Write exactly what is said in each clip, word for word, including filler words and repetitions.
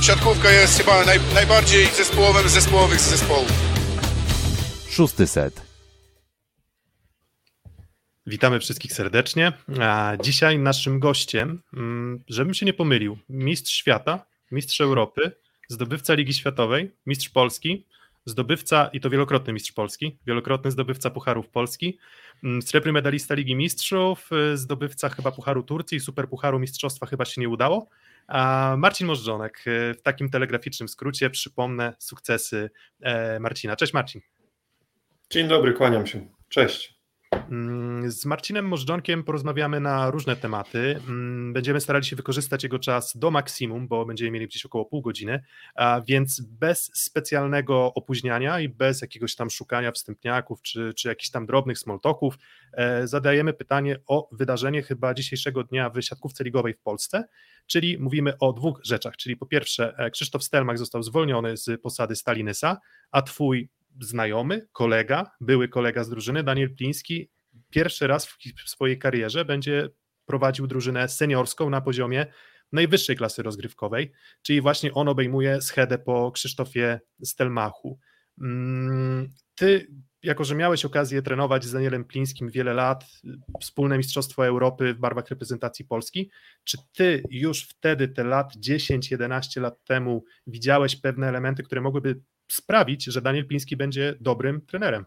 siatkówka jest chyba naj, najbardziej zespołowym z zespołowych z zespołów. Szósty set. Witamy wszystkich serdecznie. A dzisiaj naszym gościem, żebym się nie pomylił, mistrz świata, mistrz Europy, zdobywca Ligi Światowej, mistrz Polski, zdobywca, i to wielokrotny mistrz Polski, wielokrotny zdobywca Pucharów Polski, srebrny medalista Ligi Mistrzów, zdobywca chyba Pucharu Turcji, Superpucharu Mistrzostwa chyba się nie udało. A Marcin Możdżonek, w takim telegraficznym skrócie przypomnę sukcesy Marcina. Cześć Marcin. Dzień dobry, kłaniam się. Cześć. Z Marcinem Możdżonkiem porozmawiamy na różne tematy. Będziemy starali się wykorzystać jego czas do maksimum, bo będziemy mieli gdzieś około pół godziny, a więc bez specjalnego opóźniania i bez jakiegoś tam szukania wstępniaków czy, czy jakichś tam drobnych small talków zadajemy pytanie o wydarzenie chyba dzisiejszego dnia w siatkówce ligowej w Polsce, czyli mówimy o dwóch rzeczach, czyli po pierwsze Krzysztof Stelmach został zwolniony z posady Stali Nysa, a twój znajomy, kolega, były kolega z drużyny, Daniel Pliński, pierwszy raz w swojej karierze będzie prowadził drużynę seniorską na poziomie najwyższej klasy rozgrywkowej, czyli właśnie on obejmuje schedę po Krzysztofie Stelmachu. Ty, jako że miałeś okazję trenować z Danielem Plińskim wiele lat, wspólne Mistrzostwo Europy w barwach reprezentacji Polski, czy ty już wtedy, te lat dziesięć jedenaście lat temu, widziałeś pewne elementy, które mogłyby sprawić, że Daniel Pliński będzie dobrym trenerem?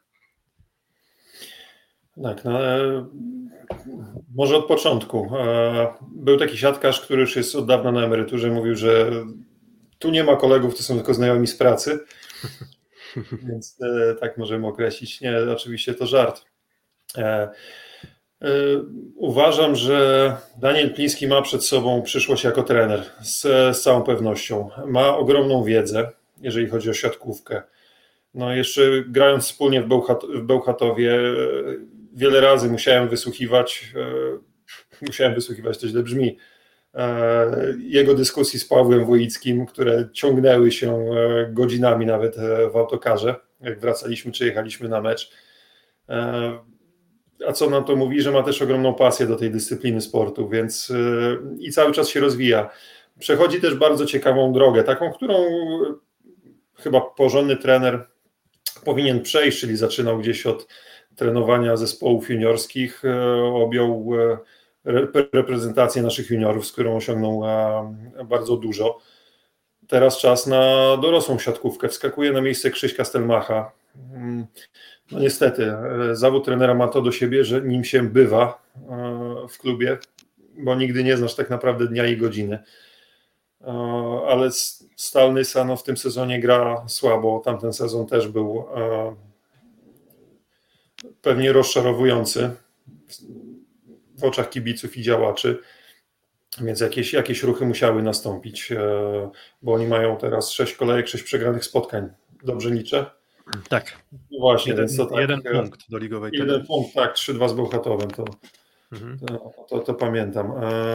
Tak, no, e, może od początku. E, był taki siatkarz, który już jest od dawna na emeryturze, mówił, że tu nie ma kolegów, to są tylko znajomi z pracy, więc e, tak możemy określić. Nie, oczywiście to żart. E, e, uważam, że Daniel Pliński ma przed sobą przyszłość jako trener, z, z całą pewnością. Ma ogromną wiedzę, jeżeli chodzi o siatkówkę. No jeszcze grając wspólnie w, Bełchat, w Bełchatowie wiele razy musiałem wysłuchiwać, e, musiałem wysłuchiwać, to źle brzmi, e, jego dyskusji z Pawłem Wojickim, które ciągnęły się e, godzinami nawet e, w autokarze, jak wracaliśmy czy jechaliśmy na mecz. E, a co nam to mówi, że ma też ogromną pasję do tej dyscypliny sportu, więc e, i cały czas się rozwija. Przechodzi też bardzo ciekawą drogę, taką, którą chyba porządny trener powinien przejść, czyli zaczynał gdzieś od trenowania zespołów juniorskich, objął reprezentację naszych juniorów, z którą osiągnął bardzo dużo. Teraz czas na dorosłą siatkówkę. Wskakuje na miejsce Krzyśka Stelmacha. No niestety, zawód trenera ma to do siebie, że nim się bywa w klubie, bo nigdy nie znasz tak naprawdę dnia i godziny. Ale Stal Nysa no, w tym sezonie gra słabo. Tamten sezon też był pewnie rozczarowujący w oczach kibiców i działaczy, więc jakieś, jakieś ruchy musiały nastąpić, bo oni mają teraz sześć kolejek, sześć przegranych spotkań. Dobrze liczę? Tak. No właśnie, jeden, więc to tak, jeden punkt do ligowej jeden tabeli. punkt, tak, trzy dwa z Bełchatowem, to, Mhm. to, to, to pamiętam.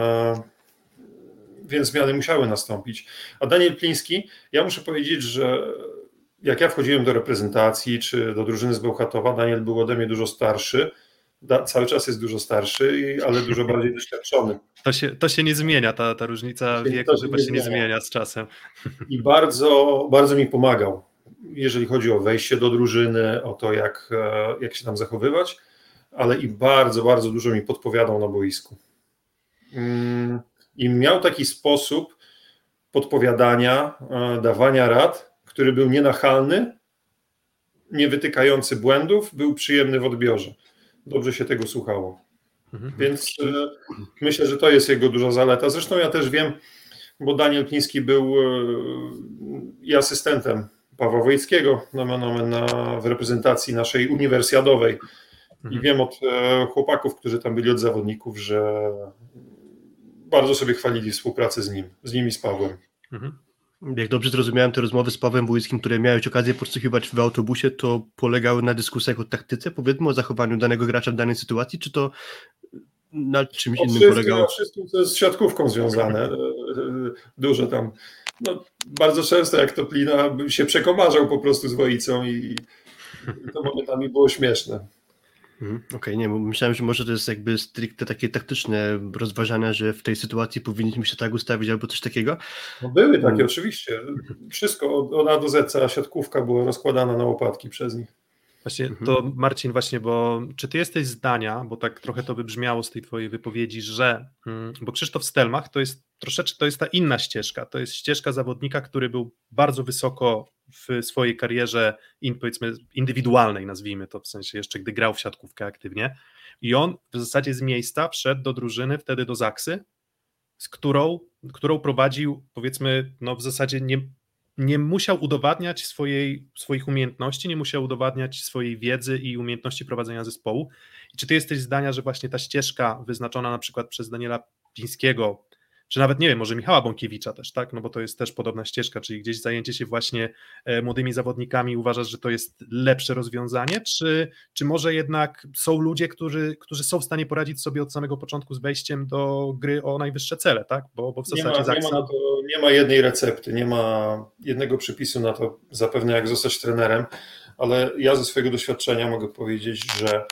Więc zmiany musiały nastąpić. A Daniel Pliński, ja muszę powiedzieć, że jak ja wchodziłem do reprezentacji czy do drużyny z Bełchatowa, Daniel był ode mnie dużo starszy, da, cały czas jest dużo starszy, ale dużo bardziej doświadczony. To się, to się nie zmienia, ta, ta różnica się, wieku się chyba nie się nie zmienia. zmienia z czasem. I bardzo, bardzo mi pomagał, jeżeli chodzi o wejście do drużyny, o to, jak, jak się tam zachowywać, ale i bardzo, bardzo dużo mi podpowiadał na boisku. Mm. I miał taki sposób podpowiadania, dawania rad, który był nienachalny, nie wytykający błędów, był przyjemny w odbiorze. Dobrze się tego słuchało. Mhm. Więc e, myślę, że to jest jego duża zaleta. Zresztą ja też wiem, bo Daniel Pliński był e, i asystentem Pawła Wojickiego nomen omen, na, w reprezentacji naszej uniwersjadowej. Mhm. I wiem od e, chłopaków, którzy tam byli od zawodników, że bardzo sobie chwalili współpracę z nim, z nim i z Pawłem. Mhm. Jak dobrze zrozumiałem te rozmowy z Pawłem Wojickim, które miałeś okazję podsłuchiwać w autobusie, to polegały na dyskusjach o taktyce, powiedzmy o zachowaniu danego gracza w danej sytuacji, czy to na czymś o innym wszystkim, polegało? O wszystkim, co jest z siatkówką związane. Dużo tam. No, bardzo często jak to Plina się przekomarzał po prostu z Wojicą i, i to momentami było śmieszne. Mhm, Okej, okay, nie, myślałem, że może to jest jakby stricte takie taktyczne rozważania, że w tej sytuacji powinniśmy się tak ustawić albo coś takiego. No były takie hmm. oczywiście. Wszystko od, od A do Z, cała siatkówka była rozkładana na łopatki przez nich. Właśnie mhm. to Marcin właśnie, bo czy ty jesteś zdania, bo tak trochę to wybrzmiało z tej twojej wypowiedzi, że, bo Krzysztof Stelmach to jest troszeczkę, to jest ta inna ścieżka, to jest ścieżka zawodnika, który był bardzo wysoko w swojej karierze, in, powiedzmy indywidualnej, nazwijmy to, w sensie jeszcze gdy grał w siatkówkę aktywnie i on w zasadzie z miejsca wszedł do drużyny, wtedy do Zaksy, z którą, którą prowadził, powiedzmy, no w zasadzie nie nie musiał udowadniać swojej, swoich umiejętności, nie musiał udowadniać swojej wiedzy i umiejętności prowadzenia zespołu. I czy ty jesteś zdania, że właśnie ta ścieżka wyznaczona na przykład przez Daniela Plińskiego, czy nawet, nie wiem, może Michała Bąkiewicza też, tak, no bo to jest też podobna ścieżka, czyli gdzieś zajęcie się właśnie e, młodymi zawodnikami, uważasz, że to jest lepsze rozwiązanie, czy, czy może jednak są ludzie, którzy, którzy są w stanie poradzić sobie od samego początku z wejściem do gry o najwyższe cele, tak, bo, bo w zasadzie... Nie ma, Zaksa... nie, ma na to, nie ma jednej recepty, nie ma jednego przepisu na to zapewne jak zostać trenerem, ale ja ze swojego doświadczenia mogę powiedzieć, że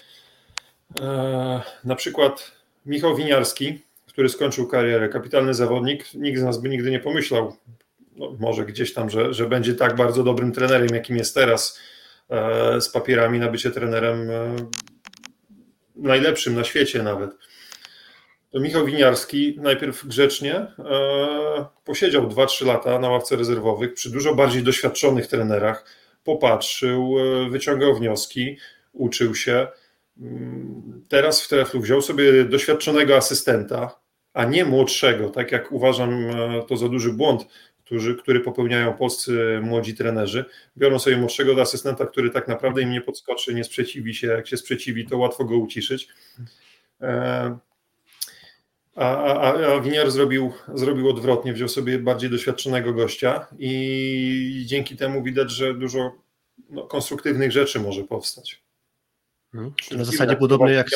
e, na przykład Michał Winiarski, który skończył karierę, kapitalny zawodnik, nikt z nas by nigdy nie pomyślał, no może gdzieś tam, że, że będzie tak bardzo dobrym trenerem, jakim jest teraz, e, z papierami na bycie trenerem e, najlepszym na świecie nawet. To Michał Winiarski najpierw grzecznie e, posiedział dwa trzy lata na ławce rezerwowych przy dużo bardziej doświadczonych trenerach, popatrzył, e, wyciągał wnioski, uczył się. Teraz w Treflu wziął sobie doświadczonego asystenta, a nie młodszego, tak jak uważam to za duży błąd, który, który popełniają polscy młodzi trenerzy. Biorą sobie młodszego asystenta, który tak naprawdę im nie podskoczy, nie sprzeciwi się, jak się sprzeciwi, to łatwo go uciszyć. A, a, a Winiar zrobił, zrobił odwrotnie, wziął sobie bardziej doświadczonego gościa i dzięki temu widać, że dużo no, konstruktywnych rzeczy może powstać. Hmm. Na zasadzie podobnej jak...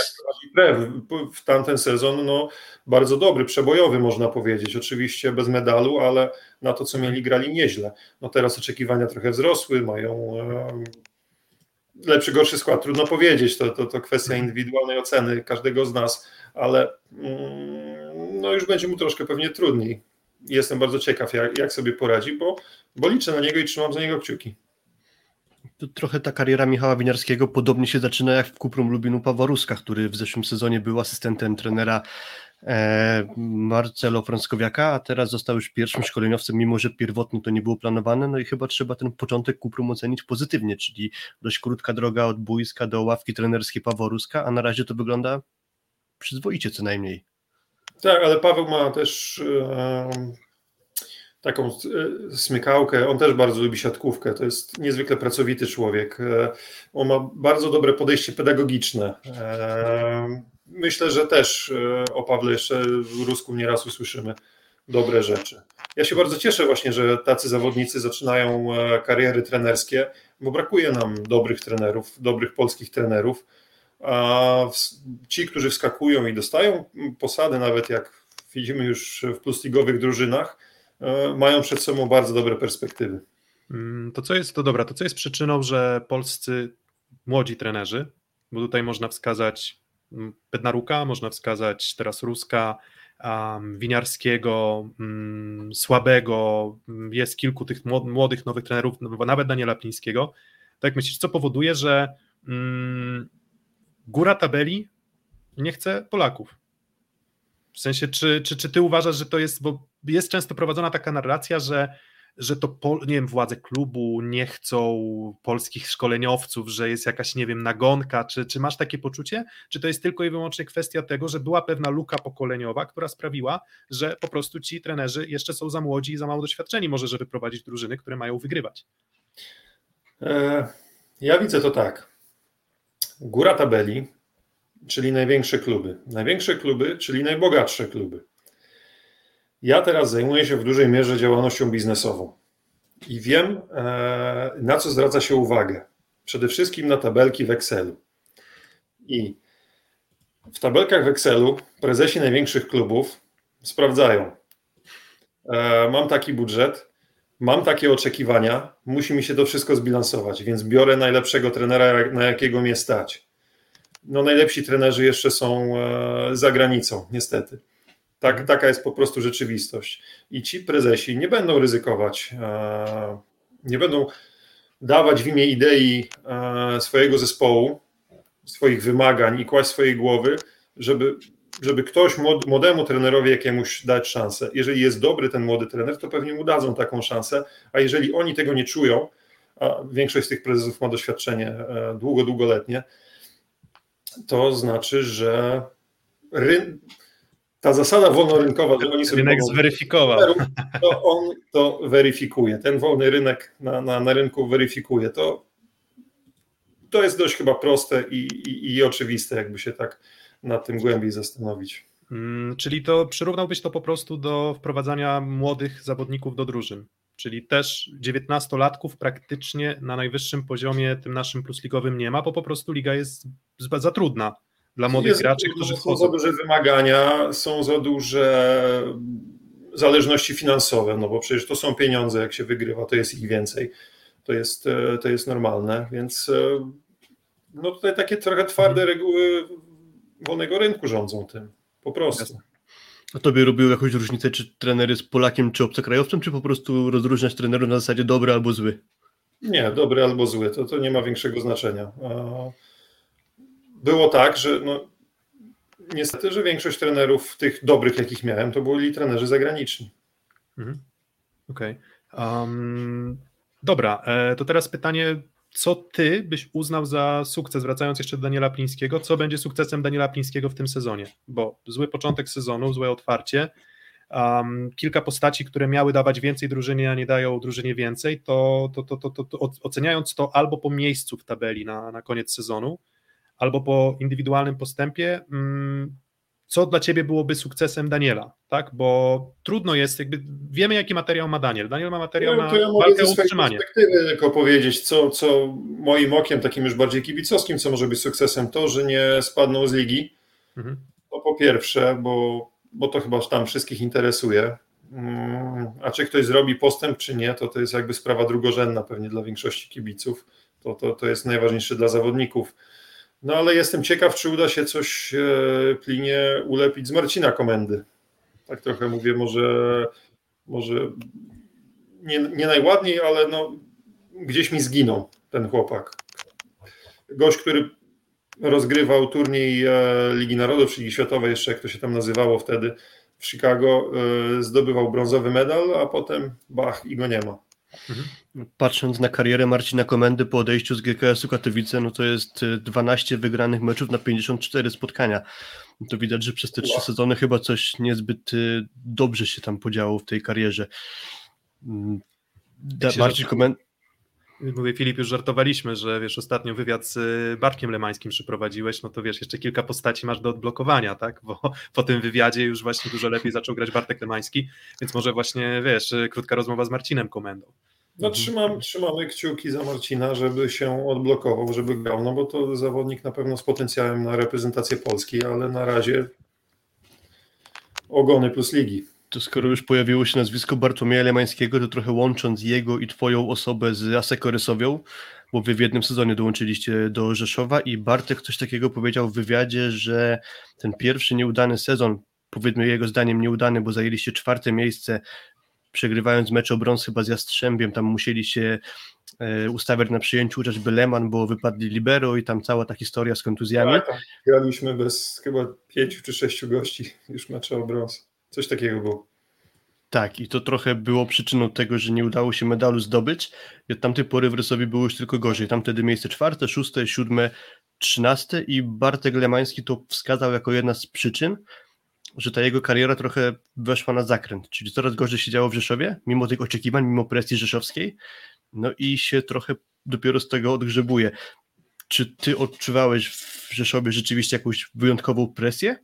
W tamten sezon no, bardzo dobry, przebojowy można powiedzieć, oczywiście bez medalu, ale na to co mieli grali nieźle. No teraz oczekiwania trochę wzrosły, mają e, lepszy, gorszy skład, trudno powiedzieć, to, to, to kwestia indywidualnej oceny każdego z nas, ale mm, no już będzie mu troszkę pewnie trudniej. Jestem bardzo ciekaw jak, jak sobie poradzi, bo, bo liczę na niego i trzymam za niego kciuki. To trochę ta kariera Michała Winiarskiego podobnie się zaczyna jak w Kuprum Lubinu Pawła Ruska, który w zeszłym sezonie był asystentem trenera e, Marcelo Frąckowiaka, a teraz został już pierwszym szkoleniowcem, mimo że pierwotnie to nie było planowane, no i chyba trzeba ten początek Kuprum ocenić pozytywnie, czyli dość krótka droga od boiska do ławki trenerskiej Pawła Ruska, a na razie to wygląda przyzwoicie co najmniej. Tak, ale Paweł ma też... E... taką smykałkę, on też bardzo lubi siatkówkę, to jest niezwykle pracowity człowiek, on ma bardzo dobre podejście pedagogiczne. Myślę, że też o Pawle jeszcze w Rusku nieraz usłyszymy dobre rzeczy. Ja się bardzo cieszę właśnie, że tacy zawodnicy zaczynają kariery trenerskie, bo brakuje nam dobrych trenerów, dobrych polskich trenerów, a ci, którzy wskakują i dostają posady, nawet jak widzimy już w plusligowych drużynach, mają przed sobą bardzo dobre perspektywy. To co jest, to dobra, to co jest przyczyną, że polscy młodzi trenerzy, bo tutaj można wskazać Bednaruka, można wskazać teraz Ruska, um, Winiarskiego, um, Słabego, jest kilku tych młodych, nowych trenerów, nawet Daniela Plińskiego. Tak myślisz, co powoduje, że um, góra tabeli nie chce Polaków? W sensie, czy, czy, czy ty uważasz, że to jest, bo jest często prowadzona taka narracja, że, że to, nie wiem, władze klubu nie chcą polskich szkoleniowców, że jest jakaś, nie wiem, nagonka, czy, czy masz takie poczucie, czy to jest tylko i wyłącznie kwestia tego, że była pewna luka pokoleniowa, która sprawiła, że po prostu ci trenerzy jeszcze są za młodzi i za mało doświadczeni może, żeby prowadzić drużyny, które mają wygrywać? Ja widzę to tak. Góra tabeli, czyli największe kluby. Największe kluby, czyli najbogatsze kluby. Ja teraz zajmuję się w dużej mierze działalnością biznesową i wiem, na co zwraca się uwagę. Przede wszystkim na tabelki w Excelu. I w tabelkach w Excelu prezesi największych klubów sprawdzają. Mam taki budżet, mam takie oczekiwania, musi mi się to wszystko zbilansować, więc biorę najlepszego trenera, na jakiego mnie stać. no najlepsi trenerzy jeszcze są za granicą, niestety. Tak, taka jest po prostu rzeczywistość. I ci prezesi nie będą ryzykować, nie będą dawać w imię idei swojego zespołu, swoich wymagań i kłaść swojej głowy, żeby, żeby ktoś młodemu trenerowi jakiemuś dać szansę. Jeżeli jest dobry ten młody trener, to pewnie mu dadzą taką szansę, a jeżeli oni tego nie czują, a większość z tych prezesów ma doświadczenie długo, długoletnie, to znaczy, że ryn... ta zasada wolnorynkowa, że oni sobie rynek mogą... zweryfikował. To on to weryfikuje. Ten wolny rynek na, na, na rynku weryfikuje. To, to jest dość chyba proste i, i, i oczywiste, jakby się tak nad tym głębiej zastanowić. Hmm, czyli to przyrównałbyś to po prostu do wprowadzania młodych zawodników do drużyn. Czyli też dziewiętnastolatków praktycznie na najwyższym poziomie tym naszym plusligowym nie ma, bo po prostu liga jest za trudna dla młodych jest graczy, trudno, którzy są wchodzą. za duże wymagania, są za duże zależności finansowe, no bo przecież to są pieniądze, jak się wygrywa, to jest ich więcej. To jest, to jest normalne, więc no tutaj takie trochę twarde reguły wolnego rynku rządzą tym, po prostu. A tobie robił jakąś różnicę, czy trener jest Polakiem, czy obcokrajowcem, czy po prostu rozróżniać trenerów na zasadzie dobry albo zły? Nie, dobry albo zły, to, to nie ma większego znaczenia. Było tak, że no, niestety, że większość trenerów tych dobrych, jakich miałem, to byli trenerzy zagraniczni. Mhm. Okej. Okay. Um, dobra, to teraz pytanie, co ty byś uznał za sukces, wracając jeszcze do Daniela Plińskiego, co będzie sukcesem Daniela Plińskiego w tym sezonie? Bo zły początek sezonu, złe otwarcie, um, kilka postaci, które miały dawać więcej drużynie, a nie dają drużynie więcej, to, to, to, to, to, to oceniając to albo po miejscu w tabeli na, na koniec sezonu, albo po indywidualnym postępie, um, co dla ciebie byłoby sukcesem Daniela, tak? Bo trudno jest, jakby wiemy, jaki materiał ma Daniel. Daniel ma materiał no, na to ja walkę o ze swojej utrzymanie. perspektywy tylko powiedzieć, co, co moim okiem, takim już bardziej kibicowskim, co może być sukcesem, to, że nie spadną z ligi. Mhm. To po pierwsze, bo, bo to chyba tam wszystkich interesuje. A czy ktoś zrobi postęp, czy nie, to to jest jakby sprawa drugorzędna pewnie dla większości kibiców. To, to, to jest najważniejsze dla zawodników. No ale jestem ciekaw, czy uda się coś Plinie ulepić z Marcina Komendy. Tak trochę mówię, może, może nie, nie najładniej, ale no, gdzieś mi zginął ten chłopak. Gość, który rozgrywał turniej Ligi Narodów, Ligi Światowej, jeszcze jak to się tam nazywało wtedy w Chicago, zdobywał brązowy medal, a potem bach i go nie ma. Mhm. Patrząc na karierę Marcina Komendy po odejściu z G K S-u Katowice, no to jest dwanaście wygranych meczów na pięćdziesiąt cztery spotkania. To widać, że przez te trzy wow. sezony chyba coś niezbyt dobrze się tam podziało w tej karierze. Da, Marcin Komendy... Mówię, Filip, już żartowaliśmy, że wiesz, ostatnio wywiad z Bartkiem Lemańskim przyprowadziłeś, no to wiesz, jeszcze kilka postaci masz do odblokowania, tak, bo po tym wywiadzie już właśnie dużo lepiej zaczął grać Bartek Lemański, więc może właśnie, wiesz, krótka rozmowa z Marcinem Komendą. No trzymam, trzymamy kciuki za Marcina, żeby się odblokował, żeby grał, no bo to zawodnik na pewno z potencjałem na reprezentację Polski, ale na razie ogony plus ligi. To skoro już pojawiło się nazwisko Bartłomieja Lemańskiego, to trochę łącząc jego i twoją osobę z Aseką Rysowią, bo wy w jednym sezonie dołączyliście do Rzeszowa i Bartek coś takiego powiedział w wywiadzie, że ten pierwszy nieudany sezon, powiedzmy jego zdaniem nieudany, bo zajęliście czwarte miejsce, przegrywając mecz o brąz chyba z Jastrzębiem, tam musieli się e, ustawiać na przyjęciu chociażby Leman, bo wypadli libero i tam cała ta historia z kontuzjami. Tak, tak. Graliśmy bez chyba pięciu czy sześciu gości już mecze o brąz. Coś takiego było. Tak, i to trochę było przyczyną tego, że nie udało się medalu zdobyć. I od tamtej pory w Rysowi było już tylko gorzej. Tam wtedy miejsce czwarte, szóste, siódme, trzynaste i Bartek Lemański to wskazał jako jedna z przyczyn, że ta jego kariera trochę weszła na zakręt, czyli coraz gorzej się działo w Rzeszowie, mimo tych oczekiwań, mimo presji rzeszowskiej, no i się trochę dopiero z tego odgrzebuje. Czy ty odczuwałeś w Rzeszowie rzeczywiście jakąś wyjątkową presję?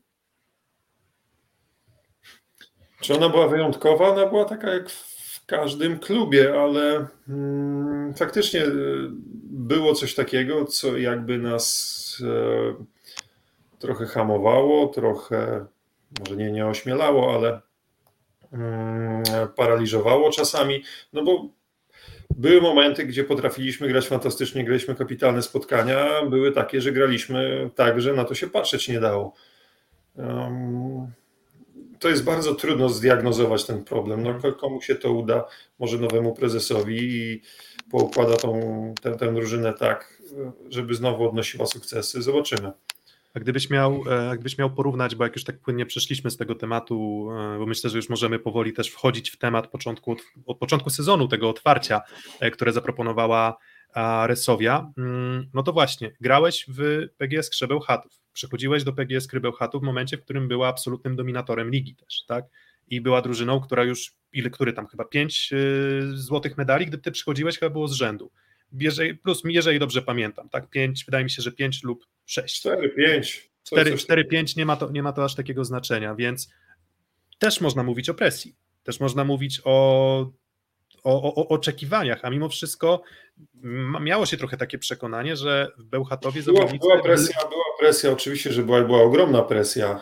Czy ona była wyjątkowa? Ona była taka jak w każdym klubie, ale mm, faktycznie było coś takiego, co jakby nas e, trochę hamowało, trochę może nie, nie ośmielało, ale mm, paraliżowało czasami, no bo były momenty, gdzie potrafiliśmy grać fantastycznie, graliśmy kapitalne spotkania, były takie, że graliśmy tak, że na to się patrzeć nie dało. Um, to jest bardzo trudno zdiagnozować ten problem. No, komu się to uda, może nowemu prezesowi i poukłada tą, tę, tę drużynę tak, żeby znowu odnosiła sukcesy. Zobaczymy. A gdybyś miał, gdybyś miał porównać, bo jak już tak płynnie przeszliśmy z tego tematu, bo myślę, że już możemy powoli też wchodzić w temat początku, od początku sezonu, tego otwarcia, które zaproponowała Resovia, no to właśnie, grałeś w P G S Krze Bełchatów, przychodziłeś do P G S Kry Bełchatów w momencie, w którym była absolutnym dominatorem ligi też, tak? I była drużyną, która już, ile, który tam chyba pięć yy, złotych medali, gdy ty przychodziłeś, chyba było z rzędu. Jeżeli, plus, jeżeli dobrze pamiętam, tak, pięć, wydaje mi się, że pięć lub sześć. cztery, pięć. cztery, pięć, nie ma to, nie ma to aż takiego znaczenia, więc też można mówić o presji, też można mówić o, o, o oczekiwaniach, a mimo wszystko miało się trochę takie przekonanie, że w Bełchatowie była, zawodnicy... była presja, była presja, oczywiście, że była, była ogromna presja.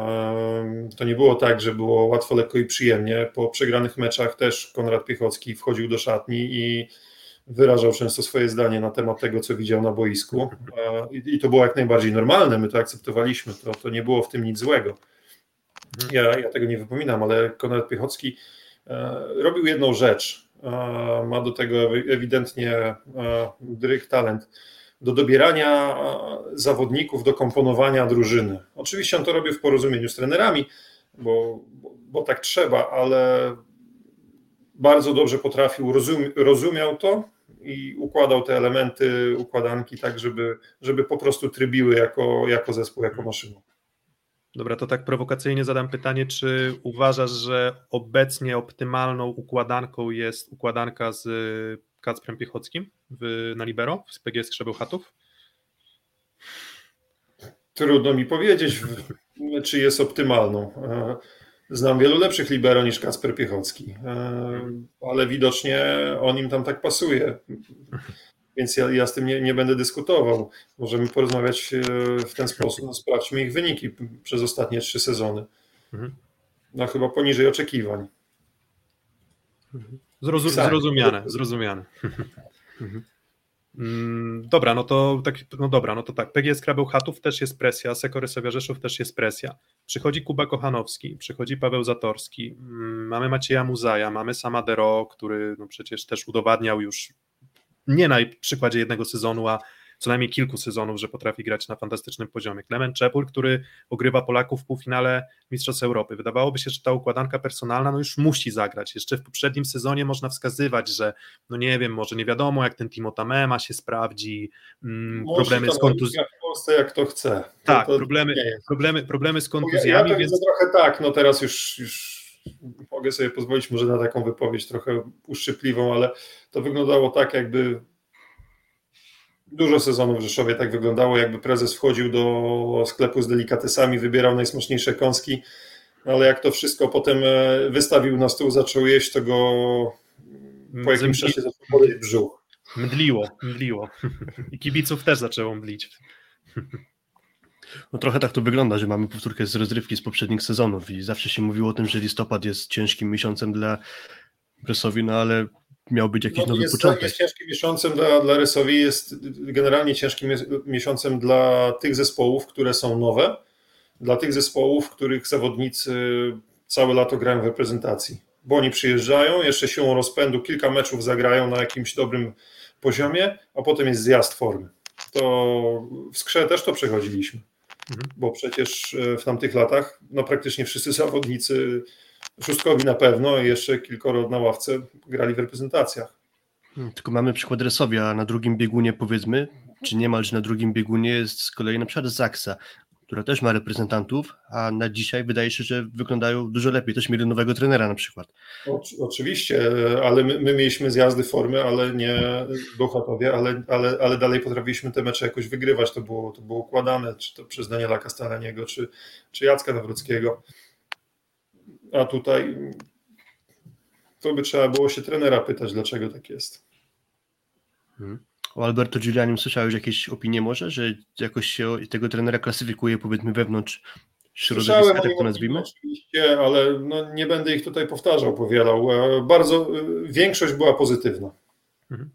To nie było tak, że było łatwo, lekko i przyjemnie. Po przegranych meczach też Konrad Piechocki wchodził do szatni i wyrażał często swoje zdanie na temat tego, co widział na boisku. I to było jak najbardziej normalne, my to akceptowaliśmy, to, to nie było w tym nic złego. Ja, ja tego nie wypominam, ale Konrad Piechocki robił jedną rzecz. Ma do tego ewidentnie dryg, talent, do dobierania zawodników, do komponowania drużyny. Oczywiście on to robi w porozumieniu z trenerami, bo, bo, bo tak trzeba, ale bardzo dobrze potrafił, rozum, rozumiał to i układał te elementy układanki tak, żeby, żeby po prostu trybiły jako, jako zespół, jako maszyna. Dobra, to tak prowokacyjnie zadam pytanie, czy uważasz, że obecnie optymalną układanką jest układanka z Kacprem Piechockim w, na libero z P G S Krze Bełchatów? Trudno mi powiedzieć, czy jest optymalną. Znam wielu lepszych libero niż Kacper Piechocki, ale widocznie on im tam tak pasuje. Więc ja, ja z tym nie, nie będę dyskutował. Możemy porozmawiać w ten sposób. No, sprawdźmy ich wyniki przez ostatnie trzy sezony. No chyba poniżej oczekiwań. Zrozum, zrozumiane, zrozumiane. Dobra, no to tak, no dobra, no to tak. P G S Kra Bełchatów też jest presja, Seko Resovia Rzeszów też jest presja. Przychodzi Kuba Kochanowski, przychodzi Paweł Zatorski, mamy Macieja Muzaja, mamy Sama Dero, który no przecież też udowadniał już nie na przykładzie jednego sezonu, a co najmniej kilku sezonów, że potrafi grać na fantastycznym poziomie. Klement Czepul, który ogrywa Polaków w półfinale Mistrzostw Europy. Wydawałoby się, że ta układanka personalna no już musi zagrać. Jeszcze w poprzednim sezonie można wskazywać, że no nie wiem, może nie wiadomo, jak ten Timo Tamema się sprawdzi, mm, problemy z kontuzjami. W Polsce jak to chce. To, tak, to problemy, problemy, problemy z kontuzjami. Ja, ja tak więc... trochę tak, no teraz już, już mogę sobie pozwolić może na taką wypowiedź trochę uszczypliwą, ale to wyglądało tak, jakby dużo sezonów w Rzeszowie tak wyglądało, jakby prezes wchodził do sklepu z delikatesami, wybierał najsmaczniejsze kąski, ale jak to wszystko potem wystawił na stół, zaczął jeść, to go po jakimś czasie zaczął boleć brzuch. Mdliło, mdliło. I kibiców też zaczęło mdlić. No trochę tak to wygląda, że mamy powtórkę z rozrywki z poprzednich sezonów i zawsze się mówiło o tym, że listopad jest ciężkim miesiącem dla Resovii, no ale miał być jakiś no, nowy jest, początek. Jest ciężkim miesiącem dla, dla Resovii, jest generalnie ciężkim miesiącem dla tych zespołów, które są nowe, dla tych zespołów, których zawodnicy całe lato grają w reprezentacji, bo oni przyjeżdżają, jeszcze siłą rozpędu kilka meczów zagrają na jakimś dobrym poziomie, a potem jest zjazd formy. To w Skrze też to przechodziliśmy, mhm. bo przecież w tamtych latach no praktycznie wszyscy zawodnicy, Szóstkowi na pewno i jeszcze kilkoro na ławce grali w reprezentacjach. Tylko mamy przykład Resovia, a na drugim biegunie powiedzmy, czy niemalże na drugim biegunie jest z kolei na przykład Zaksa, która też ma reprezentantów, a na dzisiaj wydaje się, że wyglądają dużo lepiej. Też mieli nowego trenera na przykład. O, oczywiście, ale my, my mieliśmy zjazdy formy, ale nie Bełchatowie, ale, ale, ale dalej potrafiliśmy te mecze jakoś wygrywać. To było, to było układane, czy to przez Daniela Kastelaniego, czy, czy Jacka Nawrockiego. A tutaj to by trzeba było się trenera pytać, dlaczego tak jest. Hmm. O Alberto Giulianim słyszałeś jakieś opinie może, że jakoś się tego trenera klasyfikuje powiedzmy wewnątrz środowiska, tak to nazwijmy? Oczywiście, ale no nie będę ich tutaj powtarzał, powielał. Bardzo, większość była pozytywna. Mhm.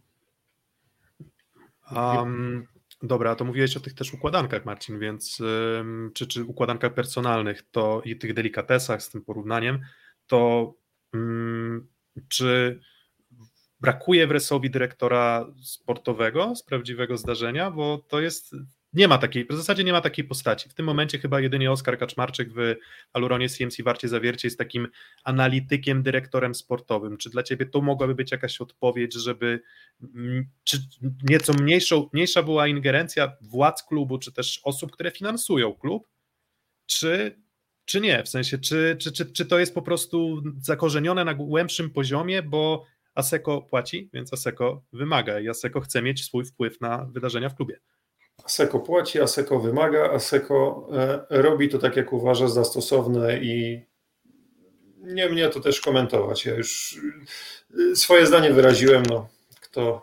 Um, dobra, to mówiłeś o tych też układankach, Marcin, więc ym, czy, czy układankach personalnych to i tych delikatesach z tym porównaniem, to ym, czy brakuje w Resowi dyrektora sportowego z prawdziwego zdarzenia, bo to jest, nie ma takiej, w zasadzie nie ma takiej postaci. W tym momencie chyba jedynie Oskar Kaczmarczyk w Aluronie C M C Warcie Zawiercie jest takim analitykiem, dyrektorem sportowym. Czy dla ciebie to mogłaby być jakaś odpowiedź, żeby czy nieco mniejszą, mniejsza była ingerencja władz klubu, czy też osób, które finansują klub, czy czy nie, w sensie, czy, czy, czy, czy to jest po prostu zakorzenione na głębszym poziomie, bo Asseco płaci, więc Asseco wymaga i Asseco chce mieć swój wpływ na wydarzenia w klubie. Asseco płaci, Asseco wymaga, Asseco e, robi to tak, jak uważa za stosowne i nie mnie to też komentować. Ja już swoje zdanie wyraziłem, no, kto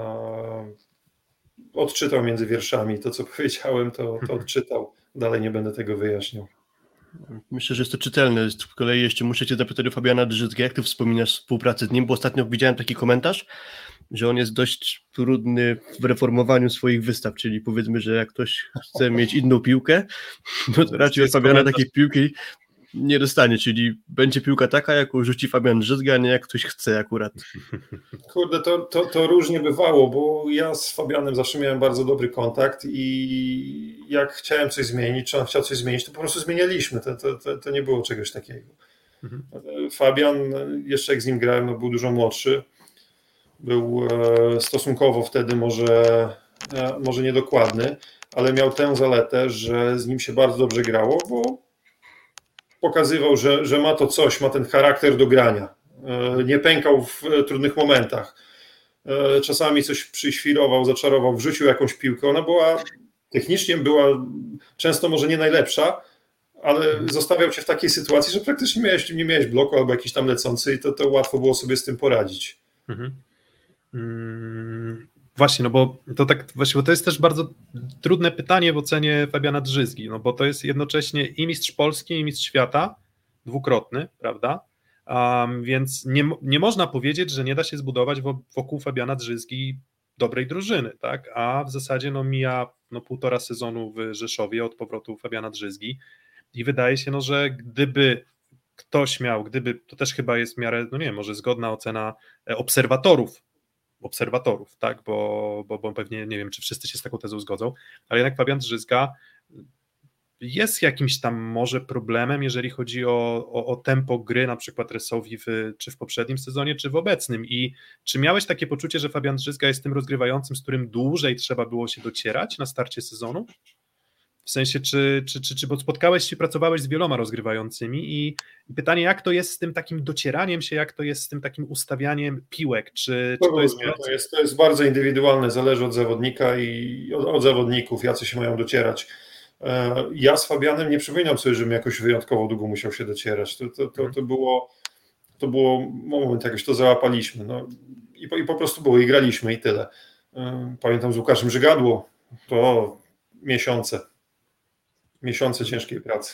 e, odczytał między wierszami to, co powiedziałem, to, to odczytał. Dalej nie będę tego wyjaśniał. Myślę, że jest to czytelne. Z kolei jeszcze muszę cię zapytać o Fabiana Drzyzgę, jak ty wspominasz współpracę z nim, bo ostatnio widziałem taki komentarz, że on jest dość trudny w reformowaniu swoich wystaw, czyli powiedzmy, że jak ktoś chce mieć inną piłkę, no to raczej od Fabiana takiej piłki nie dostanie, czyli będzie piłka taka, jaką rzuci Fabian Drzyzga, a nie jak ktoś chce akurat. Kurde, to, to, to różnie bywało, bo ja z Fabianem zawsze miałem bardzo dobry kontakt i jak chciałem coś zmienić, czy on chciał coś zmienić, to po prostu zmienialiśmy. To, to, to, to nie było czegoś takiego. Mhm. Fabian, jeszcze jak z nim grałem, no był dużo młodszy. Był stosunkowo wtedy może, może niedokładny, ale miał tę zaletę, że z nim się bardzo dobrze grało, bo pokazywał, że, że ma to coś, ma ten charakter do grania. Nie pękał w trudnych momentach. Czasami coś przyświrował, zaczarował, wrzucił jakąś piłkę. Ona była, technicznie była często może nie najlepsza, ale zostawiał cię w takiej sytuacji, że praktycznie miałeś, nie miałeś bloku albo jakiś tam lecący i to, to łatwo było sobie z tym poradzić. Mhm. Hmm, właśnie, no bo to tak, właśnie, bo to jest też bardzo trudne pytanie w ocenie Fabiana Drzyzgi, no bo to jest jednocześnie i mistrz Polski, i mistrz świata, dwukrotny, prawda? Um, więc nie, nie można powiedzieć, że nie da się zbudować wokół Fabiana Drzyzgi dobrej drużyny, tak? A w zasadzie no, mija no, półtora sezonu w Rzeszowie od powrotu Fabiana Drzyzgi i wydaje się, no, że gdyby ktoś miał, gdyby, to też chyba jest w miarę, no nie wiem, może zgodna ocena obserwatorów, obserwatorów, tak, bo, bo, bo pewnie nie wiem, czy wszyscy się z taką tezą zgodzą, ale jednak Fabian Drzyzga jest jakimś tam może problemem, jeżeli chodzi o, o, o tempo gry, na przykład Resowi w, czy w poprzednim sezonie, czy w obecnym. I czy miałeś takie poczucie, że Fabian Drzyzga jest tym rozgrywającym, z którym dłużej trzeba było się docierać na starcie sezonu? W sensie, czy, czy, czy, czy bo spotkałeś się, pracowałeś z wieloma rozgrywającymi i, i pytanie, jak to jest z tym takim docieraniem się, jak to jest z tym takim ustawianiem piłek, czy, czy to jest... To jest, to jest bardzo indywidualne, zależy od zawodnika i od, od zawodników, jacy się mają docierać. Ja z Fabianem nie przypominam sobie, żebym jakoś wyjątkowo długo musiał się docierać. To, to, to, to było to było moment, jakoś to załapaliśmy. No, i, po, I po prostu było, i graliśmy i tyle. Pamiętam z Łukaszem Żygadło, to miesiące. Miesiące ciężkiej pracy.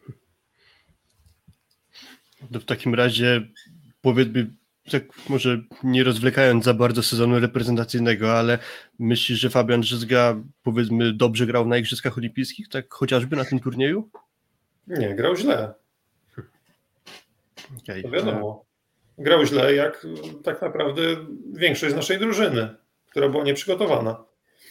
To w takim razie powiedzmy, tak może nie rozwlekając za bardzo sezonu reprezentacyjnego, ale myślisz, że Fabian Drzyzga powiedzmy dobrze grał na Igrzyskach Olimpijskich, tak chociażby na tym turnieju? Nie, grał źle. Okay. To wiadomo. Grał źle jak tak naprawdę większość z naszej drużyny, która była nieprzygotowana.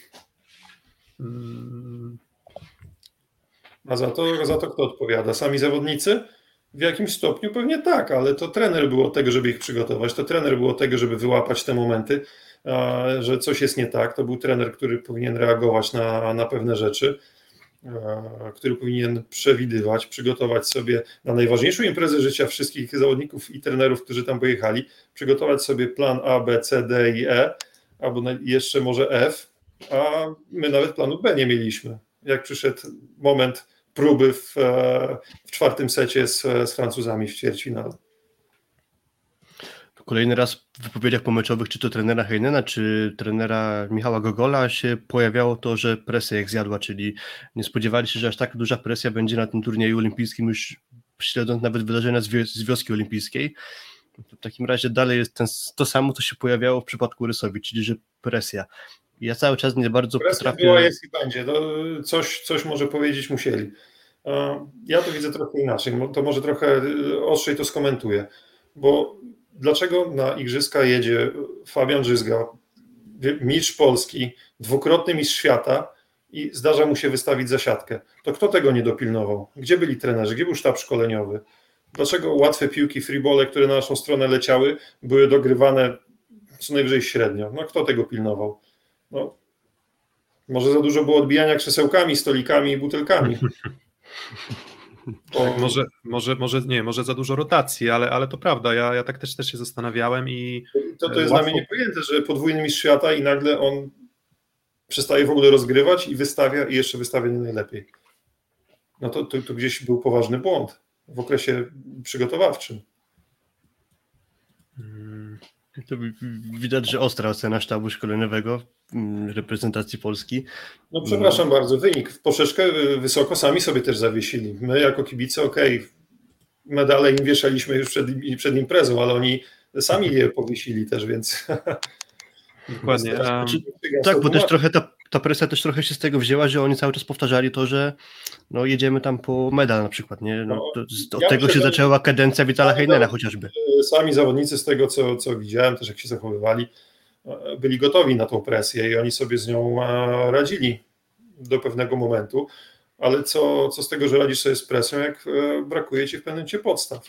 A za to, za to kto odpowiada? Sami zawodnicy? W jakimś stopniu pewnie tak, ale to trener był od tego, żeby ich przygotować, to trener był od tego, żeby wyłapać te momenty, że coś jest nie tak. To był trener, który powinien reagować na, na pewne rzeczy, który powinien przewidywać, przygotować sobie na najważniejszą imprezę życia wszystkich zawodników i trenerów, którzy tam pojechali, przygotować sobie plan A, B, C, D i E, albo jeszcze może F, a my nawet planu B nie mieliśmy. Jak przyszedł moment próby w, w czwartym secie z, z Francuzami w ćwierćfinale. Kolejny raz w wypowiedziach pomeczowych, czy to trenera Heinena, czy trenera Michała Gogola się pojawiało to, że presja jak zjadła, czyli nie spodziewali się, że aż tak duża presja będzie na tym turnieju olimpijskim, już śledząc nawet wydarzenia z, wie- z wioski olimpijskiej. W takim razie dalej jest ten, to samo, co się pojawiało w przypadku Rysowi, czyli że presja. Ja cały czas nie bardzo presja potrafię... była, jest i będzie. To coś, coś może powiedzieć musieli. Ja to widzę trochę inaczej. To może trochę ostrzej to skomentuję. Bo dlaczego na igrzyska jedzie Fabian Żyzga, mistrz Polski, dwukrotny mistrz świata i zdarza mu się wystawić zasiadkę? To kto tego nie dopilnował? Gdzie byli trenerzy? Gdzie był sztab szkoleniowy? Dlaczego łatwe piłki, freebole, które na naszą stronę leciały, były dogrywane co najwyżej średnio? No kto tego pilnował? No, może za dużo było odbijania krzesełkami, stolikami i butelkami. Tak, może, może, może, nie, może za dużo rotacji, ale, ale to prawda, ja, ja tak też, też się zastanawiałem i To, to jest łatwo... dla mnie niepojęte, że podwójny mistrz świata i nagle on przestaje w ogóle rozgrywać i wystawia i jeszcze wystawia nie najlepiej. No to, to, to gdzieś był poważny błąd w okresie przygotowawczym. To widać, że ostra ocena sztabu szkoleniowego reprezentacji Polski. No przepraszam no. bardzo, wynik poszeczkę wysoko sami sobie też zawiesili. My jako kibice, okej, okay, medale im wieszaliśmy już przed, przed imprezą, ale oni sami je powiesili też, więc... Dokładnie. Um, tak, bo też trochę ta, ta presja też trochę się z tego wzięła, że oni cały czas powtarzali to, że no jedziemy tam po medal na przykład, nie? No, to, od ja tego się zaczęła kadencja Vitala Heinena chociażby. Sami zawodnicy z tego, co, co widziałem, też jak się zachowywali, byli gotowi na tą presję i oni sobie z nią radzili do pewnego momentu, ale co, co z tego, że radzisz sobie z presją, jak brakuje ci w pewnym momencie podstaw.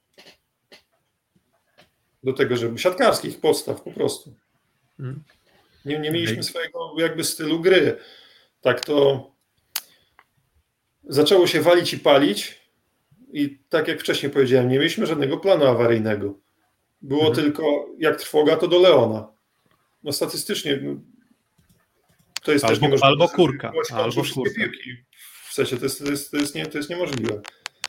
Do tego, żeby siatkarskich podstaw po prostu. Nie, nie mieliśmy swojego jakby stylu gry. Tak to zaczęło się walić i palić i tak jak wcześniej powiedziałem, nie mieliśmy żadnego planu awaryjnego. Było mhm. tylko jak trwoga, to do Leona. No statystycznie to jest albo, też niemożliwe. Albo kurka. Albo kurka. W sensie to jest, to, jest, to, jest nie, to jest niemożliwe.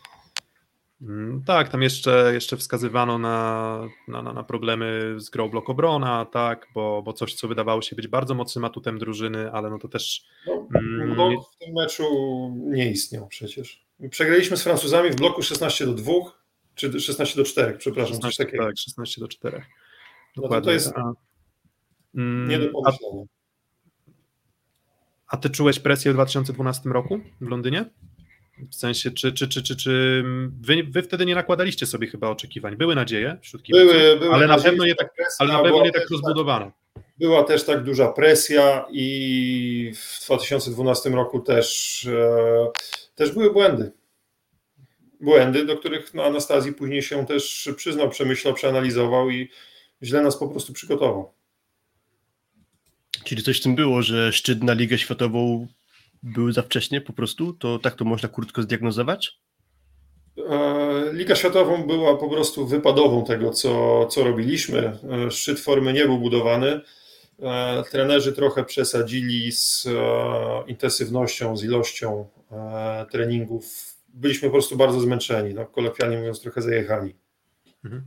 Tak, tam jeszcze, jeszcze wskazywano na, na, na problemy z grą blok obrona, tak, bo, bo coś, co wydawało się być bardzo mocnym atutem drużyny, ale no to też... No, mm, w tym meczu nie istniał przecież. Przegraliśmy z Francuzami w bloku szesnaście do dwóch, czy szesnaście do czterech, przepraszam. szesnaście, tak, szesnaście do czterech. Dokładnie. No to, to jest a, nie do pomyślenia. A, a ty czułeś presję w dwa tysiące dwunastym roku w Londynie? W sensie, czy, czy, czy, czy, czy wy, wy wtedy nie nakładaliście sobie chyba oczekiwań? Były nadzieje wśród kibiców, były, były ale, nadzieje, na pewno nie tak, presja, ale na pewno nie tak rozbudowana. Była też tak duża presja i w dwa tysiące dwunastym roku też, e, też były błędy. Błędy, do których no, Anastazji później się też przyznał, przemyślał, przeanalizował i źle nas po prostu przygotował. Czyli coś w tym było, że szczyt na Ligę Światową były za wcześnie po prostu? To tak to można krótko zdiagnozować? Liga Światową była po prostu wypadową tego, co, co robiliśmy. Szczyt formy nie był budowany. Trenerzy trochę przesadzili z intensywnością, z ilością treningów. Byliśmy po prostu bardzo zmęczeni, no, kolokwialnie mówiąc trochę zajechani. Mhm.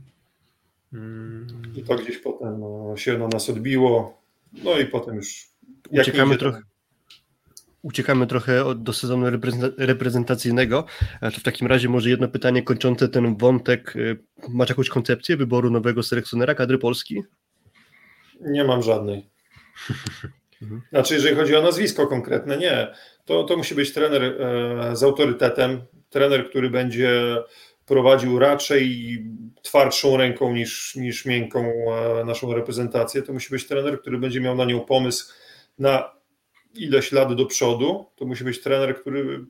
I to gdzieś potem no, się na nas odbiło. No i potem już... Uciekamy trochę. Uciekamy trochę od, do sezonu reprezentacyjnego, to w takim razie może jedno pytanie kończące ten wątek. Masz jakąś koncepcję wyboru nowego selekcjonera kadry Polski? Nie mam żadnej. Znaczy, jeżeli chodzi o nazwisko konkretne, nie. To, to musi być trener e, z autorytetem, trener, który będzie prowadził raczej twardszą ręką niż, niż miękką e, naszą reprezentację. To musi być trener, który będzie miał na nią pomysł na ileś lat do przodu. To musi być trener, który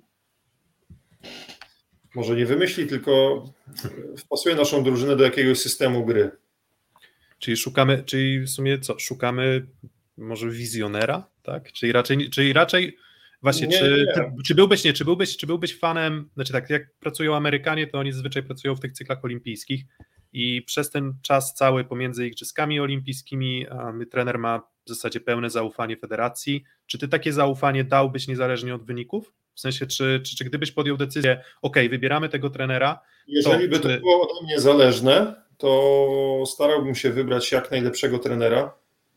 może nie wymyśli, tylko wpasuje naszą drużynę do jakiegoś systemu gry. Czyli szukamy, czyli w sumie co, szukamy może wizjonera, tak? Czyli raczej, czyli raczej właśnie, nie, czy, nie. Ty, czy byłbyś, nie, czy byłbyś, czy byłbyś fanem, znaczy tak, jak pracują Amerykanie, to oni zazwyczaj pracują w tych cyklach olimpijskich i przez ten czas cały pomiędzy igrzyskami olimpijskimi a my, trener ma w zasadzie pełne zaufanie federacji. Czy ty takie zaufanie dałbyś niezależnie od wyników? W sensie, czy, czy, czy gdybyś podjął decyzję, ok, wybieramy tego trenera. Jeżeli to, by czy... to było ode mnie zależne, to starałbym się wybrać jak najlepszego trenera,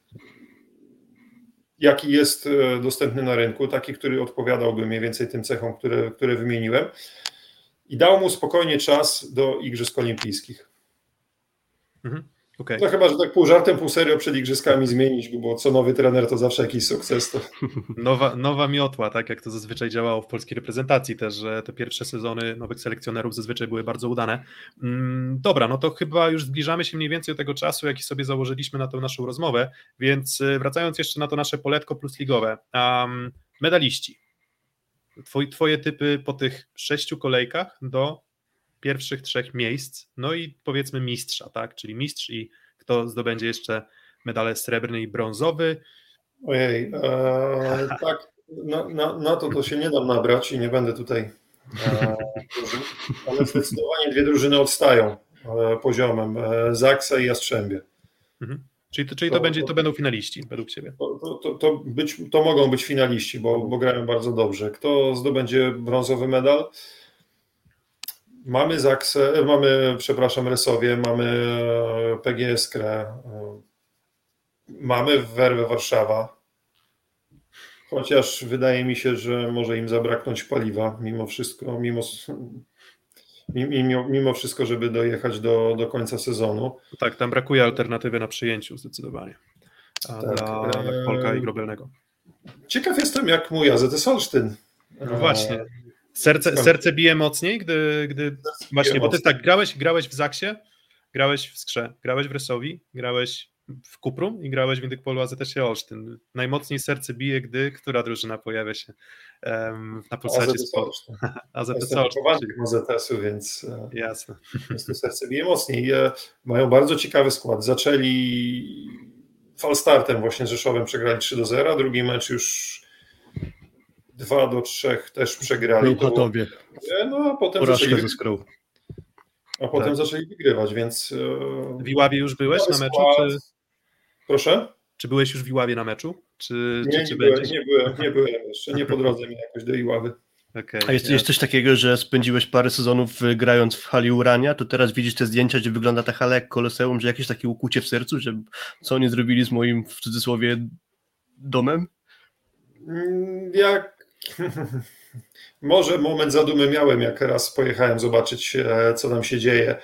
jaki jest dostępny na rynku, taki, który odpowiadałby mniej więcej tym cechom, które, które wymieniłem i dał mu spokojnie czas do Igrzysk Olimpijskich. Mhm. Okay. No chyba, że tak pół żartem, pół serio przed igrzyskami zmienić, bo co nowy trener to zawsze jakiś sukces. To... Nowa, nowa miotła, tak jak to zazwyczaj działało w polskiej reprezentacji też, że te pierwsze sezony nowych selekcjonerów zazwyczaj były bardzo udane. Mm, dobra, no to chyba już zbliżamy się mniej więcej do tego czasu, jaki sobie założyliśmy na tę naszą rozmowę, więc wracając jeszcze na to nasze poletko plus ligowe. Um, medaliści. Twoi, twoje typy po tych sześciu kolejkach do pierwszych trzech miejsc, no i powiedzmy mistrza, tak, czyli mistrz i kto zdobędzie jeszcze medale srebrny i brązowy. Ojej, e, tak, na, na, na to to się nie dam nabrać i nie będę tutaj e, ale zdecydowanie dwie drużyny odstają e, poziomem, e, Zaksa i Jastrzębie. Mhm. Czyli, to, czyli to, to, będzie, to to będą finaliści według Ciebie? To, to, to, to, być, to mogą być finaliści, bo, bo grają bardzo dobrze. Kto zdobędzie brązowy medal? Mamy Zaksę, mamy, przepraszam, Resowie, mamy P G S Krę, mamy Werwę Warszawa, chociaż wydaje mi się, że może im zabraknąć paliwa mimo wszystko, mimo, mimo, mimo wszystko, żeby dojechać do, do końca sezonu. Tak, tam brakuje alternatywy na przyjęciu zdecydowanie. A tak. Dla, dla Polka i Grobelnego. Ciekaw jestem, jak mój A Z S Olsztyn. No właśnie. Serce, serce bije mocniej, gdy, gdy właśnie, bo ty tak, grałeś, grałeś w Zaksie, grałeś w Skrze, grałeś w Resowi, grałeś w Kuprum i grałeś w Indykpolu A Z S-ie Olsztyn. Najmocniej serce bije, gdy która drużyna pojawia się um, na Polsacie Sport. A Z S Olsztyn. A Z S-u, więc jasne. Więc to serce bije mocniej. Mają bardzo ciekawy skład. Zaczęli falstartem właśnie z Rzeszowem, przegrali trzy do zera, drugi mecz już dwa do trzech też przegrali. To tobie. No, a potem zaczęli, ze Skrą. a potem tak. zaczęli wygrywać, więc... W Iławie już byłeś na meczu? Czy... Proszę? Czy byłeś już w Iławie na meczu? Czy, nie, czy, nie, czy byłem, będziesz? nie, byłem, nie byłem jeszcze, nie po drodze mi jakoś do Iławy. Okay, a jest, ja... jest coś takiego, że spędziłeś parę sezonów grając w hali Urania, to teraz widzisz te zdjęcia, gdzie wygląda ta hala jak Koloseum, że jakieś takie ukłucie w sercu, że co oni zrobili z moim, w cudzysłowie, domem? Jak... Może moment zadumy miałem, jak raz pojechałem zobaczyć, co tam się dzieje.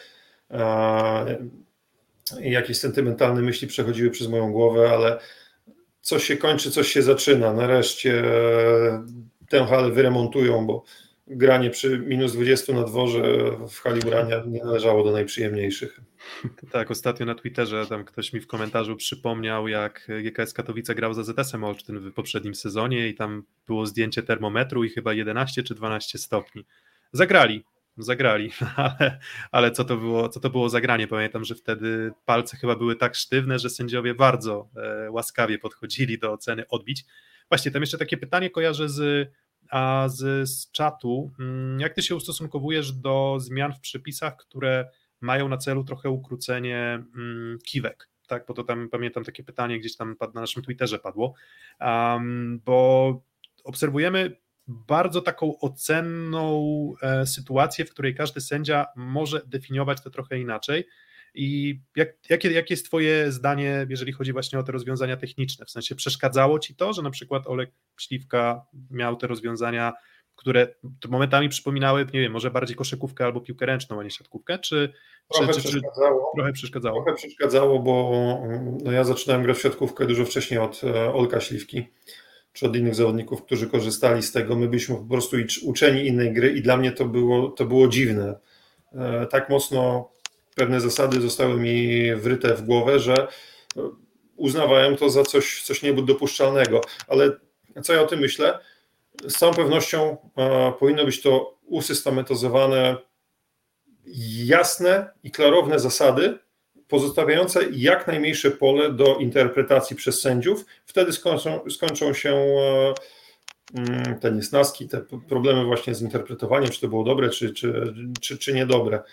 I jakieś sentymentalne myśli przechodziły przez moją głowę, ale coś się kończy, coś się zaczyna. Nareszcie tę halę wyremontują, bo granie przy minus dwudziestu na dworze w hali Urania nie należało do najprzyjemniejszych. Tak, ostatnio na Twitterze tam ktoś mi w komentarzu przypomniał, jak G K S Katowice grał za Z S em Olsztyn w poprzednim sezonie i tam było zdjęcie termometru i chyba jedenaście czy dwanaście stopni. Zagrali, zagrali, ale, ale co to było, co to było zagranie? Pamiętam, że wtedy palce chyba były tak sztywne, że sędziowie bardzo e, łaskawie podchodzili do oceny odbić. Właśnie, tam jeszcze takie pytanie kojarzę z, a z, z czatu. Jak ty się ustosunkowujesz do zmian w przepisach, które mają na celu trochę ukrócenie mm, kiwek, tak, bo to tam pamiętam takie pytanie gdzieś tam na naszym Twitterze padło, um, bo obserwujemy bardzo taką ocenną e, sytuację, w której każdy sędzia może definiować to trochę inaczej i jak, jakie, jakie jest twoje zdanie, jeżeli chodzi właśnie o te rozwiązania techniczne, w sensie przeszkadzało ci to, że na przykład Olek Śliwka miał te rozwiązania, które momentami przypominały, nie wiem, może bardziej koszykówkę albo piłkę ręczną, a nie siatkówkę, czy trochę, czy, przeszkadzało, czy trochę przeszkadzało? Trochę przeszkadzało, bo no ja zaczynałem grać w siatkówkę dużo wcześniej od Olka Śliwki, czy od innych zawodników, którzy korzystali z tego. My byliśmy po prostu uczeni innej gry i dla mnie to było, to było dziwne. Tak mocno pewne zasady zostały mi wryte w głowę, że uznawałem to za coś, coś niedopuszczalnego. Ale co ja o tym myślę? Z całą pewnością powinno być to usystematyzowane, jasne i klarowne zasady, pozostawiające jak najmniejsze pole do interpretacji przez sędziów. Wtedy skończą, skończą się te niesnaski, te problemy właśnie z interpretowaniem, czy to było dobre, czy, czy, czy, czy niedobre.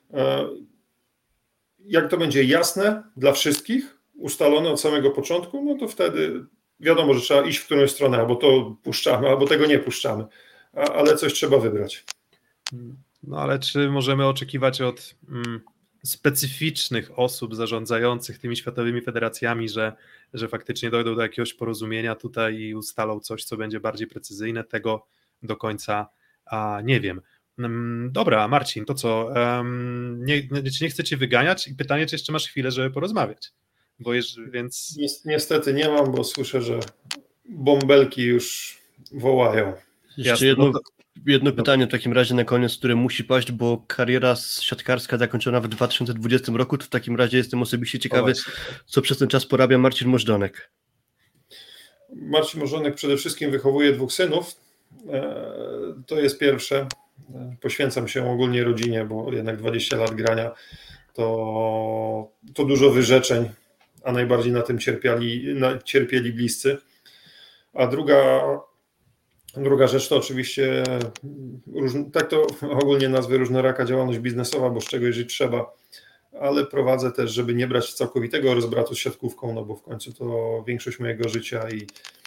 Jak to będzie jasne dla wszystkich, ustalone od samego początku, no to wtedy wiadomo, że trzeba iść w którąś stronę, albo to puszczamy, albo tego nie puszczamy, ale coś trzeba wybrać. No ale czy możemy oczekiwać od mm, specyficznych osób zarządzających tymi światowymi federacjami, że, że faktycznie dojdą do jakiegoś porozumienia tutaj i ustalą coś, co będzie bardziej precyzyjne? Tego do końca a, nie wiem. Dobra, Marcin, to co? Um, nie, nie, nie chcę cię wyganiać i pytanie, czy jeszcze masz chwilę, żeby porozmawiać? Bo jeż, więc... Niestety nie mam, bo słyszę, że bąbelki już wołają. Jeszcze Jasne, jedno, no to... jedno pytanie w takim razie na koniec, które musi paść, bo kariera siatkarska zakończona w dwa tysiące dwudziestym roku, to w takim razie jestem osobiście ciekawy, co przez ten czas porabia Marcin Możdżonek. Marcin Możdżonek przede wszystkim wychowuje dwóch synów. To jest pierwsze. Poświęcam się ogólnie rodzinie, bo jednak dwadzieścia lat grania to, to dużo wyrzeczeń, a najbardziej na tym cierpieli, na, cierpieli bliscy. A druga, druga rzecz to oczywiście, tak to ogólnie nazwę różnoraka działalność biznesowa, bo z czegoś żyć trzeba, ale prowadzę też, żeby nie brać całkowitego rozbratu z siatkówką, no bo w końcu to większość mojego życia i,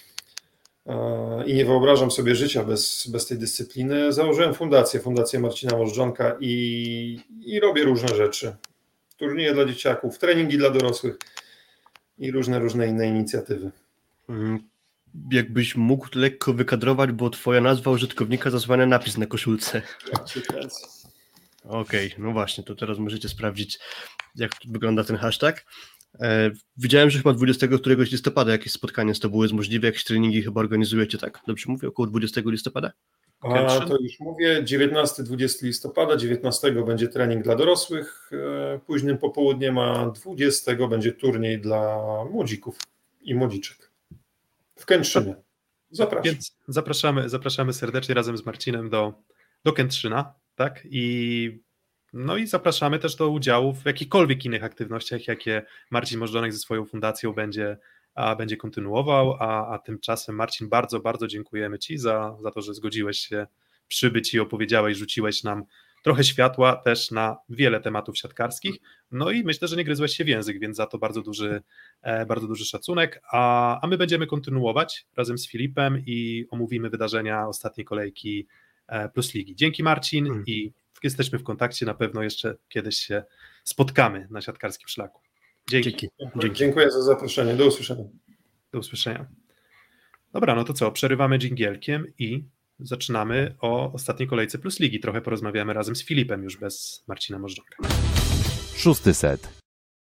i nie wyobrażam sobie życia bez, bez tej dyscypliny. Założyłem fundację, Fundację Marcina Możdżonka i, i robię różne rzeczy. Turnieje dla dzieciaków, treningi dla dorosłych i różne, różne inne inicjatywy. Jakbyś mógł lekko wykadrować, bo twoja nazwa użytkownika zasłania napis na koszulce. Okej, okay, no właśnie, to teraz możecie sprawdzić, jak wygląda ten hashtag. E, widziałem, że chyba dwudziestego któregoś listopada jakieś spotkanie z tobą jest możliwe, jakieś treningi chyba organizujecie, tak? Dobrze mówię? Około dwudziestego listopada? A to już mówię, dziewiętnastego dwudziestego listopada, dziewiętnastego będzie trening dla dorosłych, e, późnym popołudniem, a dwudziestego będzie turniej dla młodzików i młodziczek w Kętrzynie. Zapraszam. Więc zapraszamy, zapraszamy serdecznie razem z Marcinem do, do Kętrzyna, tak? I no i zapraszamy też do udziału w jakichkolwiek innych aktywnościach, jakie Marcin Możdżonek ze swoją fundacją będzie, a, będzie kontynuował, a, a tymczasem Marcin, bardzo, bardzo dziękujemy Ci za, za to, że zgodziłeś się przybyć i opowiedziałeś, rzuciłeś nam trochę światła też na wiele tematów siatkarskich, no i myślę, że nie gryzłeś się w język, więc za to bardzo duży, e, bardzo duży szacunek, a, a my będziemy kontynuować razem z Filipem i omówimy wydarzenia ostatniej kolejki e, Plus Ligi. Dzięki Marcin hmm. i jesteśmy w kontakcie, na pewno jeszcze kiedyś się spotkamy na siatkarskim szlaku. Dzięki. Dzięki. Dzięki. Dziękuję za zaproszenie, do usłyszenia. Do usłyszenia. Dobra, no to co, przerywamy dżingielkiem i zaczynamy o ostatniej kolejce Plus Ligi. Trochę porozmawiamy razem z Filipem, już bez Marcina Możdżonka. Szósty set.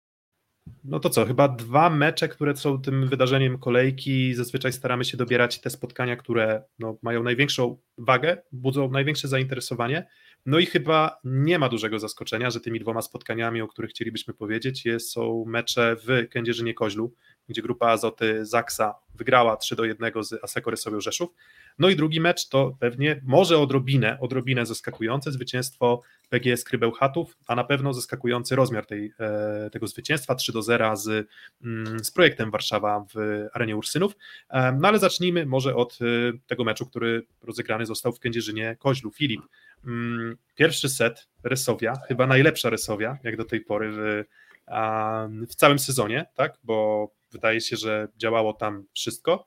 No to co, chyba dwa mecze, które są tym wydarzeniem kolejki. Zazwyczaj staramy się dobierać te spotkania, które no, mają największą wagę, budzą największe zainteresowanie. No i chyba nie ma dużego zaskoczenia, że tymi dwoma spotkaniami, o których chcielibyśmy powiedzieć, jest, są mecze w Kędzierzynie-Koźlu, gdzie grupa Azoty Zaksa wygrała trzy do jednego z Asseco Rysowią Rzeszów. No i drugi mecz to pewnie może odrobinę, odrobinę zaskakujące zwycięstwo P G S Krybełchatów, a na pewno zaskakujący rozmiar tej, e, tego zwycięstwa trzy do zera z, mm, z projektem Warszawa w Arenie Ursynów. E, no ale zacznijmy może od e, tego meczu, który rozegrany został w Kędzierzynie-Koźlu. Filip, mm, pierwszy set Rysowia, chyba najlepsza Rysowia jak do tej pory w, a, w całym sezonie, tak? Bo wydaje się, że działało tam wszystko,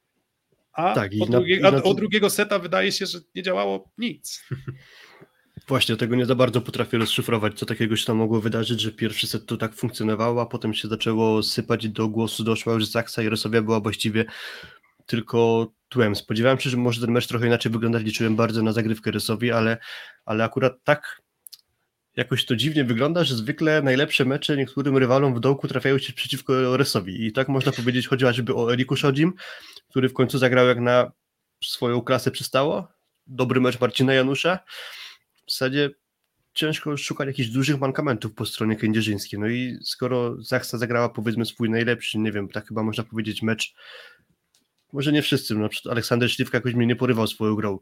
a, tak, od, na, drugie, a na... od drugiego seta wydaje się, że nie działało nic. Właśnie, tego nie za bardzo potrafię rozszyfrować, co takiego się tam mogło wydarzyć, że pierwszy set to tak funkcjonowało, a potem się zaczęło sypać, do głosu doszła już Zaksa i Rysowia była właściwie tylko tłem. Spodziewałem się, że może ten mecz trochę inaczej wyglądać, liczyłem bardzo na zagrywkę Rysowi, ale, ale akurat tak jakoś to dziwnie wygląda, że zwykle najlepsze mecze niektórym rywalom w dołku trafiają się przeciwko Rysowi i tak można powiedzieć chociażby o Eriku Szodzim, który w końcu zagrał jak na swoją klasę przystało. Dobry mecz Marcina Janusza. W zasadzie ciężko szukać jakichś dużych mankamentów po stronie kędzierzyńskiej. No i skoro Zaksa zagrała powiedzmy swój najlepszy, nie wiem, tak chyba można powiedzieć mecz, może nie wszyscy, na przykład Aleksander Śliwka jakoś mnie nie porywał swoją grą.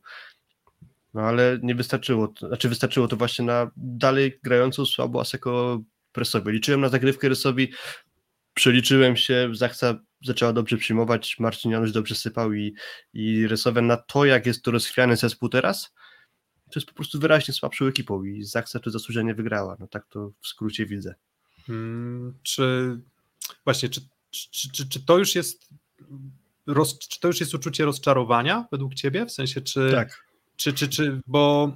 No ale nie wystarczyło, to, znaczy wystarczyło to właśnie na dalej grającą słabo Asseco Rysowię. Liczyłem na zagrywkę Rysowi, przeliczyłem się, Zaksa zaczęła dobrze przyjmować, Marcin Janusz dobrze sypał i, i Rysowia na to, jak jest to rozchwiany zespół teraz, to jest po prostu wyraźnie słabszą ekipą i Zaksa to zasłużenie wygrała. No tak to w skrócie widzę. Hmm, czy właśnie, czy, czy, czy, czy to już jest roz, czy to już jest uczucie rozczarowania według ciebie? W sensie, czy tak. Czy, czy, czy, bo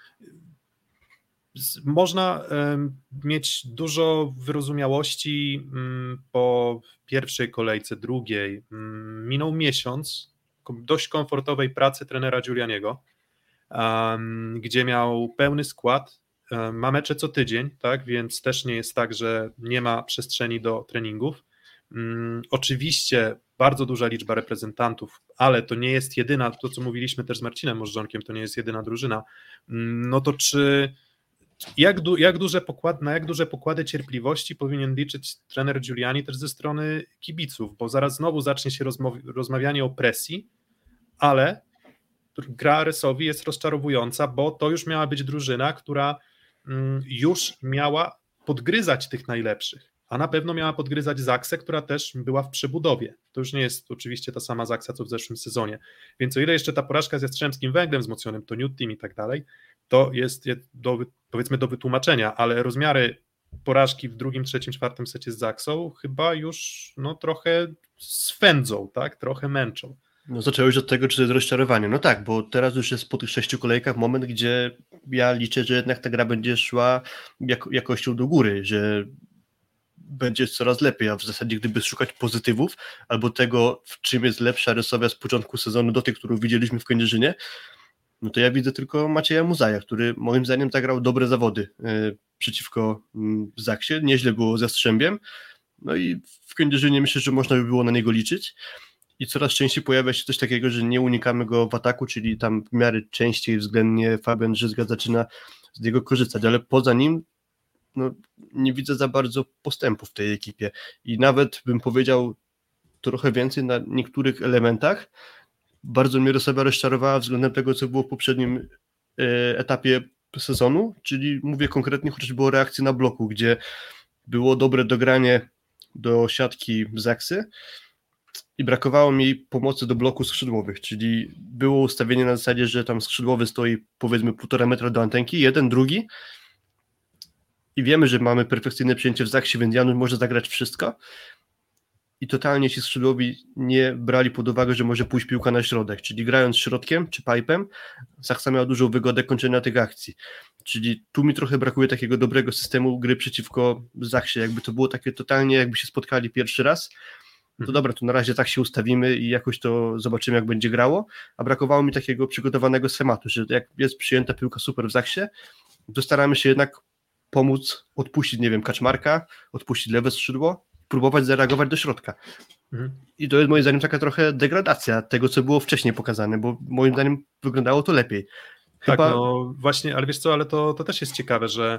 można um, mieć dużo wyrozumiałości um, po pierwszej kolejce, drugiej. Um, minął miesiąc dość komfortowej pracy trenera Giulianiego. um, gdzie miał pełny skład, um, ma mecze co tydzień, tak, więc też nie jest tak, że nie ma przestrzeni do treningów. Um, oczywiście bardzo duża liczba reprezentantów, ale to nie jest jedyna, to co mówiliśmy też z Marcinem Możdżonkiem, to nie jest jedyna drużyna. Um, no to czy Jak, du, jak duże pokład, na jak duże pokłady cierpliwości powinien liczyć trener Giuliani też ze strony kibiców, bo zaraz znowu zacznie się rozmow, rozmawianie o presji, ale gra Resowi jest rozczarowująca, bo to już miała być drużyna, która mm, już miała podgryzać tych najlepszych, a na pewno miała podgryzać Zaksę, która też była w przebudowie. To już nie jest oczywiście ta sama Zaksa, co w zeszłym sezonie. Więc o ile jeszcze ta porażka z Jastrzębskim Węglem wzmocnionym, to New Team i tak dalej, to jest do, powiedzmy do wytłumaczenia, ale rozmiary porażki w drugim, trzecim, czwartym secie z Zaksą chyba już no, trochę swędzą, tak? Trochę męczą. No zaczęłeś od tego, czy to jest rozczarowanie. No tak, bo teraz już jest po tych sześciu kolejkach moment, gdzie ja liczę, że jednak ta gra będzie szła jak, jakością do góry, że będzie coraz lepiej, a w zasadzie gdyby szukać pozytywów albo tego, w czym jest lepsza Resowia z początku sezonu do tych, którą widzieliśmy w Kędzierzynie, no to ja widzę tylko Macieja Muzaja, który moim zdaniem zagrał dobre zawody yy, przeciwko yy, Zaksie, nieźle było ze Jastrzębiem, no i w Kędzierzynie myślę, że można by było na niego liczyć i coraz częściej pojawia się coś takiego, że nie unikamy go w ataku, czyli tam w miarę częściej względnie Fabian Drzyzga zaczyna z niego korzystać, ale poza nim no, nie widzę za bardzo postępu w tej ekipie i nawet bym powiedział trochę więcej na niektórych elementach. Bardzo mnie Resowia rozczarowała względem tego, co było w poprzednim e, etapie sezonu, czyli mówię konkretnie chociażby o reakcji na bloku, gdzie było dobre dogranie do siatki Zaksy i brakowało mi pomocy do bloku skrzydłowych, czyli było ustawienie na zasadzie, że tam skrzydłowy stoi powiedzmy półtora metra do antenki, jeden, drugi i wiemy, że mamy perfekcyjne przyjęcie w Zaksie, więc Janusz może zagrać wszystko i totalnie ci skrzydłowi nie brali pod uwagę, że może pójść piłka na środek, czyli grając środkiem czy pipem, Zaksa miała dużą wygodę kończenia tych akcji, czyli tu mi trochę brakuje takiego dobrego systemu gry przeciwko Zaksie, jakby to było takie totalnie, jakby się spotkali pierwszy raz, to dobra, to na razie tak się ustawimy i jakoś to zobaczymy, jak będzie grało, a brakowało mi takiego przygotowanego schematu, że jak jest przyjęta piłka super w Zaksie, to staramy się jednak pomóc odpuścić, nie wiem, Kaczmarka, odpuścić lewe skrzydło, próbować zareagować do środka. Mhm. I to jest moim zdaniem taka trochę degradacja tego, co było wcześniej pokazane, bo moim zdaniem wyglądało to lepiej. Chyba... Tak, no właśnie, ale wiesz co, ale to, to też jest ciekawe, że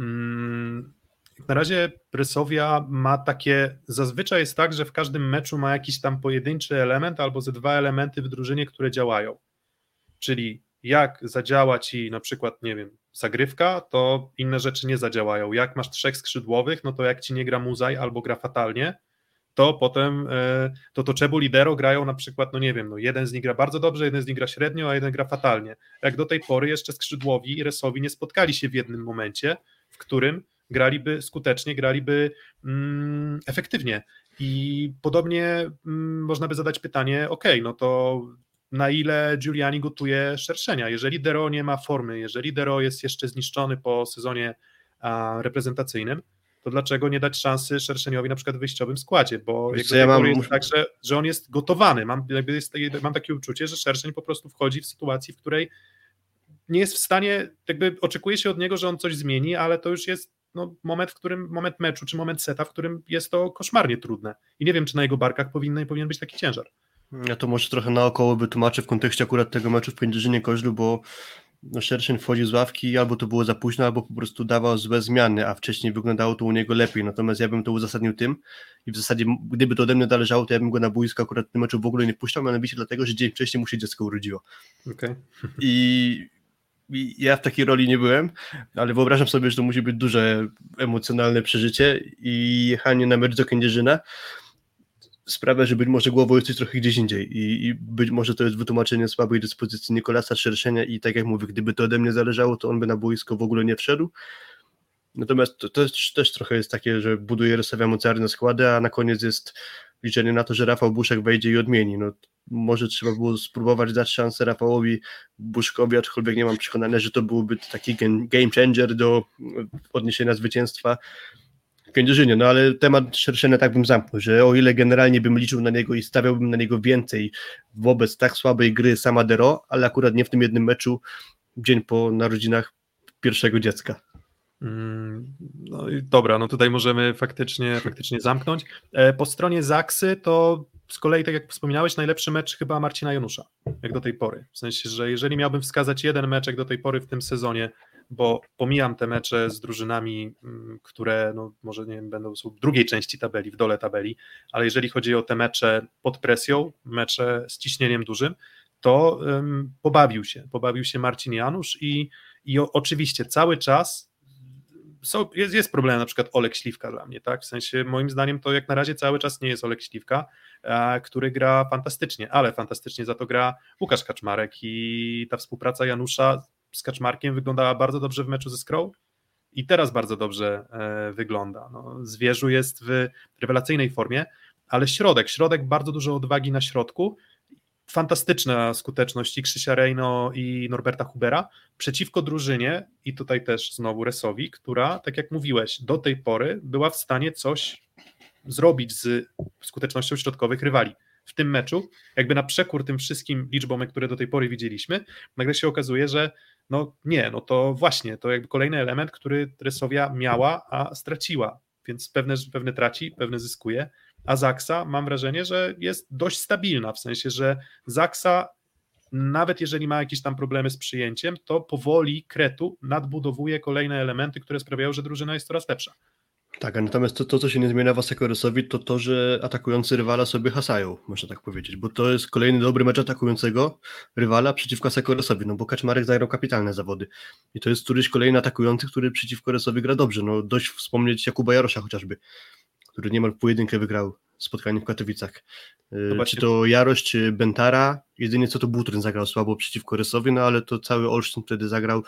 mm, na razie Resowia ma takie, zazwyczaj jest tak, że w każdym meczu ma jakiś tam pojedynczy element albo ze dwa elementy w drużynie, które działają. Czyli jak zadziała ci na przykład, nie wiem, zagrywka, to inne rzeczy nie zadziałają. Jak masz trzech skrzydłowych, no to jak ci nie gra Muzaj albo gra fatalnie, to potem to to Czebu Lidero grają na przykład, no nie wiem, no jeden z nich gra bardzo dobrze, jeden z nich gra średnio, a jeden gra fatalnie. Jak do tej pory jeszcze skrzydłowi i Resowi nie spotkali się w jednym momencie, w którym graliby skutecznie, graliby mm, efektywnie. I podobnie mm, można by zadać pytanie, okej, okay, no to na ile Giuliani gotuje Szerszenia. Jeżeli Dero nie ma formy, jeżeli Dero jest jeszcze zniszczony po sezonie a, reprezentacyjnym, to dlaczego nie dać szansy Szerszeniowi na przykład w wyjściowym składzie, bo jak ja mam... jest tak, że, że on jest gotowany. Mam, jest, mam takie uczucie, że Szerszeń po prostu wchodzi w sytuacji, w której nie jest w stanie, jakby oczekuje się od niego, że on coś zmieni, ale to już jest no, moment, w którym, moment meczu, czy moment seta, w którym jest to koszmarnie trudne. I nie wiem, czy na jego barkach powinien, powinien być taki ciężar. Ja to może trochę naokoło wytłumaczę w kontekście akurat tego meczu w Kędzierzynie-Koźlu, bo no Szerszeń wchodził z ławki, albo to było za późno, albo po prostu dawał złe zmiany, a wcześniej wyglądało to u niego lepiej, natomiast ja bym to uzasadnił tym i w zasadzie gdyby to ode mnie zależało, to ja bym go na boisko akurat w tym meczu w ogóle nie puszczał, mianowicie dlatego, że dzień wcześniej mu się dziecko urodziło. Okay. I, I ja w takiej roli nie byłem, ale wyobrażam sobie, że to musi być duże emocjonalne przeżycie i jechanie na mecz do Kędzierzyna sprawia, że być może głową jesteś trochę gdzieś indziej i, i być może to jest wytłumaczenie słabej dyspozycji Nikolasa Szerszenia i tak jak mówię, gdyby to ode mnie zależało, to on by na boisko w ogóle nie wszedł. Natomiast to, to też, też trochę jest takie, że buduje Resowia mocarne składy, a na koniec jest liczenie na to, że Rafał Buszek wejdzie i odmieni. No, może trzeba było spróbować dać szansę Rafałowi Buszkowi, aczkolwiek nie mam przekonania, że to byłby taki game changer do odniesienia zwycięstwa Kędzierzynie, no ale temat szerszenia tak bym zamknął, że o ile generalnie bym liczył na niego i stawiałbym na niego więcej wobec tak słabej gry sama Dero, ale akurat nie w tym jednym meczu, dzień po narodzinach pierwszego dziecka. No i dobra, no tutaj możemy faktycznie, faktycznie zamknąć. Po stronie Zaksy to z kolei, tak jak wspominałeś, najlepszy mecz chyba Marcina Janusza, jak do tej pory. W sensie, że jeżeli miałbym wskazać jeden mecz jak do tej pory w tym sezonie, bo pomijam te mecze z drużynami, które no może nie wiem, będą są w drugiej części tabeli, w dole tabeli, ale jeżeli chodzi o te mecze pod presją, mecze z ciśnieniem dużym, to um, pobawił się, pobawił się Marcin Janusz i, i o, oczywiście cały czas są, jest, jest problem, na przykład Olek Śliwka dla mnie, tak? W sensie moim zdaniem to jak na razie cały czas nie jest Olek Śliwka, a, który gra fantastycznie, ale fantastycznie za to gra Łukasz Kaczmarek i ta współpraca Janusza z Kaczmarkiem wyglądała bardzo dobrze w meczu ze Skrą i teraz bardzo dobrze e, wygląda. No, Zwierzu jest w rewelacyjnej formie, ale środek, środek bardzo dużo odwagi na środku, fantastyczna skuteczność i Krzysia Rejno i Norberta Hubera przeciwko drużynie i tutaj też znowu Resowi, która, tak jak mówiłeś, do tej pory była w stanie coś zrobić z skutecznością środkowych rywali. W tym meczu, jakby na przekór tym wszystkim liczbom, które do tej pory widzieliśmy, nagle się okazuje, że no nie, no to właśnie, to jakby kolejny element, który Resowia miała, a straciła, więc pewne, pewne traci, pewne zyskuje, a Zaksa mam wrażenie, że jest dość stabilna, w sensie, że Zaksa nawet jeżeli ma jakieś tam problemy z przyjęciem, to powoli Kretu nadbudowuje kolejne elementy, które sprawiają, że drużyna jest coraz lepsza. Tak, a natomiast to, to co się nie zmienia w Asekoresowi, to to, że atakujący rywala sobie hasają, można tak powiedzieć, bo to jest kolejny dobry mecz atakującego rywala przeciwko Asekoresowi, no bo Kaczmarek zagrał kapitalne zawody i to jest któryś kolejny atakujący, który przeciwko Resowi gra dobrze, no dość wspomnieć Jakuba Jarosza chociażby, który niemal w pojedynkę wygrał spotkanie w Katowicach. Zobaczcie. Czy to Jarosz, czy Bentara, jedynie co to Butryn zagrał słabo przeciwko Resowi, no ale to cały Olsztyn wtedy zagrał,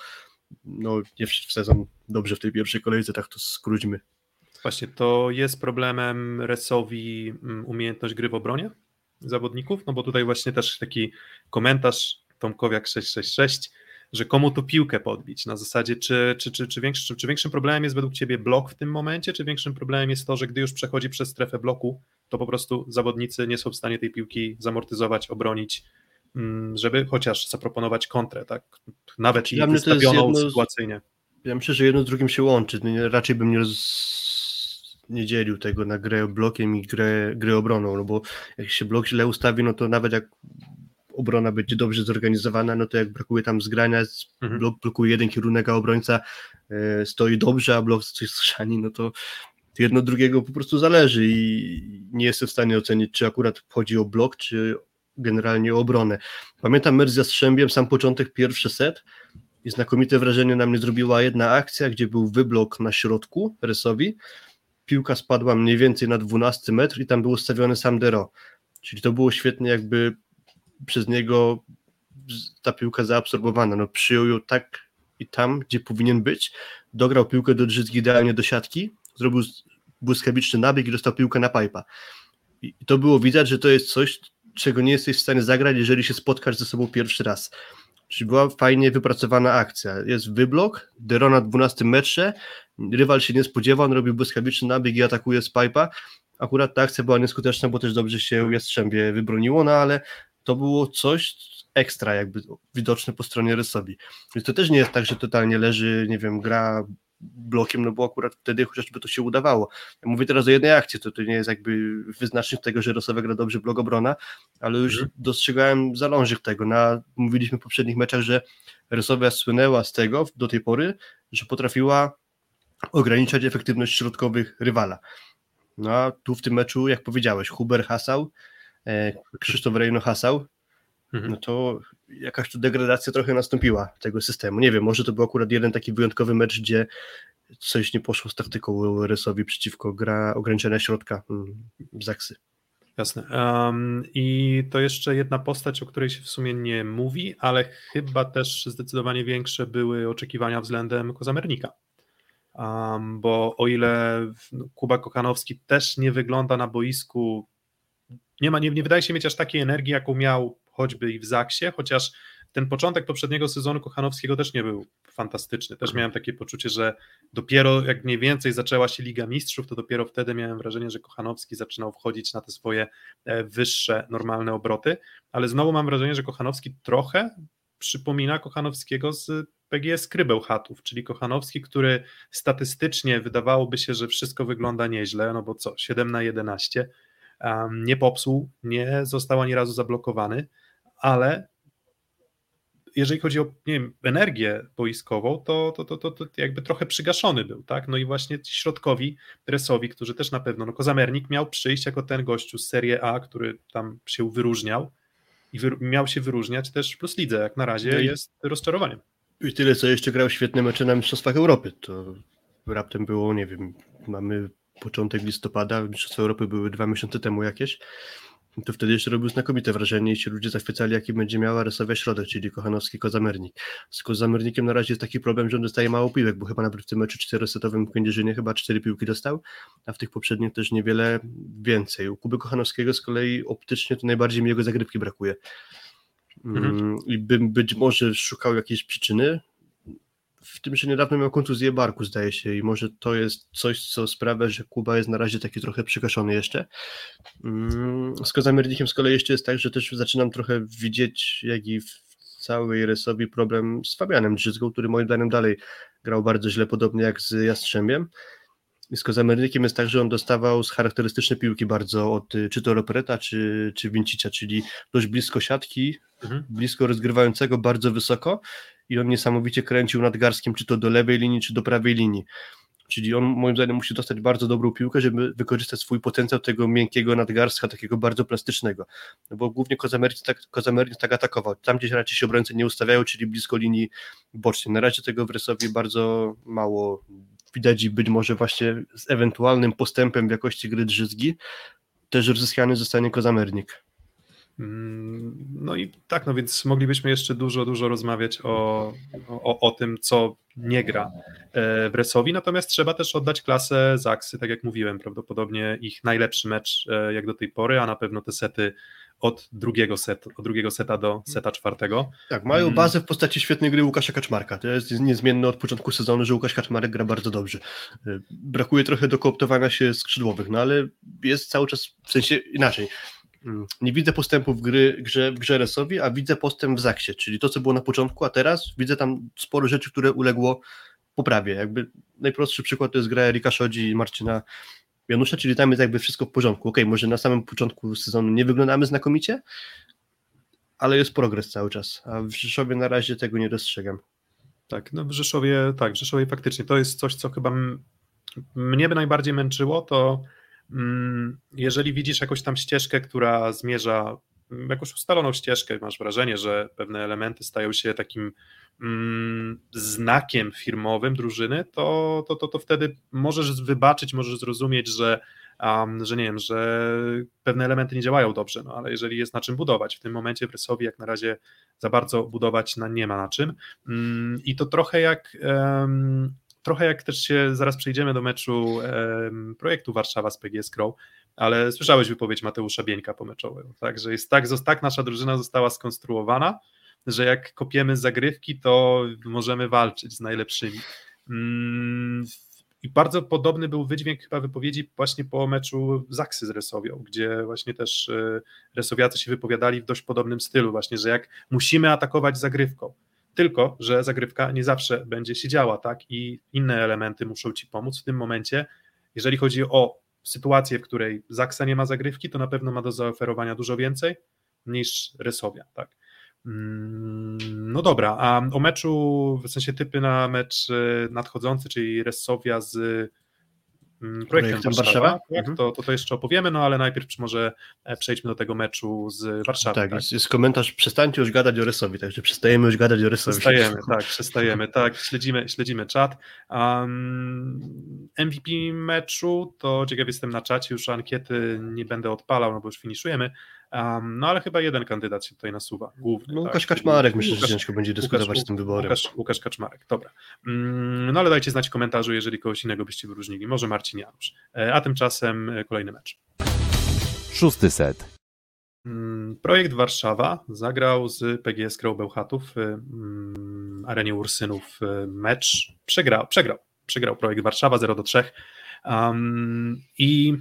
no nie wszedł w sezon dobrze w tej pierwszej kolejce, tak to skróćmy. Właśnie, to jest problemem Resowi umiejętność gry w obronie zawodników, no bo tutaj właśnie też taki komentarz Tomkowiak sześć sześć sześć, że komu tu piłkę podbić, na zasadzie czy, czy, czy, czy, większy, czy, czy większym problemem jest według Ciebie blok w tym momencie, czy większym problemem jest to, że gdy już przechodzi przez strefę bloku, to po prostu zawodnicy nie są w stanie tej piłki zamortyzować, obronić, żeby chociaż zaproponować kontrę, tak? Nawet i wystawioną sytuacyjnie. Ja myślę, że jedno z drugim się łączy, raczej bym nie roz... nie dzielił tego na grę blokiem i grę, grę obroną, no bo jak się blok źle ustawi, no to nawet jak obrona będzie dobrze zorganizowana, no to jak brakuje tam zgrania, mhm. blok blokuje jeden kierunek, a obrońca e, stoi dobrze, a blok coś schrzani, no to jedno od drugiego po prostu zależy i nie jestem w stanie ocenić, czy akurat chodzi o blok, czy generalnie o obronę. Pamiętam mecz z Jastrzębiem, sam początek, pierwszy set i znakomite wrażenie na mnie zrobiła jedna akcja, gdzie był wyblok na środku Resowi, piłka spadła mniej więcej na dwunasty metr i tam był ustawiony sam Dero, czyli to było świetnie jakby przez niego ta piłka zaabsorbowana, no przyjął ją tak i tam, gdzie powinien być, dograł piłkę do Drzyzgi idealnie do siatki, zrobił błyskawiczny nabieg i dostał piłkę na pipa. I to było widać, że to jest coś, czego nie jesteś w stanie zagrać, jeżeli się spotkasz ze sobą pierwszy raz. Czyli była fajnie wypracowana akcja. Jest wyblok, Dero na dwunastym metrze, rywal się nie spodziewa, on robi błyskawiczny nabieg i atakuje z pipa. Akurat ta akcja była nieskuteczna, bo też dobrze się Jastrzębie wybroniło, no ale to było coś ekstra jakby widoczne po stronie Resowi. Więc to też nie jest tak, że totalnie leży, nie wiem, gra blokiem, no bo akurat wtedy chociażby to się udawało. Ja mówię teraz o jednej akcji, to, to nie jest jakby wyznacznik tego, że Resowa gra dobrze blok obrona, ale już mhm. dostrzegałem zalążek tego. Na, mówiliśmy w poprzednich meczach, że Resowia słynęła z tego do tej pory, że potrafiła ograniczać efektywność środkowych rywala. No a tu w tym meczu, jak powiedziałeś, Huber hasał, e, Krzysztof Rejno hasał, no to jakaś tu degradacja trochę nastąpiła tego systemu. Nie wiem, może to był akurat jeden taki wyjątkowy mecz, gdzie coś nie poszło z taktyką Resowi przeciwko gra ograniczenia środka w Zaksy. Jasne. Um, I to jeszcze jedna postać, o której się w sumie nie mówi, ale chyba też zdecydowanie większe były oczekiwania względem Kozamernika. Um, bo o ile Kuba Kochanowski też nie wygląda na boisku, nie, ma, nie, nie wydaje się mieć aż takiej energii, jaką miał choćby i w Zaksie, chociaż ten początek poprzedniego sezonu Kochanowskiego też nie był fantastyczny. Też miałem takie poczucie, że dopiero jak mniej więcej zaczęła się Liga Mistrzów, to dopiero wtedy miałem wrażenie, że Kochanowski zaczynał wchodzić na te swoje wyższe, normalne obroty, ale znowu mam wrażenie, że Kochanowski trochę przypomina Kochanowskiego z P G S Krybełchatów, czyli Kochanowski, który statystycznie wydawałoby się, że wszystko wygląda nieźle, no bo co, siedem na jedenaście, um, nie popsuł, nie został ani razu zablokowany, ale jeżeli chodzi o, nie wiem, energię boiskową, to, to, to, to, to jakby trochę przygaszony był, tak? No i właśnie ci środkowi, Resowi, którzy też na pewno, no Kozamernik miał przyjść jako ten gościu z Serie A, który tam się wyróżniał i wy, miał się wyróżniać też w Plus Lidze, jak na razie no i, jest rozczarowaniem. I tyle, co jeszcze grał świetne mecze na Mistrzostwach Europy, to raptem było, nie wiem, mamy początek listopada, Mistrzostwa Europy były dwa miesiące temu jakieś, to wtedy jeszcze robił znakomite wrażenie i się ludzie zachwycali, jaki będzie miała Resowia środek, czyli Kochanowski, Kozamernik. Z Kozamernikiem na razie jest taki problem, że on dostaje mało piłek, bo chyba nawet w tym meczu czterosetowym w Kędzierzynie chyba cztery piłki dostał, a w tych poprzednich też niewiele więcej. U Kuby Kochanowskiego z kolei optycznie to najbardziej mi jego zagrywki brakuje. Mhm. I bym być może szukał jakiejś przyczyny, w tym, że niedawno miał kontuzję barku, zdaje się, i może to jest coś, co sprawia, że Kuba jest na razie taki trochę przygaszony jeszcze. Z Kozamernikiem z kolei jeszcze jest tak, że też zaczynam trochę widzieć, jak i w całej Resowi problem z Fabianem Drzyzgą, który moim zdaniem dalej grał bardzo źle, podobnie jak z Jastrzębiem. I z Kozamernikiem jest tak, że on dostawał z charakterystyczne piłki bardzo od czy to Ropereta, czy, czy Vincicia, czyli dość blisko siatki, mhm. blisko rozgrywającego, bardzo wysoko i on niesamowicie kręcił nadgarskiem, czy to do lewej linii, czy do prawej linii. Czyli on moim zdaniem musi dostać bardzo dobrą piłkę, żeby wykorzystać swój potencjał tego miękkiego nadgarstka, takiego bardzo plastycznego. No bo głównie Kozamernik tak, Kozamernik tak atakował. Tam gdzieś raczej się obrońcy nie ustawiają, czyli blisko linii bocznej. Na razie tego w Resowie bardzo mało widać i być może właśnie z ewentualnym postępem w jakości gry Drzyzgi też rozzyskany zostanie Kozamernik. No i tak, no więc moglibyśmy jeszcze dużo, dużo rozmawiać o, o, o tym, co nie gra w Resowi, natomiast trzeba też oddać klasę Zaksy, tak jak mówiłem, prawdopodobnie ich najlepszy mecz jak do tej pory, a na pewno te sety od drugiego, set, od drugiego seta do seta czwartego. Tak, mają bazę w postaci świetnej gry Łukasza Kaczmarka. To jest niezmienne od początku sezonu, że Łukasz Kaczmarek gra bardzo dobrze. Brakuje trochę do kooptowania się skrzydłowych, no ale jest cały czas, w sensie inaczej. Nie widzę postępu w, gry, grze, w grze Resowi, a widzę postęp w Zaksie, czyli to, co było na początku, a teraz widzę tam sporo rzeczy, które uległo poprawie. Jakby najprostszy przykład to jest gra Erika Szodzi i Marcina Janusza, czyli tam jest jakby wszystko w porządku. Okej, okay, może na samym początku sezonu nie wyglądamy znakomicie, ale jest progres cały czas, a w Rzeszowie na razie tego nie dostrzegam. Tak, no w Rzeszowie, tak, w Rzeszowie faktycznie to jest coś, co chyba m- mnie by najbardziej męczyło, to mm, jeżeli widzisz jakąś tam ścieżkę, która zmierza, jakąś ustaloną ścieżkę, masz wrażenie, że pewne elementy stają się takim mm, znakiem firmowym drużyny, to, to, to, to wtedy możesz wybaczyć, możesz zrozumieć, że Um, że nie wiem, że pewne elementy nie działają dobrze, no ale jeżeli jest na czym budować, w tym momencie w Resowi jak na razie za bardzo budować na, nie ma na czym um, i to trochę jak um, trochę jak też się, zaraz przejdziemy do meczu um, projektu Warszawa z P G S Crow, ale słyszałeś wypowiedź Mateusza Bieńka pomeczowego, tak, że jest tak, tak nasza drużyna została skonstruowana, że jak kopiemy z zagrywki, to możemy walczyć z najlepszymi. Um, I bardzo podobny był wydźwięk chyba wypowiedzi właśnie po meczu Zaksy z Resowią, gdzie właśnie też Resowiacy się wypowiadali w dość podobnym stylu właśnie, że jak musimy atakować zagrywką, tylko że zagrywka nie zawsze będzie się działa, tak, i inne elementy muszą ci pomóc w tym momencie. Jeżeli chodzi o sytuację, w której Zaksa nie ma zagrywki, to na pewno ma do zaoferowania dużo więcej niż Resowia, tak. No dobra, a o meczu, w sensie typy na mecz nadchodzący, czyli Resowia z projektem, projektem Warszawa, Warszawa? Tak, mhm. to, to to jeszcze opowiemy, no ale najpierw może przejdźmy do tego meczu z Warszawy. Tak, tak? Jest, jest komentarz, przestańcie już gadać o Resowi, także przestajemy już gadać o Resowi. Przestajemy, tak, przestajemy, tak, śledzimy, śledzimy czat. Um, M V P meczu, to ciekaw jestem na czacie, już ankiety nie będę odpalał, no bo już finiszujemy. Um, no ale chyba jeden kandydat się tutaj nasuwa, główny. No, tak? Łukasz Kaczmarek, myślę, Łukasz, że ciężko będzie dyskutować Łukasz, z tym wyborem. Łukasz, Łukasz Kaczmarek, dobra. Um, no ale dajcie znać w komentarzu, jeżeli kogoś innego byście wyróżnili, może Marcin Janusz. A tymczasem kolejny mecz. Szósty set. Projekt Warszawa zagrał z P G S Krą Bełchatów w arenie Ursynów mecz. Przegrał, przegrał, przegrał Projekt Warszawa zero do trzech. Um, I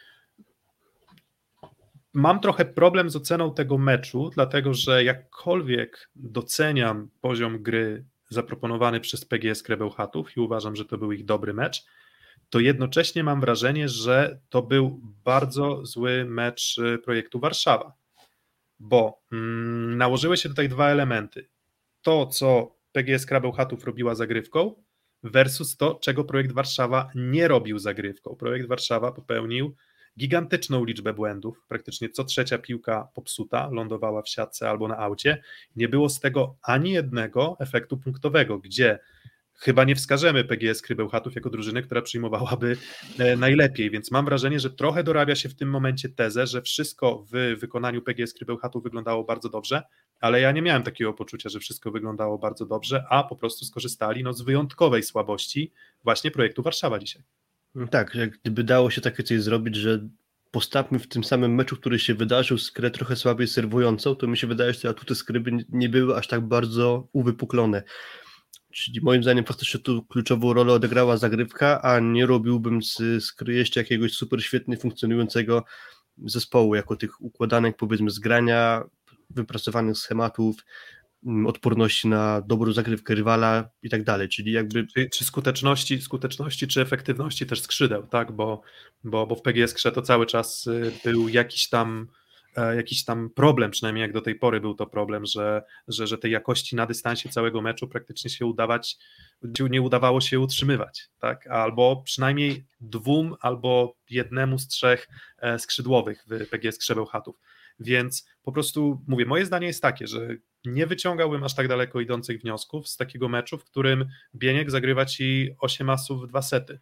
mam trochę problem z oceną tego meczu, dlatego że jakkolwiek doceniam poziom gry zaproponowany przez P G S Krę Bełchatów i uważam, że to był ich dobry mecz, to jednocześnie mam wrażenie, że to był bardzo zły mecz Projektu Warszawa, bo mm, nałożyły się tutaj dwa elementy. To, co P G S Kra Bełchatów robiła zagrywką versus to, czego Projekt Warszawa nie robił zagrywką. Projekt Warszawa popełnił gigantyczną liczbę błędów, praktycznie co trzecia piłka popsuta, lądowała w siatce albo na aucie. Nie było z tego ani jednego efektu punktowego, gdzie chyba nie wskażemy P G S Kry Bełchatów jako drużyny, która przyjmowałaby najlepiej, więc mam wrażenie, że trochę dorabia się w tym momencie tezę, że wszystko w wykonaniu P G S Kry Bełchatów wyglądało bardzo dobrze, ale ja nie miałem takiego poczucia, że wszystko wyglądało bardzo dobrze, a po prostu skorzystali no, z wyjątkowej słabości właśnie Projektu Warszawa dzisiaj. Tak, jak gdyby dało się takie coś zrobić, że postawmy w tym samym meczu, który się wydarzył, Skrę trochę słabiej serwującą, to mi się wydaje, że te atuty Skry by nie były aż tak bardzo uwypuklone. Czyli moim zdaniem faktycznie tu kluczową rolę odegrała zagrywka, a nie robiłbym z Skry jeszcze jakiegoś super świetnie funkcjonującego zespołu, jako tych układanek powiedzmy zgrania, wypracowanych schematów, odporności na dobrą zagrywkę rywala i tak dalej, czyli jakby... Czy, czy skuteczności, skuteczności, czy efektywności też skrzydeł, tak, bo, bo, bo w P G S Krze to cały czas był jakiś tam jakiś tam problem, przynajmniej jak do tej pory był to problem, że, że, że tej jakości na dystansie całego meczu praktycznie się udawać, nie udawało się utrzymywać, tak? Albo przynajmniej dwóm albo jednemu z trzech skrzydłowych w P G S Krze Bełchatów. Więc po prostu mówię, moje zdanie jest takie, że nie wyciągałbym aż tak daleko idących wniosków z takiego meczu, w którym Bieniek zagrywa ci osiem asów w dwa sety,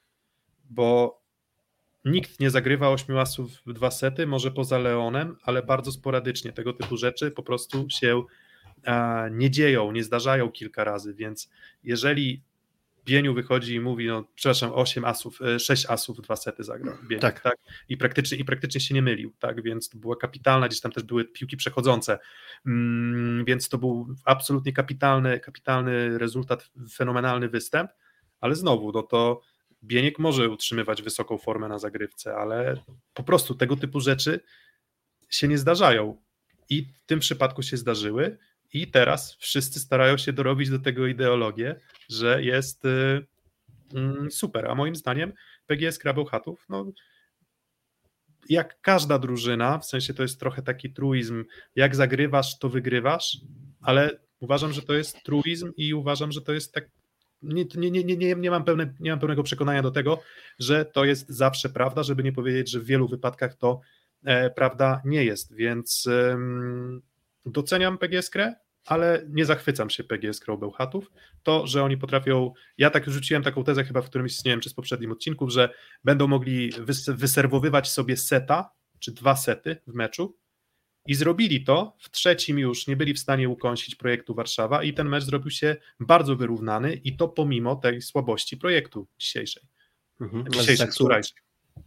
bo nikt nie zagrywa ośmiu asów w dwa sety, może poza Leonem, ale bardzo sporadycznie. Tego typu rzeczy po prostu się e, nie dzieją, nie zdarzają kilka razy, więc jeżeli Bieniu wychodzi i mówi, no przepraszam, osiem asów, sześć asów w dwa sety zagrał Bieniek, tak. tak? I praktycznie, i praktycznie się nie mylił, tak? Więc to była kapitalna, gdzieś tam też były piłki przechodzące, mm, więc to był absolutnie kapitalny, kapitalny rezultat, fenomenalny występ, ale znowu, no to Bieniek może utrzymywać wysoką formę na zagrywce, ale po prostu tego typu rzeczy się nie zdarzają i w tym przypadku się zdarzyły i teraz wszyscy starają się dorobić do tego ideologię, że jest y, y, super, a moim zdaniem P G S Kra Bełchatów, no jak każda drużyna, w sensie to jest trochę taki truizm, jak zagrywasz, to wygrywasz, ale uważam, że to jest truizm i uważam, że to jest tak Nie, nie, nie, nie, nie, mam pełne, nie mam pełnego przekonania do tego, że to jest zawsze prawda, żeby nie powiedzieć, że w wielu wypadkach to e, prawda nie jest, więc e, doceniam P G S Krę, ale nie zachwycam się P G S Krą Bełchatów. To, że oni potrafią, ja tak już rzuciłem taką tezę chyba w którymś, nie wiem, czy z poprzednim odcinku, że będą mogli wys, wyserwowywać sobie seta, czy dwa sety w meczu, i zrobili to, w trzecim już nie byli w stanie ukąsić Projektu Warszawa i ten mecz zrobił się bardzo wyrównany i to pomimo tej słabości projektu dzisiejszej. Mhm. dzisiejszej wczorajszej.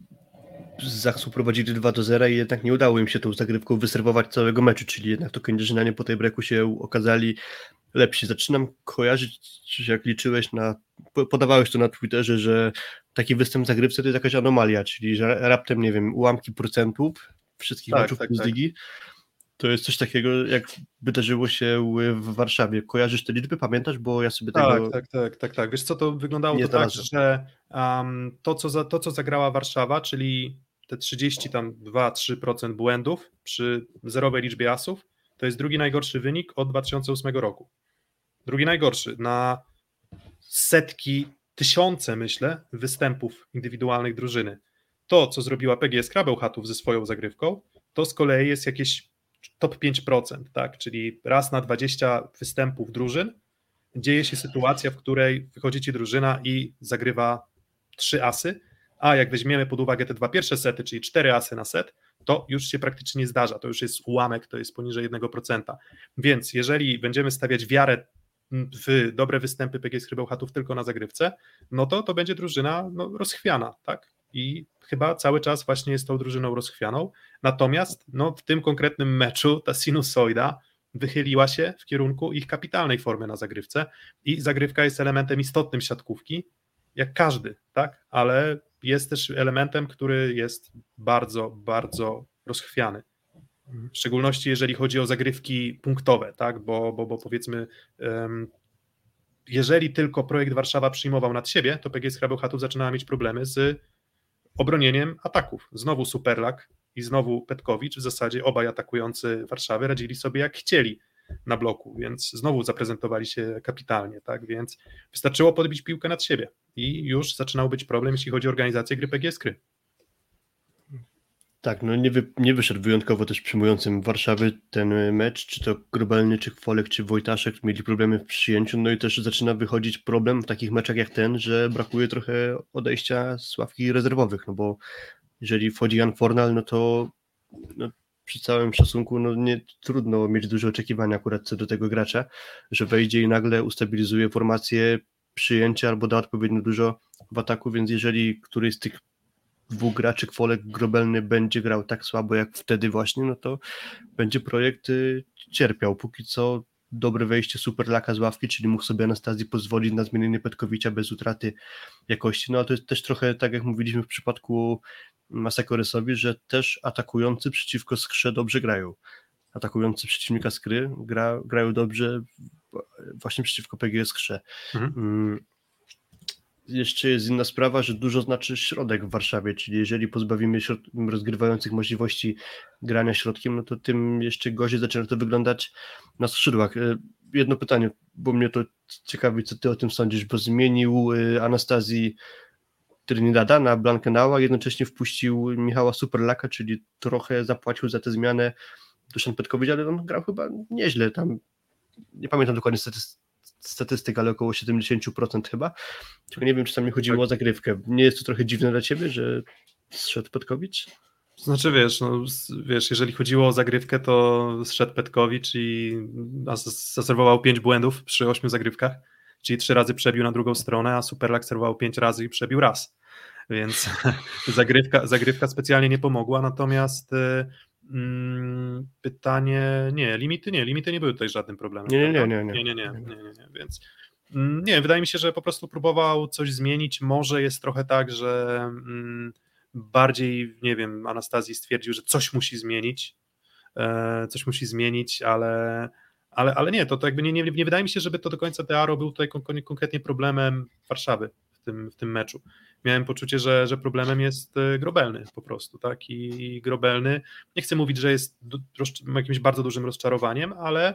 Z Zaksu prowadzili dwa do zera i jednak nie udało im się tą zagrywką wyserwować całego meczu, czyli jednak to Kędzierzynianie po tej breaku się okazali lepsi. Zaczynam kojarzyć, jak liczyłeś na, podawałeś to na Twitterze, że taki występ w zagrywce to jest jakaś anomalia, czyli że raptem, nie wiem, ułamki procentów wszystkich tak, meczów tak, plus tak. ligi. To jest coś takiego, jak wydarzyło się w Warszawie. Kojarzysz te liczby, pamiętasz? Bo ja sobie tak, tego... Tak, tak, tak, tak. Wiesz co, to wyglądało to tak, że um, to, co za, to, co zagrała Warszawa, czyli te trzydzieści dwa do trzech procent błędów przy zerowej liczbie asów, to jest drugi najgorszy wynik od dwa tysiące ósmego roku. Drugi najgorszy. Na setki, tysiące, myślę, występów indywidualnych drużyny. To, co zrobiła P G S Kra Bełchatów ze swoją zagrywką, to z kolei jest jakieś top pięć procent, tak? Czyli raz na dwadzieścia występów drużyn dzieje się sytuacja, w której wychodzi ci drużyna i zagrywa trzy asy, a jak weźmiemy pod uwagę te dwa pierwsze sety, czyli cztery asy na set, to już się praktycznie nie zdarza, to już jest ułamek, to jest poniżej jednego procenta. Więc jeżeli będziemy stawiać wiarę w dobre występy P G S Kry Bełchatów tylko na zagrywce, no to to będzie drużyna no, rozchwiana, tak? i chyba cały czas właśnie jest tą drużyną rozchwianą, natomiast no, w tym konkretnym meczu ta sinusoida wychyliła się w kierunku ich kapitalnej formy na zagrywce i zagrywka jest elementem istotnym siatkówki, jak każdy, tak, ale jest też elementem, który jest bardzo, bardzo rozchwiany. W szczególności jeżeli chodzi o zagrywki punktowe, tak, bo, bo, bo powiedzmy um, jeżeli tylko projekt Warszawa przyjmował nad siebie, to P G S Bełchatów zaczynała mieć problemy z obronieniem ataków. Znowu Superlak i znowu Petkowicz, w zasadzie obaj atakujący Warszawy radzili sobie jak chcieli na bloku, więc znowu zaprezentowali się kapitalnie, tak, więc wystarczyło podbić piłkę nad siebie i już zaczynał być problem, jeśli chodzi o organizację gry P G S Kry. Tak, no nie, wy, nie wyszedł wyjątkowo też przyjmującym Warszawy ten mecz, czy to Grobelny, czy Kwolek, czy Wojtaszek mieli problemy w przyjęciu, no i też zaczyna wychodzić problem w takich meczach jak ten, że brakuje trochę odejścia z ławki rezerwowych, no bo jeżeli wchodzi Jan Fornal, no to no, przy całym szacunku no nie trudno mieć duże oczekiwania akurat co do tego gracza, że wejdzie i nagle ustabilizuje formację przyjęcia albo da odpowiednio dużo w ataku, więc jeżeli któryś z tych dwóch graczy, Kwolek, Grobelny będzie grał tak słabo jak wtedy właśnie, no to będzie projekt y, cierpiał. Póki co dobre wejście Superlaka z ławki, czyli mógł sobie Anastazji pozwolić na zmienienie Petkowicza bez utraty jakości, no ale to jest też trochę tak jak mówiliśmy w przypadku Masakoresowi, że też atakujący przeciwko Skrze dobrze grają. Atakujący przeciwnika Skry gra, grają dobrze właśnie przeciwko P G S Skrze. Mhm. Mm. Jeszcze jest inna sprawa, że dużo znaczy środek w Warszawie, czyli jeżeli pozbawimy środ- rozgrywających możliwości grania środkiem, no to tym jeszcze gorzej zaczyna to wyglądać na skrzydłach. Jedno pytanie, bo mnie to ciekawi, co ty o tym sądzisz, bo zmienił Anastazji Trinidada na Blankenau, jednocześnie wpuścił Michała Superlaka, czyli trochę zapłacił za tę zmianę Duszan Petkowicz, ale on grał chyba nieźle tam, nie pamiętam dokładnie statystyki, statystyk, ale około siedemdziesiąt procent chyba. Tylko nie wiem, czy tam nie chodziło tak o zagrywkę. Nie jest to trochę dziwne dla ciebie, że zszedł Petkowicz? Znaczy wiesz, no, wiesz, jeżeli chodziło o zagrywkę, to zszedł Petkowicz i zaserwował pięć błędów przy ośmiu zagrywkach, czyli trzy razy przebił na drugą stronę, a Superlak serwował pięć razy i przebił raz. Więc zagrywka, zagrywka specjalnie nie pomogła, natomiast mm, pytanie, nie, limity nie, limity nie były tutaj żadnym problemem. Nie, nie, nie, nie, nie, nie, nie, nie, nie, nie, więc mm, nie, wydaje mi się, że po prostu próbował coś zmienić, może jest trochę tak, że mm, bardziej, nie wiem, Anastazji stwierdził, że coś musi zmienić, e, coś musi zmienić, ale ale, ale nie, to, to jakby nie, nie, nie wydaje mi się, żeby to do końca Tearo był tutaj kon- konkretnie problemem Warszawy w tym, w tym meczu. Miałem poczucie, że, że problemem jest Grobelny po prostu, tak, i Grobelny, nie chcę mówić, że jest do, roz, jakimś bardzo dużym rozczarowaniem, ale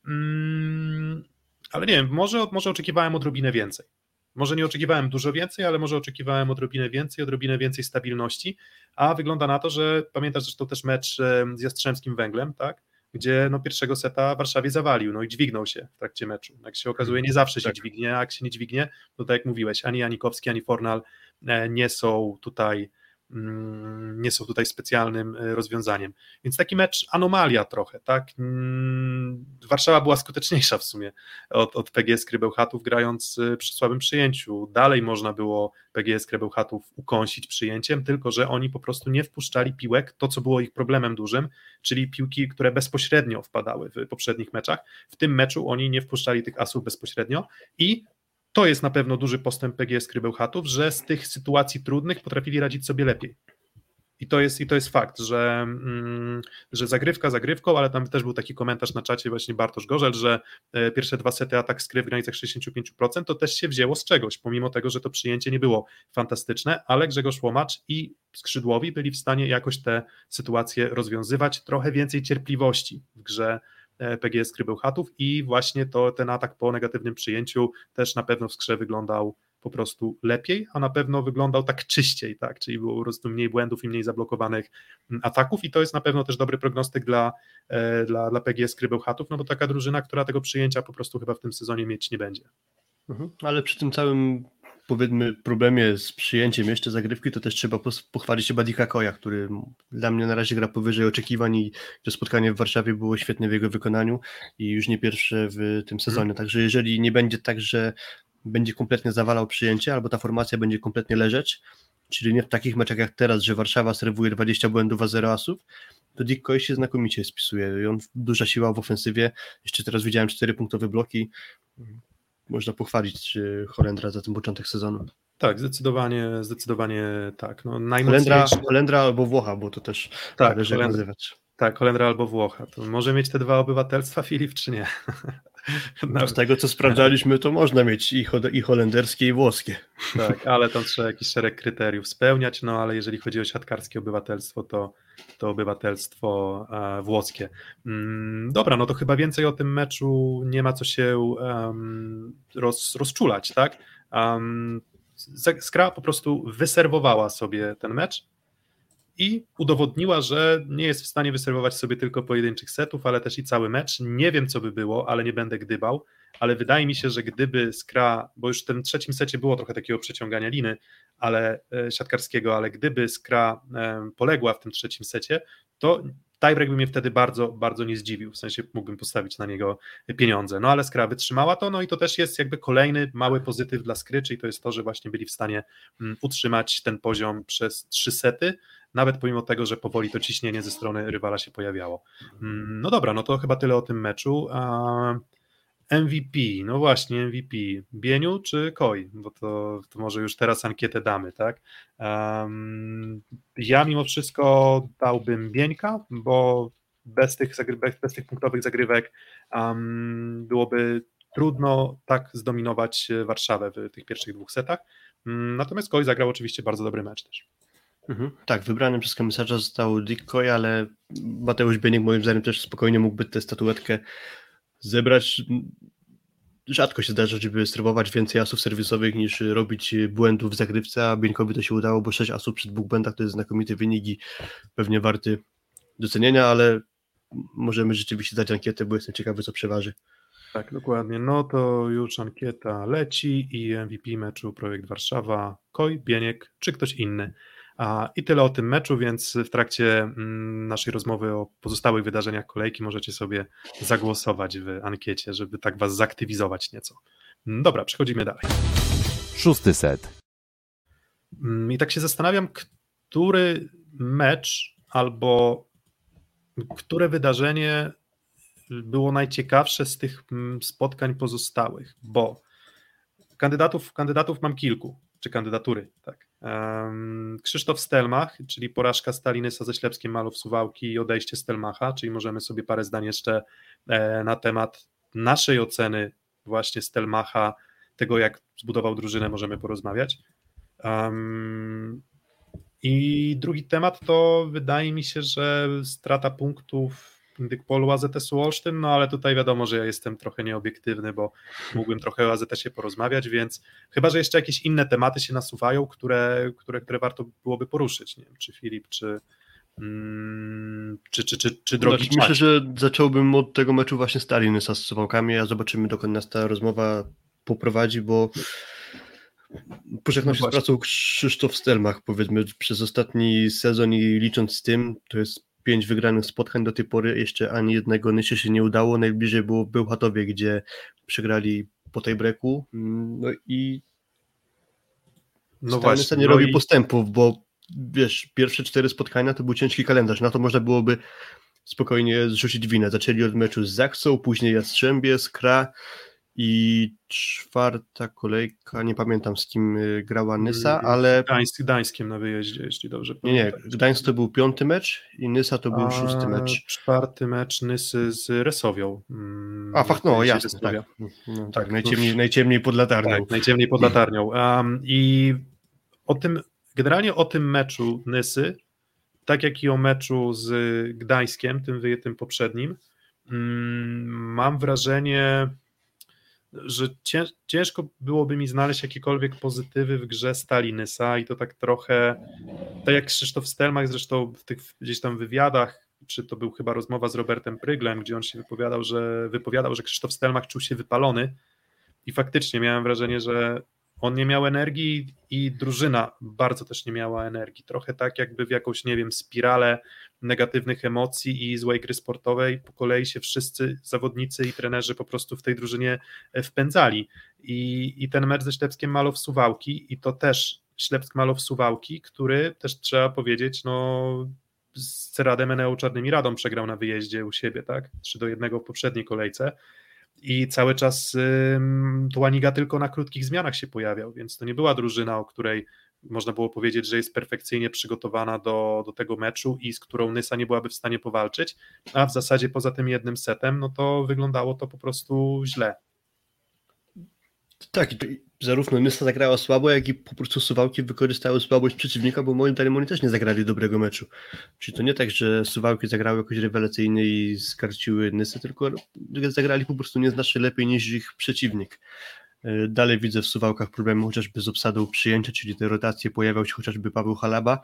mm, ale nie wiem, może, może oczekiwałem odrobinę więcej. Może nie oczekiwałem dużo więcej, ale może oczekiwałem odrobinę więcej, odrobinę więcej stabilności, a wygląda na to, że pamiętasz zresztą też mecz z Jastrzębskim Węglem, tak, gdzie no pierwszego seta Warszawie zawalił, no i dźwignął się w trakcie meczu. Jak się okazuje, nie zawsze się tak dźwignie, a jak się nie dźwignie, to tak jak mówiłeś, ani Janikowski, ani Fornal nie są tutaj nie są tutaj specjalnym rozwiązaniem. Więc taki mecz anomalia trochę, tak? Warszawa była skuteczniejsza w sumie od, od P G S Bełchatów, grając przy słabym przyjęciu. Dalej można było P G S Bełchatów ukąsić przyjęciem, tylko że oni po prostu nie wpuszczali piłek, to co było ich problemem dużym, czyli piłki, które bezpośrednio wpadały w poprzednich meczach. W tym meczu oni nie wpuszczali tych asów bezpośrednio i to jest na pewno duży postęp P G S Bełchatów, że z tych sytuacji trudnych potrafili radzić sobie lepiej. I to jest, i to jest fakt, że, mm, że zagrywka zagrywką, ale tam też był taki komentarz na czacie właśnie Bartosz Gorzel, że e, pierwsze dwa sety atak skry w granicach sześćdziesiąt pięć procent to też się wzięło z czegoś, pomimo tego, że to przyjęcie nie było fantastyczne, ale Grzegorz Łomacz i skrzydłowi byli w stanie jakoś te sytuacje rozwiązywać, trochę więcej cierpliwości w grze P G S Bełchatów i właśnie to ten atak po negatywnym przyjęciu też na pewno w Skrze wyglądał po prostu lepiej, a na pewno wyglądał tak czyściej, tak, czyli było po prostu mniej błędów i mniej zablokowanych ataków i to jest na pewno też dobry prognostyk dla, dla, dla P G S Bełchatów, no bo taka drużyna, która tego przyjęcia po prostu chyba w tym sezonie mieć nie będzie. Mhm, ale przy tym całym powiedzmy problemie z przyjęciem jeszcze zagrywki, to też trzeba pochwalić się Badika Koja, który dla mnie na razie gra powyżej oczekiwań i to spotkanie w Warszawie było świetne w jego wykonaniu i już nie pierwsze w tym sezonie, hmm. Także jeżeli nie będzie tak, że będzie kompletnie zawalał przyjęcie albo ta formacja będzie kompletnie leżeć, czyli nie w takich meczach jak teraz, że Warszawa serwuje dwadzieścia błędów, a zero asów, to Dick Coy się znakomicie spisuje i on duża siła w ofensywie, jeszcze teraz widziałem cztery punktowe bloki, można pochwalić Holendra za ten początek sezonu. Tak, zdecydowanie, zdecydowanie tak. No, Holendra, najmocniejszy... Holendra albo Włocha, bo to też tak, należy Holendra, nazywać. tak, Holendra albo Włocha. To może mieć te dwa obywatelstwa, Filip, czy nie? No, z tego, co sprawdzaliśmy, to można mieć i, ho- i holenderskie, i włoskie. Tak, ale tam trzeba jakiś szereg kryteriów spełniać, no ale jeżeli chodzi o siatkarskie obywatelstwo, to, to obywatelstwo e, włoskie. Mm, dobra, no to chyba więcej o tym meczu nie ma co się um, roz, rozczulać, tak? Um, Skra po prostu wyserwowała sobie ten mecz i udowodniła, że nie jest w stanie wyserwować sobie tylko pojedynczych setów, ale też i cały mecz. Nie wiem, co by było, ale nie będę gdybał, ale wydaje mi się, że gdyby Skra, bo już w tym trzecim secie było trochę takiego przeciągania liny, ale siatkarskiego, ale gdyby Skra poległa w tym trzecim secie, to tiebreak by mnie wtedy bardzo, bardzo nie zdziwił, w sensie mógłbym postawić na niego pieniądze, no ale Skra wytrzymała to, no i to też jest jakby kolejny mały pozytyw dla Skry, czyli to jest to, że właśnie byli w stanie utrzymać ten poziom przez trzy sety, nawet pomimo tego, że powoli to ciśnienie ze strony rywala się pojawiało. No dobra, no to chyba tyle o tym meczu. M V P, no właśnie M V P, Bieniu czy Coy? Bo to, to może już teraz ankietę damy, tak? Um, ja mimo wszystko dałbym Bieńka, bo bez tych, zagry- bez tych punktowych zagrywek um, byłoby trudno tak zdominować Warszawę w tych pierwszych dwóch setach. Um, natomiast Coy zagrał oczywiście bardzo dobry mecz też. Mhm. Tak, wybranym przez komisarza został Dick Coy, ale Mateusz Bieniek moim zdaniem też spokojnie mógłby tę statuetkę zebrać. Rzadko się zdarza, żeby serwować więcej asów serwisowych niż robić błędów w zagrywce, a Bieńkowi to się udało, bo sześć asów przy dwóch błędach to jest znakomity wynik i pewnie warty docenienia, ale możemy rzeczywiście dać ankietę, bo jestem ciekawy, co przeważy. Tak, dokładnie. No to już ankieta leci i M V P meczu Projekt Warszawa, Coy, Bieniek czy ktoś inny. A, I tyle o tym meczu, więc w trakcie mm, naszej rozmowy o pozostałych wydarzeniach kolejki możecie sobie zagłosować w ankiecie, żeby tak was zaktywizować nieco. Dobra, przechodzimy dalej. Szósty set. I tak się zastanawiam, który mecz albo które wydarzenie było najciekawsze z tych spotkań pozostałych, bo kandydatów, kandydatów mam kilku, czy kandydatury, tak. Um, Krzysztof Stelmach, czyli porażka Stalinysa ze Ślepskiem Malów Suwałki i odejście Stelmacha, czyli możemy sobie parę zdań jeszcze e, na temat naszej oceny właśnie Stelmacha, tego jak zbudował drużynę możemy porozmawiać. Um, I drugi temat to wydaje mi się, że strata punktów Indykpolu A Z S-u Olsztyn, no ale tutaj wiadomo, że ja jestem trochę nieobiektywny, bo mógłbym trochę o A Z S-ie porozmawiać, więc chyba, że jeszcze jakieś inne tematy się nasuwają, które, które, które warto byłoby poruszyć, nie wiem, czy Filip, czy mm, czy, czy, czy, czy drogi Znaczy, myślę, że zacząłbym od tego meczu właśnie Stalinysa z Suwałkami, a zobaczymy, dokąd nas ta rozmowa poprowadzi, bo pożegnał no się z pracą Krzysztof Stelmach, powiedzmy, przez ostatni sezon i licząc z tym, to jest pięć wygranych spotkań do tej pory, jeszcze ani jednego Nysie się nie udało, najbliżej było w Bełchatowie, gdzie przegrali po tiebreaku, no i no Stalinysa nie no robi i... postępów, bo wiesz, pierwsze cztery spotkania to był ciężki kalendarz, na to można byłoby spokojnie zrzucić winę. Zaczęli od meczu z Zaksą, później Jastrzębie, Skra i czwarta kolejka, nie pamiętam z kim grała Nysa, ale... Gdańsk, Gdańskiem na wyjeździe, jeśli dobrze Nie, nie, pamiętam. Gdańsk to był piąty mecz i Nysa to był A, szósty mecz. Czwarty mecz Nysy z Resowią. Mm, A fakt, no jasne, Resowia. tak. No, tak, Tak, najciemniej, no. najciemniej pod latarnią. Tak, najciemniej pod latarnią. Um, I o tym, generalnie o tym meczu Nysy, tak jak i o meczu z Gdańskiem, tym, tym poprzednim, um, mam wrażenie, że ciężko byłoby mi znaleźć jakiekolwiek pozytywy w grze Stali Nysa i to tak trochę, tak jak Krzysztof Stelmach zresztą w tych gdzieś tam wywiadach, czy to był chyba rozmowa z Robertem Pryglem, gdzie on się wypowiadał, że wypowiadał, że Krzysztof Stelmach czuł się wypalony i faktycznie miałem wrażenie, że on nie miał energii i drużyna bardzo też nie miała energii. Trochę tak jakby w jakąś, nie wiem, spiralę negatywnych emocji i złej gry sportowej po kolei się wszyscy zawodnicy i trenerzy po prostu w tej drużynie wpędzali. I, i ten mecz ze Ślepskiem Malów Suwałki i to też Ślepsk Malow Suwałki, który też trzeba powiedzieć, no z Ceradem Eneo Czarnymi Radą przegrał na wyjeździe u siebie, tak? trzy do jednego w poprzedniej kolejce i cały czas ym, Tuaniga tylko na krótkich zmianach się pojawiał, więc to nie była drużyna, o której można było powiedzieć, że jest perfekcyjnie przygotowana do, do tego meczu i z którą Nysa nie byłaby w stanie powalczyć, a w zasadzie poza tym jednym setem, no to wyglądało to po prostu źle. Tak, i to zarówno Nysa zagrała słabo, jak i po prostu Suwałki wykorzystały słabość przeciwnika, bo moim zdaniem oni też nie zagrali dobrego meczu. Czyli to nie tak, że Suwałki zagrały jakoś rewelacyjnie i skarciły Nysę, tylko zagrali po prostu nieznacznie lepiej niż ich przeciwnik. Dalej widzę w Suwałkach problemy chociażby z obsadą przyjęcia, czyli te rotacje, pojawiał się chociażby Paweł Halaba.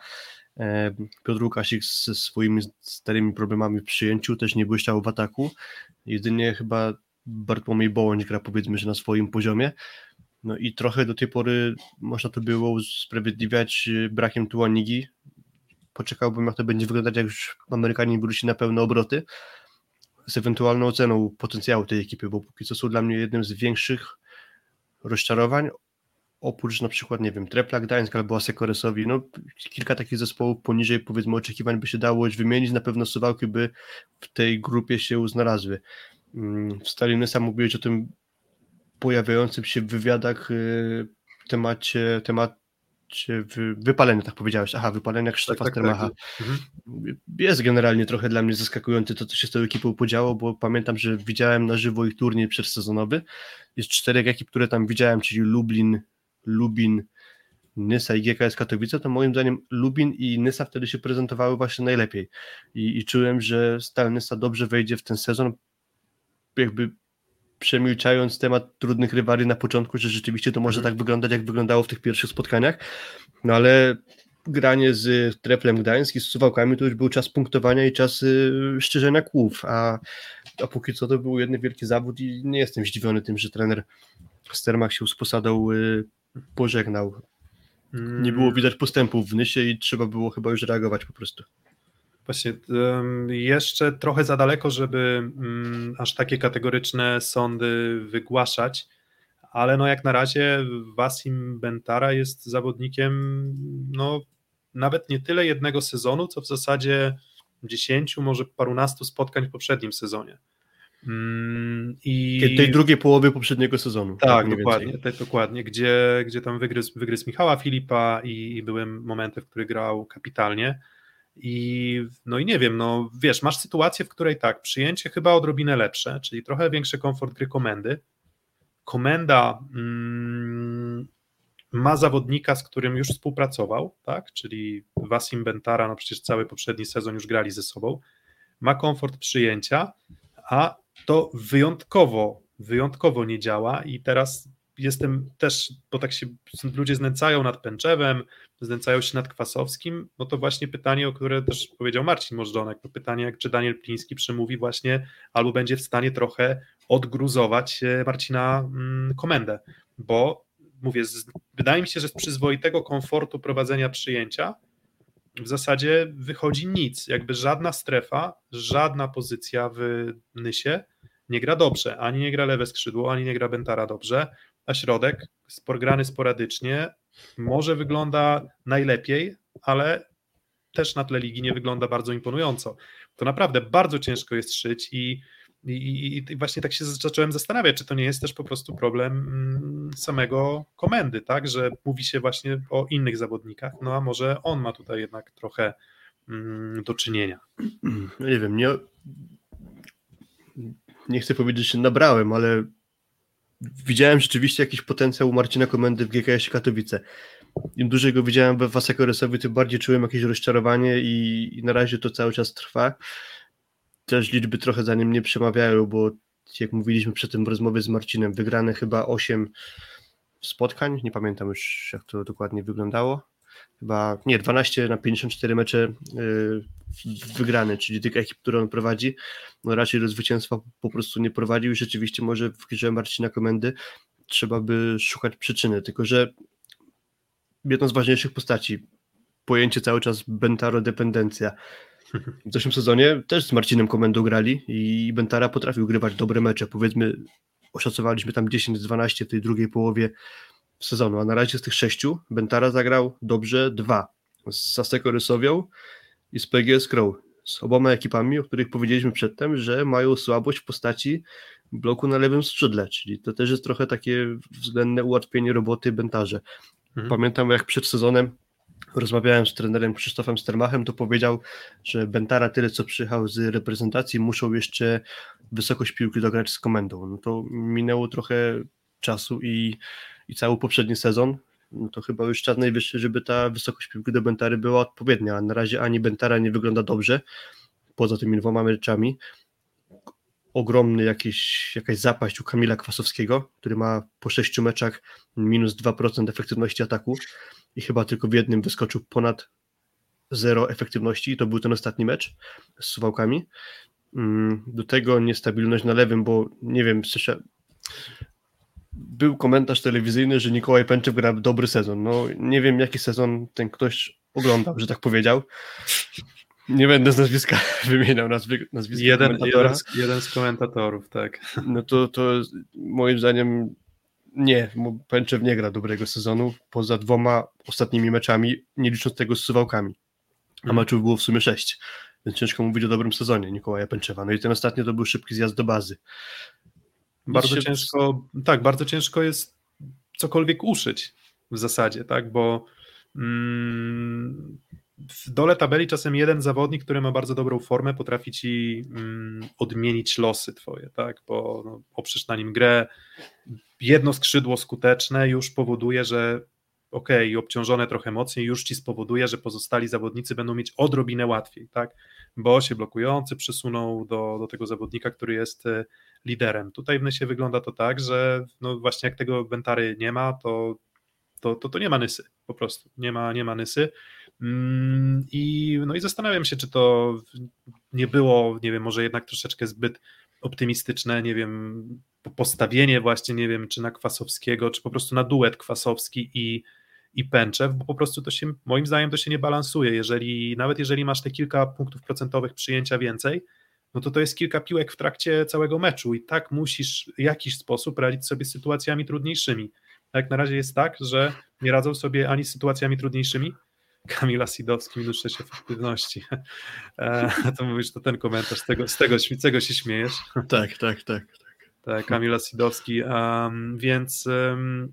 Piotr Łukasik ze swoimi starymi problemami w przyjęciu też nie błyszczał w ataku. Jedynie chyba Bartłomiej Bołoń gra, powiedzmy, że na swoim poziomie. No i trochę do tej pory można to było usprawiedliwiać brakiem Tuanigi. Poczekałbym, jak to będzie wyglądać, jak już Amerykanin wróci na pełne obroty, z ewentualną oceną potencjału tej ekipy, bo póki co są dla mnie jednym z większych rozczarowań, oprócz na przykład, nie wiem, Trepla Gdańsk albo Asekoresowi, no kilka takich zespołów poniżej, powiedzmy, oczekiwań by się dało już wymienić, na pewno Suwałki by w tej grupie się znalazły. W Stali Nysa mówiłeś o tym pojawiającym się w wywiadach temacie, temacie wypalenia, tak powiedziałeś, aha, wypalenia Krzysztofa tak, tak, Stermacha. Tak. Mhm. Jest generalnie trochę dla mnie zaskakujące to, co się z tą ekipą podziało, bo pamiętam, że widziałem na żywo ich turniej przedsezonowy. Jest czterech ekip, które tam widziałem, czyli Lublin, Lubin, Nysa i G K S Katowice, to moim zdaniem Lubin i Nysa wtedy się prezentowały właśnie najlepiej. I, i czułem, że Stal Nysa dobrze wejdzie w ten sezon, jakby przemilczając temat trudnych rywali na początku, że rzeczywiście to może tak wyglądać, jak wyglądało w tych pierwszych spotkaniach, no ale granie z Treplem Gdańsk i z Suwałkami to już był czas punktowania i czas y, szczerzenia kłów, a, a póki co to był jeden wielki zawód i nie jestem zdziwiony tym, że trener Stermach się z posadą y, pożegnał. Nie było widać postępów w Nysie i trzeba było chyba już reagować po prostu. Właśnie um, jeszcze trochę za daleko, żeby um, aż takie kategoryczne sądy wygłaszać, ale no jak na razie Wasim Bentara jest zawodnikiem no nawet nie tyle jednego sezonu, co w zasadzie dziesięciu, może parunastu spotkań w poprzednim sezonie. Um, i tej drugiej połowy poprzedniego sezonu. Tak, tak dokładnie, tak, dokładnie, gdzie, gdzie tam wygryzł, wygryzł Michała Filipa i, i były momenty, w których grał kapitalnie. I no i nie wiem, no wiesz, masz sytuację, w której tak, przyjęcie chyba odrobinę lepsze, czyli trochę większy komfort gry komendy. Komenda mm, ma zawodnika, z którym już współpracował, tak, czyli Wasim Bentara, no przecież cały poprzedni sezon już grali ze sobą, ma komfort przyjęcia, a to wyjątkowo, wyjątkowo nie działa i teraz jestem też, bo tak się ludzie znęcają nad Pęczewem, znęcają się nad Kwasowskim, no to właśnie pytanie, o które też powiedział Marcin Możdżonek, to pytanie, czy Daniel Pliński przemówi właśnie, albo będzie w stanie trochę odgruzować Marcina mm, Komendę, bo mówię, z, wydaje mi się, że z przyzwoitego komfortu prowadzenia przyjęcia w zasadzie wychodzi nic, jakby żadna strefa, żadna pozycja w Nysie nie gra dobrze, ani nie gra lewe skrzydło, ani nie gra Bentara dobrze, a środek grany sporadycznie może wygląda najlepiej, ale też na tle ligi nie wygląda bardzo imponująco. To naprawdę bardzo ciężko jest szyć i, i, i właśnie tak się zacząłem zastanawiać, czy to nie jest też po prostu problem samego Komendy, tak, że mówi się właśnie o innych zawodnikach, no a może on ma tutaj jednak trochę mm, do czynienia. No nie wiem, nie, nie chcę powiedzieć, że się nabrałem, ale widziałem rzeczywiście jakiś potencjał u Marcina Komendy w G K S Katowice. Im dłużej go widziałem we Wasekoresowi, tym bardziej czułem jakieś rozczarowanie i, i na razie to cały czas trwa. Też liczby trochę za nim nie przemawiają, bo jak mówiliśmy przy tym w rozmowie z Marcinem, wygrane chyba osiem spotkań, nie pamiętam już jak to dokładnie wyglądało. Chyba, nie, dwanaście na pięćdziesiąt cztery mecze yy, wygrane, czyli tych ekip, które on prowadzi, no raczej do zwycięstwa po prostu nie prowadził i rzeczywiście może w grze Marcina Komendy trzeba by szukać przyczyny, tylko że jedną z ważniejszych postaci, pojęcie cały czas Bentaro dependencja. W zeszłym sezonie też z Marcinem Komendą grali i Bentara potrafił grywać dobre mecze, powiedzmy oszacowaliśmy tam dziesięć dwanaście w tej drugiej połowie sezonu, a na razie z tych sześciu Bentara zagrał dobrze dwa. Z Saseko Rysowią i z P G S Crow. Z oboma ekipami, o których powiedzieliśmy przedtem, że mają słabość w postaci bloku na lewym skrzydle, czyli to też jest trochę takie względne ułatwienie roboty Bentarze. Mhm. Pamiętam, jak przed sezonem rozmawiałem z trenerem Krzysztofem Stermachem, to powiedział, że Bentara tyle co przyjechał z reprezentacji, muszą jeszcze wysokość piłki dograć z komendą. No to minęło trochę czasu i, i cały poprzedni sezon, no to chyba już czas najwyższy, żeby ta wysokość piłki do Bentary była odpowiednia, a na razie ani Bentara nie wygląda dobrze, poza tymi dwoma meczami. Ogromny jakiś, jakaś zapaść u Kamila Kwasowskiego, który ma po sześciu meczach minus dwa procent efektywności ataku i chyba tylko w jednym wyskoczył ponad zero efektywności i to był ten ostatni mecz z Suwałkami. Do tego niestabilność na lewym, bo nie wiem, słyszę, był komentarz telewizyjny, że Mikołaj Pęczew gra dobry sezon. No nie wiem, jaki sezon ten ktoś oglądał, że tak powiedział. Nie będę z nazwiska wymieniał nazwy, nazwiska jeden, komentatora. Jeden z, jeden z komentatorów, tak. No to, to moim zdaniem nie, Pęczew nie gra dobrego sezonu, poza dwoma ostatnimi meczami, nie licząc tego z Suwałkami. A hmm. meczów było w sumie sześć, więc ciężko mówić o dobrym sezonie Mikołaja Pęczewa. No i ten ostatni to był szybki zjazd do bazy. Bardzo się... ciężko, tak, bardzo ciężko jest cokolwiek uszyć w zasadzie, tak, bo mm, w dole tabeli czasem jeden zawodnik, który ma bardzo dobrą formę, potrafi ci mm, odmienić losy twoje, tak, bo no, oprzesz na nim grę, jedno skrzydło skuteczne już powoduje, że okej, okay, obciążone trochę mocniej, już ci spowoduje, że pozostali zawodnicy będą mieć odrobinę łatwiej, tak, bo się blokujący przesuną do, do tego zawodnika, który jest liderem. Tutaj w Nysie wygląda to tak, że no właśnie jak tego Bentary nie ma, to, to, to, to nie ma Nysy, po prostu, nie ma, nie ma Nysy. I, no i zastanawiam się, czy to nie było, nie wiem, może jednak troszeczkę zbyt optymistyczne, nie wiem, postawienie właśnie, nie wiem, czy na Kwasowskiego, czy po prostu na duet Kwasowski i, i Pęczew, bo po prostu to się, moim zdaniem to się nie balansuje, jeżeli, nawet jeżeli masz te kilka punktów procentowych przyjęcia więcej, no to to jest kilka piłek w trakcie całego meczu i tak musisz w jakiś sposób radzić sobie z sytuacjami trudniejszymi. Jak na razie jest tak, że nie radzą sobie ani z sytuacjami trudniejszymi. Kamil Asidowski minus sześć efektywności. E, to mówisz, to ten komentarz, z tego, z tego, z tego się śmiejesz. Tak, tak, tak. tak. tak Kamil Asidowski, um, więc um,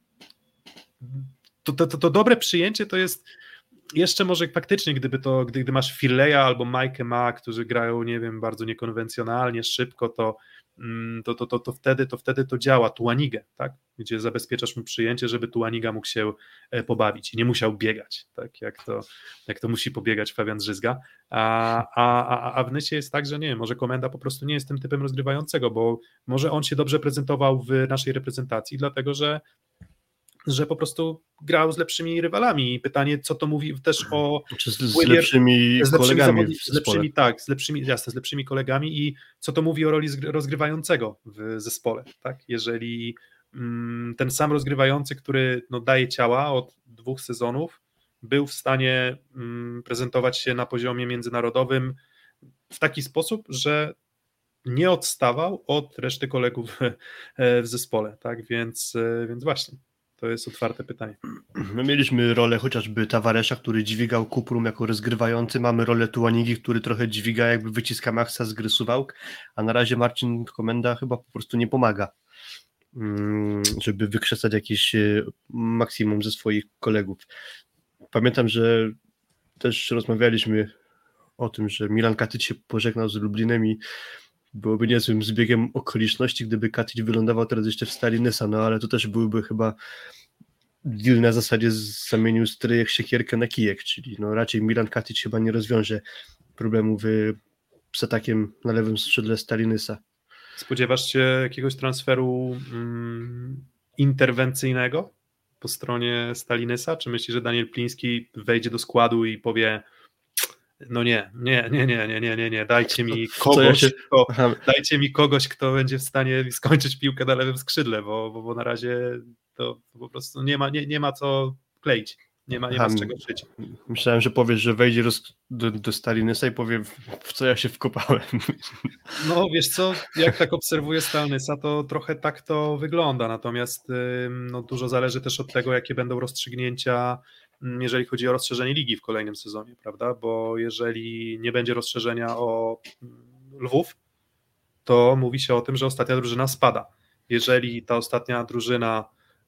to, to, to, to dobre przyjęcie to jest jeszcze może faktycznie, gdyby to, gdy, gdy masz Firleya albo Majkę Ma, którzy grają, nie wiem, bardzo niekonwencjonalnie, szybko, to, to, to, to, to, wtedy, to wtedy to działa. Tuanigę, tak? Gdzie zabezpieczasz mu przyjęcie, żeby Tuaniga mógł się pobawić i nie musiał biegać, tak? Jak to, jak to musi pobiegać Fabian Drzyzga. A, a, a, a w Nysie jest tak, że nie, może Komenda po prostu nie jest tym typem rozgrywającego, bo może on się dobrze prezentował w naszej reprezentacji, dlatego że że po prostu grał z lepszymi rywalami. I pytanie, co to mówi też o... Czy z, z lepszymi z kolegami lepszymi z lepszymi, tak, z lepszymi, jasne, z lepszymi kolegami i co to mówi o roli rozgrywającego w zespole, tak? Jeżeli mm, ten sam rozgrywający, który no, daje ciała od dwóch sezonów, był w stanie mm, prezentować się na poziomie międzynarodowym w taki sposób, że nie odstawał od reszty kolegów w zespole, tak? Więc, więc właśnie. To jest otwarte pytanie. My mieliśmy rolę chociażby Tavaresza, który dźwigał Kuprum jako rozgrywający, mamy rolę Tuanigi, który trochę dźwiga, jakby wyciska Maxa z gry Suwałk, a na razie Marcin Komenda chyba po prostu nie pomaga, żeby wykrzesać jakieś maksimum ze swoich kolegów. Pamiętam, że też rozmawialiśmy o tym, że Milan Katic się pożegnał z Lublinem i byłoby niezłym zbiegiem okoliczności, gdyby Katic wylądował teraz jeszcze w Stali Nysa, no ale to też byłby chyba deal na zasadzie zamienił stryjek siekierkę na kijek, czyli no raczej Milan Katic chyba nie rozwiąże problemu w, z atakiem na lewym skrzydle Stali Nysa. Spodziewasz się jakiegoś transferu mm, interwencyjnego po stronie Stali Nysa? Czy myślisz, że Daniel Pliński wejdzie do składu i powie no nie, nie, nie, nie, nie, nie, nie, nie, dajcie mi kogoś, ja się... kto, dajcie mi kogoś, kto będzie w stanie skończyć piłkę na lewym skrzydle, bo, bo, bo na razie to po prostu nie ma, nie, nie ma co kleić. Nie ma, nie ma z czego szyć. Myślałem, że powiesz, że wejdzie roz, do, do Stalnysa i powie, w co ja się wkopałem. No wiesz co, jak tak obserwuję Stalnysa, to trochę tak to wygląda, natomiast no, dużo zależy też od tego, jakie będą rozstrzygnięcia, jeżeli chodzi o rozszerzenie ligi w kolejnym sezonie, prawda, bo jeżeli nie będzie rozszerzenia o Lwów, to mówi się o tym, że ostatnia drużyna spada. Jeżeli ta ostatnia drużyna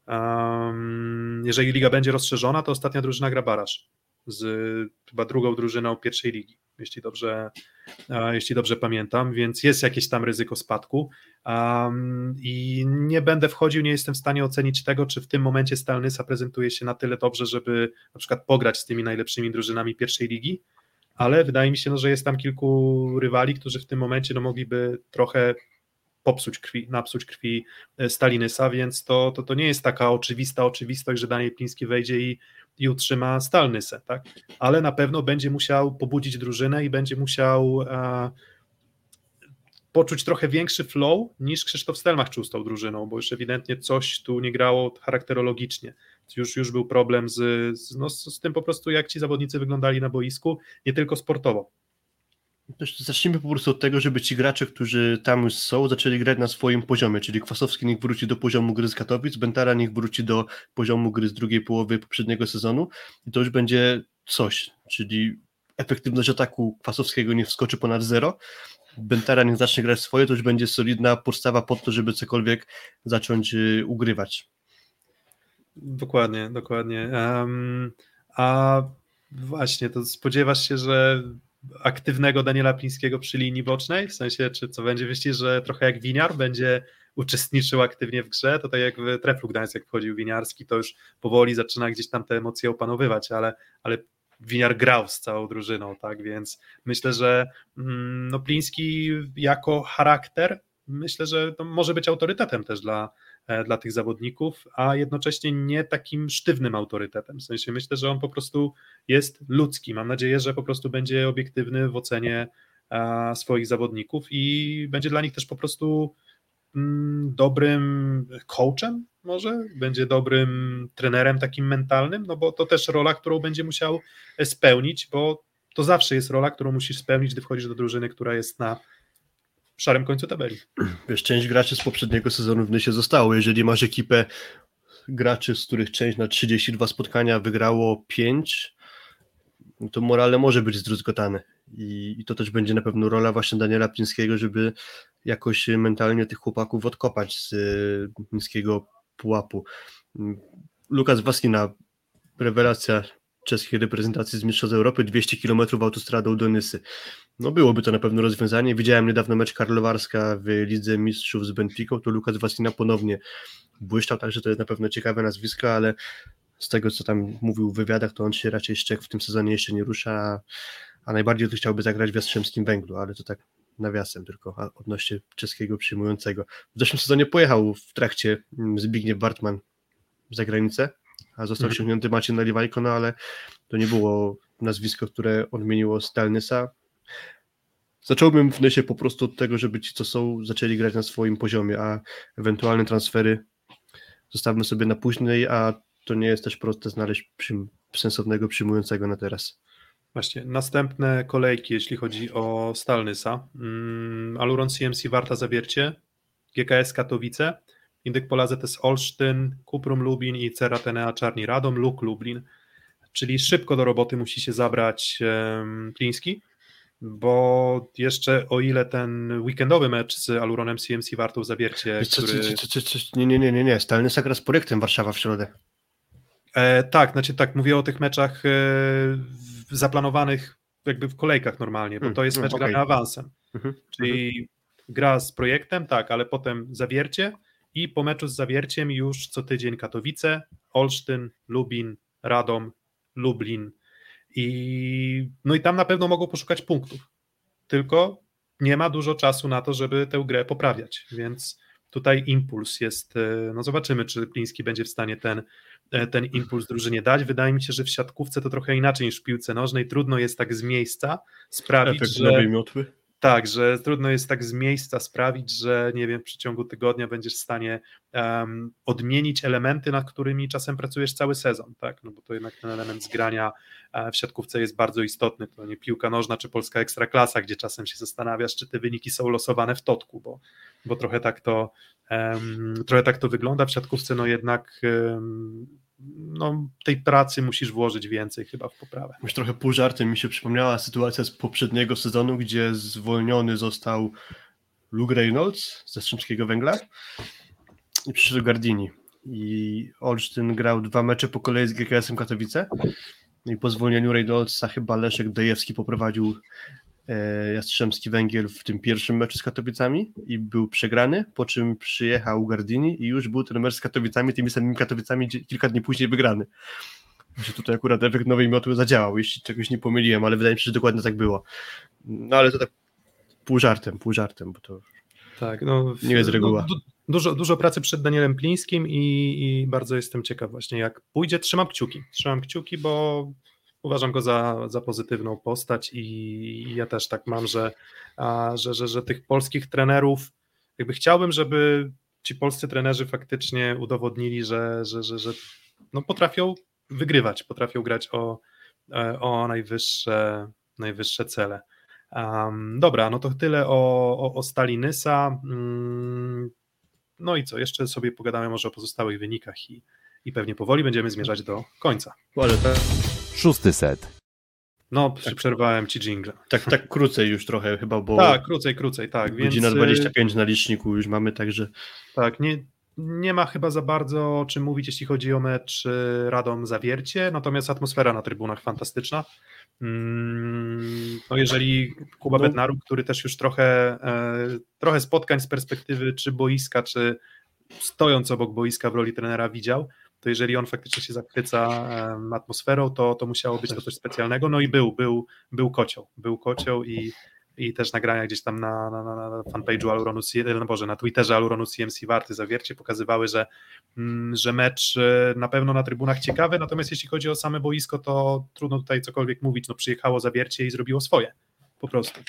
Um, jeżeli liga będzie rozszerzona, to ostatnia drużyna gra baraż z chyba drugą drużyną pierwszej ligi, jeśli dobrze, uh, jeśli dobrze pamiętam, więc jest jakieś tam ryzyko spadku um, i nie będę wchodził, nie jestem w stanie ocenić tego, czy w tym momencie Stalnysa prezentuje się na tyle dobrze, żeby na przykład pograć z tymi najlepszymi drużynami pierwszej ligi, ale wydaje mi się, no, że jest tam kilku rywali, którzy w tym momencie no, mogliby trochę popsuć krwi, napsuć krwi Stalnysa, więc to, to, to nie jest taka oczywista oczywistość, że Daniel Pliński wejdzie i, i utrzyma Stalnysę, tak? Ale na pewno będzie musiał pobudzić drużynę i będzie musiał e, poczuć trochę większy flow niż Krzysztof Stelmach czuł z tą drużyną, bo już ewidentnie coś tu nie grało charakterologicznie. Już, już był problem z, z, no, z tym po prostu, jak ci zawodnicy wyglądali na boisku, nie tylko sportowo. Zacznijmy po prostu od tego, żeby ci gracze, którzy tam już są, zaczęli grać na swoim poziomie, czyli Kwasowski niech wróci do poziomu gry z Katowic, Bentara niech wróci do poziomu gry z drugiej połowy poprzedniego sezonu i to już będzie coś, czyli efektywność ataku Kwasowskiego niech wskoczy ponad zero, Bentara niech zacznie grać swoje, to już będzie solidna podstawa pod to, żeby cokolwiek zacząć ugrywać. Dokładnie, dokładnie. Um, a właśnie, to spodziewasz się, że aktywnego Daniela Plińskiego przy linii bocznej, w sensie, czy co będzie, myślisz, że trochę jak Winiar będzie uczestniczył aktywnie w grze, to tak jak w Treflu Gdańsk, jak wchodził Winiarski, to już powoli zaczyna gdzieś tam te emocje opanowywać, ale, ale Winiar grał z całą drużyną, tak, więc myślę, że mm, no Pliński jako charakter, myślę, że to może być autorytetem też dla dla tych zawodników, a jednocześnie nie takim sztywnym autorytetem. W sensie myślę, że on po prostu jest ludzki. Mam nadzieję, że po prostu będzie obiektywny w ocenie a, swoich zawodników i będzie dla nich też po prostu mm, dobrym coachem może, będzie dobrym trenerem takim mentalnym, no bo to też rola, którą będzie musiał spełnić, bo to zawsze jest rola, którą musisz spełnić, gdy wchodzisz do drużyny, która jest na szarym końcu tabeli. Wiesz, część graczy z poprzedniego sezonu w Nysie zostało. Jeżeli masz ekipę graczy, z których część na trzydzieści dwa spotkania wygrało pięć, to morale może być zdruzgotane. I, I to też będzie na pewno rola właśnie Daniela Plińskiego, żeby jakoś mentalnie tych chłopaków odkopać z y, niskiego pułapu. Lukas Wasina, rewelacja czeskiej reprezentacji z Mistrzostw Europy, dwieście kilometrów autostradą do Nysy. No byłoby to na pewno rozwiązanie. Widziałem niedawno mecz Karlowarska w Lidze Mistrzów z Benficą, to Lukas Wasina ponownie błyszczał, także to jest na pewno ciekawe nazwisko, ale z tego, co tam mówił w wywiadach, to on się raczej z Czech w tym sezonie jeszcze nie rusza, a najbardziej to chciałby zagrać w Jastrzębskim Węglu, ale to tak nawiasem tylko odnośnie czeskiego przyjmującego. W zeszłym sezonie pojechał w trakcie Zbigniew Bartman za granicę, a został mhm. ściągnięty Maciej Naliwajko, no ale to nie było nazwisko, które odmieniło Stalnysa. Zacząłbym w Nysie po prostu od tego, żeby ci, co są, zaczęli grać na swoim poziomie, a ewentualne transfery zostawmy sobie na później, a to nie jest też proste znaleźć przym- sensownego przyjmującego na teraz. Właśnie, następne kolejki, jeśli chodzi o Stalnysa. Mm, Aluron C M C Warta Zawiercie, G K S Katowice, Indyk Pola Z S Olsztyn, Kuprum Lubin i Cera Tenea Czarni Radom, Luk Lublin. Czyli szybko do roboty musi się zabrać um, Pliński, bo jeszcze o ile ten weekendowy mecz z Aluronem C M C Wartą Zawiercie, co, który... co, co, co, co, nie, nie, nie, nie, nie. Stalnysa gra z projektem Warszawa w środę. E, tak, znaczy tak, mówię o tych meczach e, zaplanowanych jakby w kolejkach normalnie, bo hmm, to jest mecz okay. grany awansem, mhm, czyli mhm. gra z projektem, tak, ale potem Zawiercie i po meczu z Zawierciem już co tydzień Katowice, Olsztyn, Lubin, Radom, Lublin i no i tam na pewno mogą poszukać punktów, tylko nie ma dużo czasu na to, żeby tę grę poprawiać, więc tutaj impuls jest, no zobaczymy, czy Pliński będzie w stanie ten, ten impuls drużynie dać. Wydaje mi się, że w siatkówce to trochę inaczej niż w piłce nożnej, trudno jest tak z miejsca sprawić, Efekt że... nowej miotły. Tak, że trudno jest tak z miejsca sprawić, że nie wiem, w przeciągu tygodnia będziesz w stanie um, odmienić elementy, nad którymi czasem pracujesz cały sezon, tak? No bo to jednak ten element zgrania w siatkówce jest bardzo istotny, to nie piłka nożna czy polska ekstraklasa, gdzie czasem się zastanawiasz, czy te wyniki są losowane w totku, bo, bo trochę tak to um, trochę tak to wygląda w siatkówce, no jednak um, no, tej pracy musisz włożyć więcej chyba w poprawę. Już trochę pół żartem mi się przypomniała sytuacja z poprzedniego sezonu, gdzie zwolniony został Luke Reynolds ze Strzemskiego Węgla i przyszedł Gardini. I Olsztyn grał dwa mecze po kolei z G K S-em Katowice i po zwolnieniu Reynoldsa chyba Leszek Dejewski poprowadził e, Jastrzębski Węgiel w tym pierwszym meczu z Katowicami i był przegrany, po czym przyjechał Gardini i już był ten mecz z Katowicami, tymi samymi Katowicami kilka dni później wygrany. Że tutaj akurat efekt nowej miotły zadziałał, jeśli czegoś nie pomyliłem, ale wydaje mi się, że dokładnie tak było. No ale to tak pół żartem, pół żartem, bo to tak, no, nie jest reguła. No, du- dużo, dużo pracy przed Danielem Plińskim i, i bardzo jestem ciekaw właśnie jak pójdzie. Trzymam kciuki, trzymam kciuki, bo uważam go za, za pozytywną postać i, i ja też tak mam, że, a, że, że, że tych polskich trenerów, jakby chciałbym, żeby ci polscy trenerzy faktycznie udowodnili, że, że, że, że no potrafią wygrywać, potrafią grać o, o najwyższe, najwyższe cele. Um, dobra, no to tyle o, o, o Stali Nysa. Um, no i co, jeszcze sobie pogadamy może o pozostałych wynikach i, i pewnie powoli będziemy zmierzać do końca. Ale tak, Szósty set. No, przerwałem ci dżingle. tak, tak krócej już trochę chyba, bo Tak, krócej, krócej, tak. godzina więc, dwadzieścia pięć na liczniku już mamy, także tak, nie, nie ma chyba za bardzo o czym mówić, jeśli chodzi o mecz Radom Zawiercie, natomiast atmosfera na trybunach fantastyczna. No jeżeli Kuba No. Bednaruk, który też już trochę, trochę spotkań z perspektywy czy boiska, czy stojąc obok boiska w roli trenera widział, to jeżeli on faktycznie się zachwyca atmosferą, to, to musiało być to coś specjalnego. No i był, był, był kocioł, był kocioł i, i też nagrania gdzieś tam na, na, na fanpage'u Aluronu, no Boże, na Twitterze Aluronu C M C Warty Zawiercie pokazywały, że, że mecz na pewno na trybunach ciekawy, natomiast jeśli chodzi o same boisko, to trudno tutaj cokolwiek mówić, no przyjechało Zawiercie i zrobiło swoje, po prostu.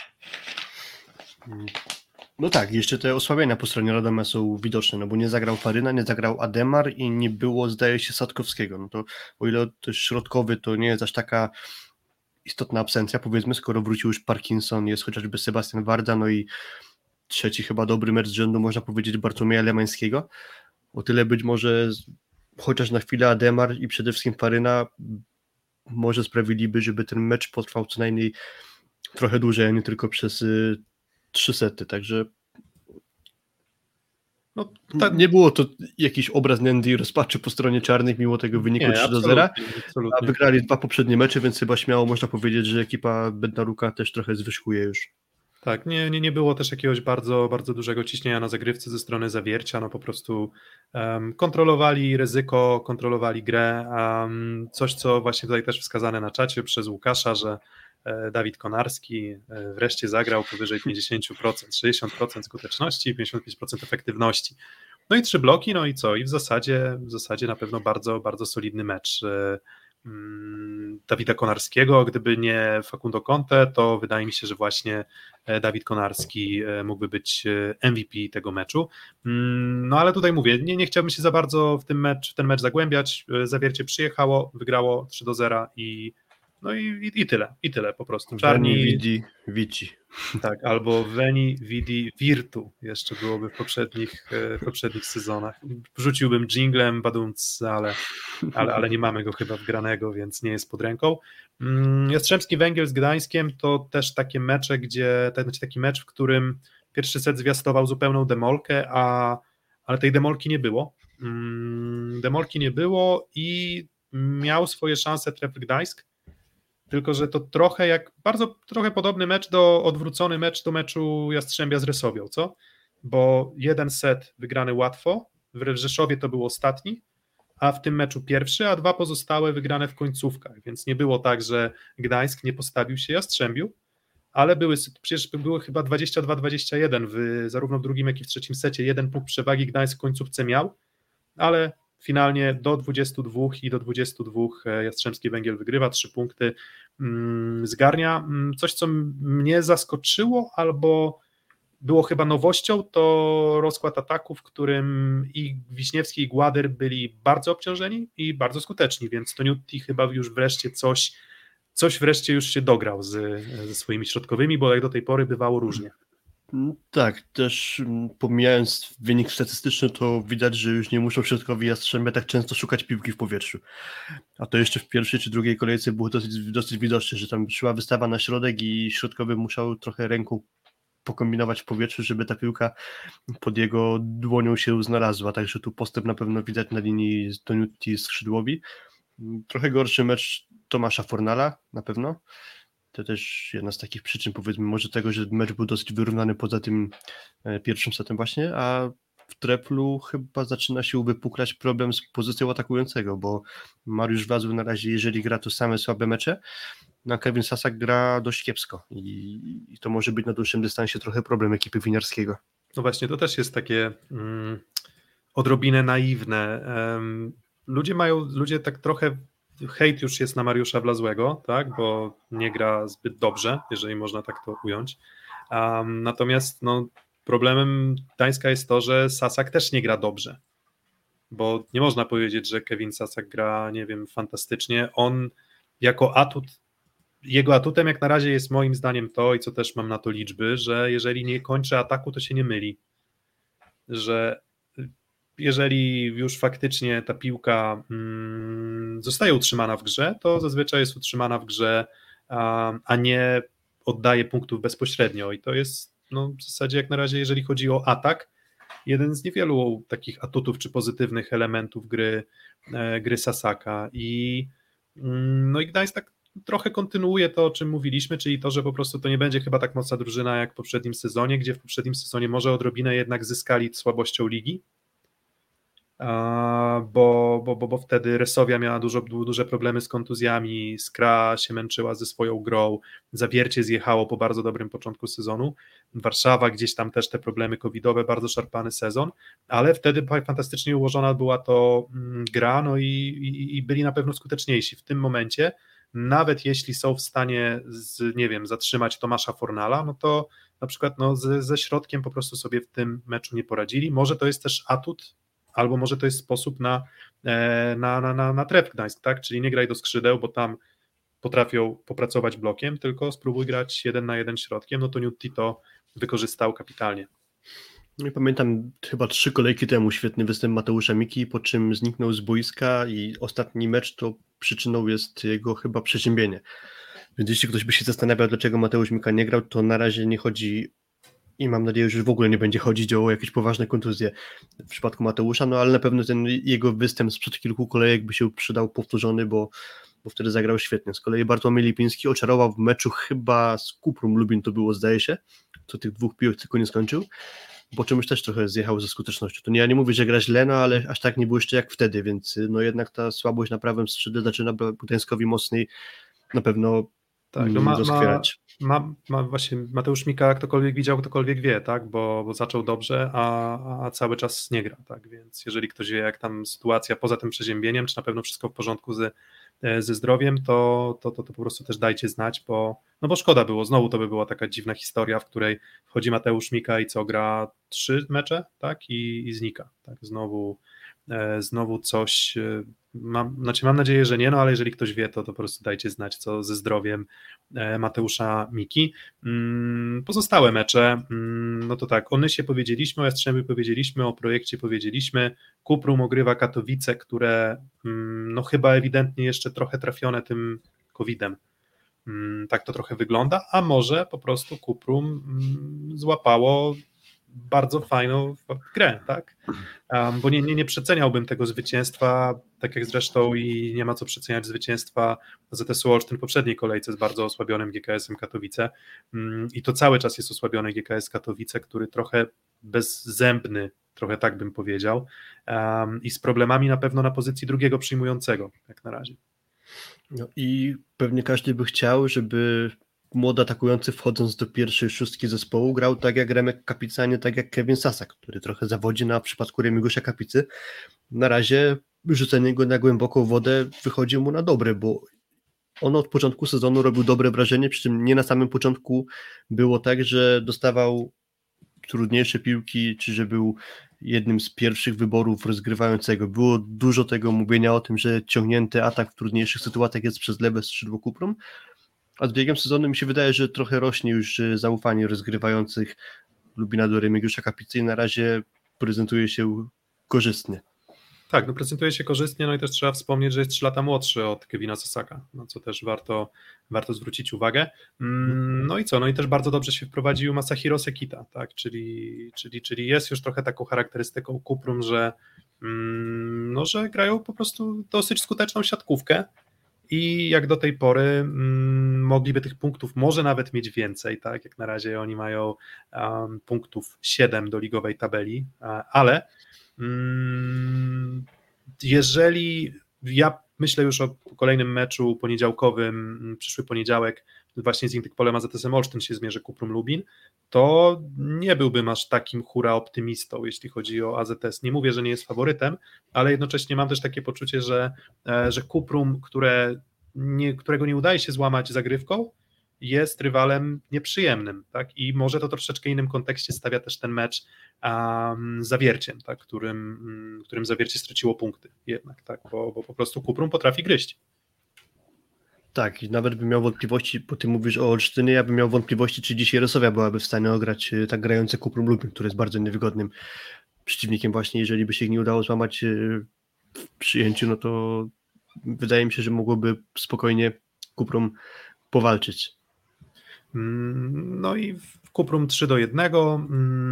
no tak, jeszcze te osłabienia po stronie Radoma są widoczne, no bo nie zagrał Faryna, nie zagrał Ademar i nie było, zdaje się, Sadkowskiego. No to o ile to środkowy to nie jest aż taka istotna absencja, powiedzmy, skoro wrócił już Parkinson, jest chociażby Sebastian Warda, no i trzeci chyba dobry mecz z rzędu, można powiedzieć, Bartłomieja Lemańskiego. O tyle być może chociaż na chwilę Ademar i przede wszystkim Faryna może sprawiliby, żeby ten mecz potrwał co najmniej trochę dłużej, a nie tylko przez y, trzy sety, także No, tak, nie było to jakiś obraz nędzy i rozpaczy po stronie czarnych, mimo tego wyniku nie, trzy do zera, absolutnie, a absolutnie. wygrali dwa poprzednie mecze, więc chyba śmiało można powiedzieć, że ekipa Bednaruka też trochę zwyżkuje już. Tak, nie, nie, nie było też jakiegoś bardzo, bardzo dużego ciśnienia na zagrywce ze strony Zawiercia, no po prostu um, kontrolowali ryzyko, kontrolowali grę, um, coś co właśnie tutaj też wskazane na czacie przez Łukasza, że e, Dawid Konarski e, wreszcie zagrał powyżej pięćdziesiąt procent, sześćdziesiąt procent skuteczności, pięćdziesiąt pięć procent efektywności. No i trzy bloki, no i co? I w zasadzie, w zasadzie na pewno bardzo, bardzo solidny mecz e, Dawida Konarskiego. Gdyby nie Facundo Conte, to wydaje mi się, że właśnie Dawid Konarski mógłby być M V P tego meczu. No ale tutaj mówię, nie, nie chciałbym się za bardzo w, tym mecz, w ten mecz zagłębiać. Zawiercie przyjechało, wygrało trzy do zera i no i, i, i tyle, i tyle po prostu. Czarni, Veni, Vidi, Vici. tak, albo Veni, Vidi, Virtu jeszcze byłoby w poprzednich, w poprzednich sezonach. Wrzuciłbym dżinglem, badumc, ale, ale, ale nie mamy go chyba wgranego, więc nie jest pod ręką. Jastrzębski Węgiel z Gdańskiem to też takie mecze, gdzie, znaczy taki mecz, w którym pierwszy set zwiastował zupełną demolkę, a, ale tej demolki nie było. Demolki nie było i miał swoje szanse Tref Gdańsk, tylko że to trochę jak, bardzo trochę podobny mecz do, odwrócony mecz do meczu Jastrzębia z Resowią, co? Bo jeden set wygrany łatwo, w Rzeszowie to był ostatni, a w tym meczu pierwszy, a dwa pozostałe wygrane w końcówkach, więc nie było tak, że Gdańsk nie postawił się Jastrzębiu, ale były, przecież były chyba dwadzieścia dwa dwadzieścia jeden w, zarówno w drugim, jak i w trzecim secie, jeden punkt przewagi Gdańsk w końcówce miał, ale finalnie do dwudziestu dwóch i do dwudziestu dwóch Jastrzębski Węgiel wygrywa, trzy punkty zgarnia. Coś, co mnie zaskoczyło albo było chyba nowością, to rozkład ataku, w którym i Wiśniewski i Gładyr byli bardzo obciążeni i bardzo skuteczni, więc Toniutti chyba już wreszcie coś, coś wreszcie już się dograł z, ze swoimi środkowymi, bo jak do tej pory bywało różnie. Tak, też pomijając wynik statystyczny, to widać, że już nie muszą środkowi Jastrzębia tak często szukać piłki w powietrzu. A to jeszcze w pierwszej czy drugiej kolejce było dosyć, dosyć widoczne, że tam szła wystawa na środek i środkowy musiał trochę ręką pokombinować w powietrzu, żeby ta piłka pod jego dłonią się znalazła, także tu postęp na pewno widać na linii Toniutti skrzydłowi. Trochę gorszy mecz Tomasza Fornala na pewno. To też jedna z takich przyczyn, powiedzmy, może tego, że mecz był dosyć wyrównany poza tym pierwszym setem właśnie, a w treplu chyba zaczyna się uwypuklać problem z pozycją atakującego, bo Mariusz Wazły na razie, jeżeli gra, to same słabe mecze, a Kevin Sasak gra dość kiepsko i, i to może być na dłuższym dystansie trochę problem ekipy winiarskiego. No właśnie, to też jest takie mm, odrobinę naiwne. Um, ludzie mają, ludzie tak trochę, hejt już jest na Mariusza Wlazłego, tak, bo nie gra zbyt dobrze, jeżeli można tak to ująć. Um, natomiast no, problemem Gdańska jest to, że Sasak też nie gra dobrze, bo nie można powiedzieć, że Kevin Sasak gra, nie wiem, fantastycznie. On jako atut, jego atutem jak na razie jest moim zdaniem to, i co też mam na to liczby, że jeżeli nie kończy ataku, to się nie myli. Że jeżeli już faktycznie ta piłka mm, zostaje utrzymana w grze, to zazwyczaj jest utrzymana w grze, a, a nie oddaje punktów bezpośrednio i to jest no, w zasadzie jak na razie, jeżeli chodzi o atak, jeden z niewielu takich atutów czy pozytywnych elementów gry, e, gry Sasaka i mm, no i Gdańsk tak trochę kontynuuje to, o czym mówiliśmy, czyli to, że po prostu to nie będzie chyba tak mocna drużyna jak w poprzednim sezonie, gdzie w poprzednim sezonie może odrobinę jednak zyskali słabością ligi, bo, bo, bo, bo wtedy Resowia miała dużo, duże problemy z kontuzjami, Skra się męczyła ze swoją grą, Zawiercie zjechało po bardzo dobrym początku sezonu, Warszawa gdzieś tam też te problemy covidowe, bardzo szarpany sezon, ale wtedy fantastycznie ułożona była to gra, no i, i, i byli na pewno skuteczniejsi. W tym momencie, nawet jeśli są w stanie z, nie wiem, zatrzymać Tomasza Fornala, no to na przykład no, ze, ze środkiem po prostu sobie w tym meczu nie poradzili. Może to jest też atut, albo może to jest sposób na, na, na, na, na tref Gdańsk, tak? Czyli nie graj do skrzydeł, bo tam potrafią popracować blokiem, tylko spróbuj grać jeden na jeden środkiem, no to Niutti to wykorzystał kapitalnie. Nie pamiętam, chyba trzy kolejki temu świetny występ Mateusza Miki, po czym zniknął z boiska i ostatni mecz to przyczyną jest jego chyba przeziębienie. Więc jeśli ktoś by się zastanawiał, dlaczego Mateusz Mika nie grał, to na razie nie chodzi i mam nadzieję, że w ogóle nie będzie chodzić o jakieś poważne kontuzje w przypadku Mateusza, no ale na pewno ten jego występ sprzed kilku kolejek by się przydał powtórzony, bo, bo wtedy zagrał świetnie. Z kolei Bartłomiej Lipiński oczarował w meczu chyba z Kuprum Lubin to było, zdaje się, co tych dwóch piłek tylko nie skończył, bo czymś też trochę zjechał ze skutecznością. To nie, ja nie mówię, że gra źle, no ale aż tak nie było jeszcze jak wtedy, więc no jednak ta słabość na prawym skrzydle zaczyna Gdańskowi mocniej na pewno tak, no ma, rozkwierać. Ma, ma, ma właśnie Mateusz Mika, ktokolwiek widział, ktokolwiek wie, tak, bo, bo zaczął dobrze, a, a cały czas nie gra, tak, więc jeżeli ktoś wie, jak tam sytuacja poza tym przeziębieniem, czy na pewno wszystko w porządku ze, ze zdrowiem, to, to, to, to po prostu też dajcie znać, bo, no bo szkoda było, znowu to by była taka dziwna historia, w której wchodzi Mateusz Mika i co, gra trzy mecze, tak, i, i znika, tak, znowu znowu coś, mam, znaczy mam nadzieję, że nie, no ale jeżeli ktoś wie, to, to po prostu dajcie znać, co ze zdrowiem Mateusza Miki. Pozostałe mecze, no to tak, o Nysie powiedzieliśmy, o Jastrzębiu powiedzieliśmy, o projekcie powiedzieliśmy, Kuprum ogrywa Katowice, które no chyba ewidentnie jeszcze trochę trafione tym kowidem. Tak to trochę wygląda, a może po prostu Kuprum złapało bardzo fajną grę, tak? Um, bo nie, nie, nie przeceniałbym tego zwycięstwa, tak jak zresztą i nie ma co przeceniać zwycięstwa Z S U Olsztyn w poprzedniej kolejce z bardzo osłabionym G K S-em Katowice um, i to cały czas jest osłabiony G K S Katowice, który trochę bezzębny, trochę tak bym powiedział, um, i z problemami na pewno na pozycji drugiego przyjmującego, jak na razie. No i pewnie każdy by chciał, żeby młody atakujący wchodząc do pierwszej szóstki zespołu grał tak jak Remek Kapica, a nie tak jak Kevin Sasak, który trochę zawodzi na w przypadku Remigiusza Kapicy. Na razie rzucenie go na głęboką wodę wychodzi mu na dobre, bo on od początku sezonu robił dobre wrażenie, przy czym nie na samym początku było tak, że dostawał trudniejsze piłki, czy że był jednym z pierwszych wyborów rozgrywającego. Było dużo tego mówienia o tym, że ciągnięty atak w trudniejszych sytuacjach jest przez lewe skrzydło Cuprum, a z biegiem sezonu mi się wydaje, że trochę rośnie już zaufanie rozgrywających Lubina do Remigiusza Kapicy i na razie prezentuje się korzystnie. Tak, no prezentuje się korzystnie, no i też trzeba wspomnieć, że jest trzy lata młodszy od Kevina Sasaka, no co też warto, warto zwrócić uwagę. No i co, no i też bardzo dobrze się wprowadził Masahiro Sekita, tak, czyli, czyli, czyli jest już trochę taką charakterystyką Cuprum, że, no, że grają po prostu dosyć skuteczną siatkówkę i jak do tej pory mm, mogliby tych punktów może nawet mieć więcej, tak, jak na razie oni mają um, punktów siedem do ligowej tabeli, ale jeżeli ja myślę już o kolejnym meczu poniedziałkowym, przyszły poniedziałek, właśnie z Intykpolem A Z S-em Olsztyn się zmierzy Cuprum Lubin, to nie byłbym aż takim hura optymistą, jeśli chodzi o A Z S. Nie mówię, że nie jest faworytem, ale jednocześnie mam też takie poczucie, że, że Cuprum, które nie, którego nie udaje się złamać zagrywką, jest rywalem nieprzyjemnym, tak? I może to troszeczkę innym kontekście stawia też ten mecz um, Zawierciem, tak? którym, um, którym Zawiercie straciło punkty jednak, tak? Bo, bo po prostu Cuprum potrafi gryźć. Tak, i nawet bym miał wątpliwości, bo ty mówisz o Olsztynie, ja bym miał wątpliwości, czy dzisiaj Rosowia byłaby w stanie ograć tak grające Cuprum Lubin, który jest bardzo niewygodnym przeciwnikiem właśnie, jeżeli by się ich nie udało złamać w przyjęciu, no to wydaje mi się, że mogłoby spokojnie Cuprum powalczyć. No i w Cuprum trzy do jednego.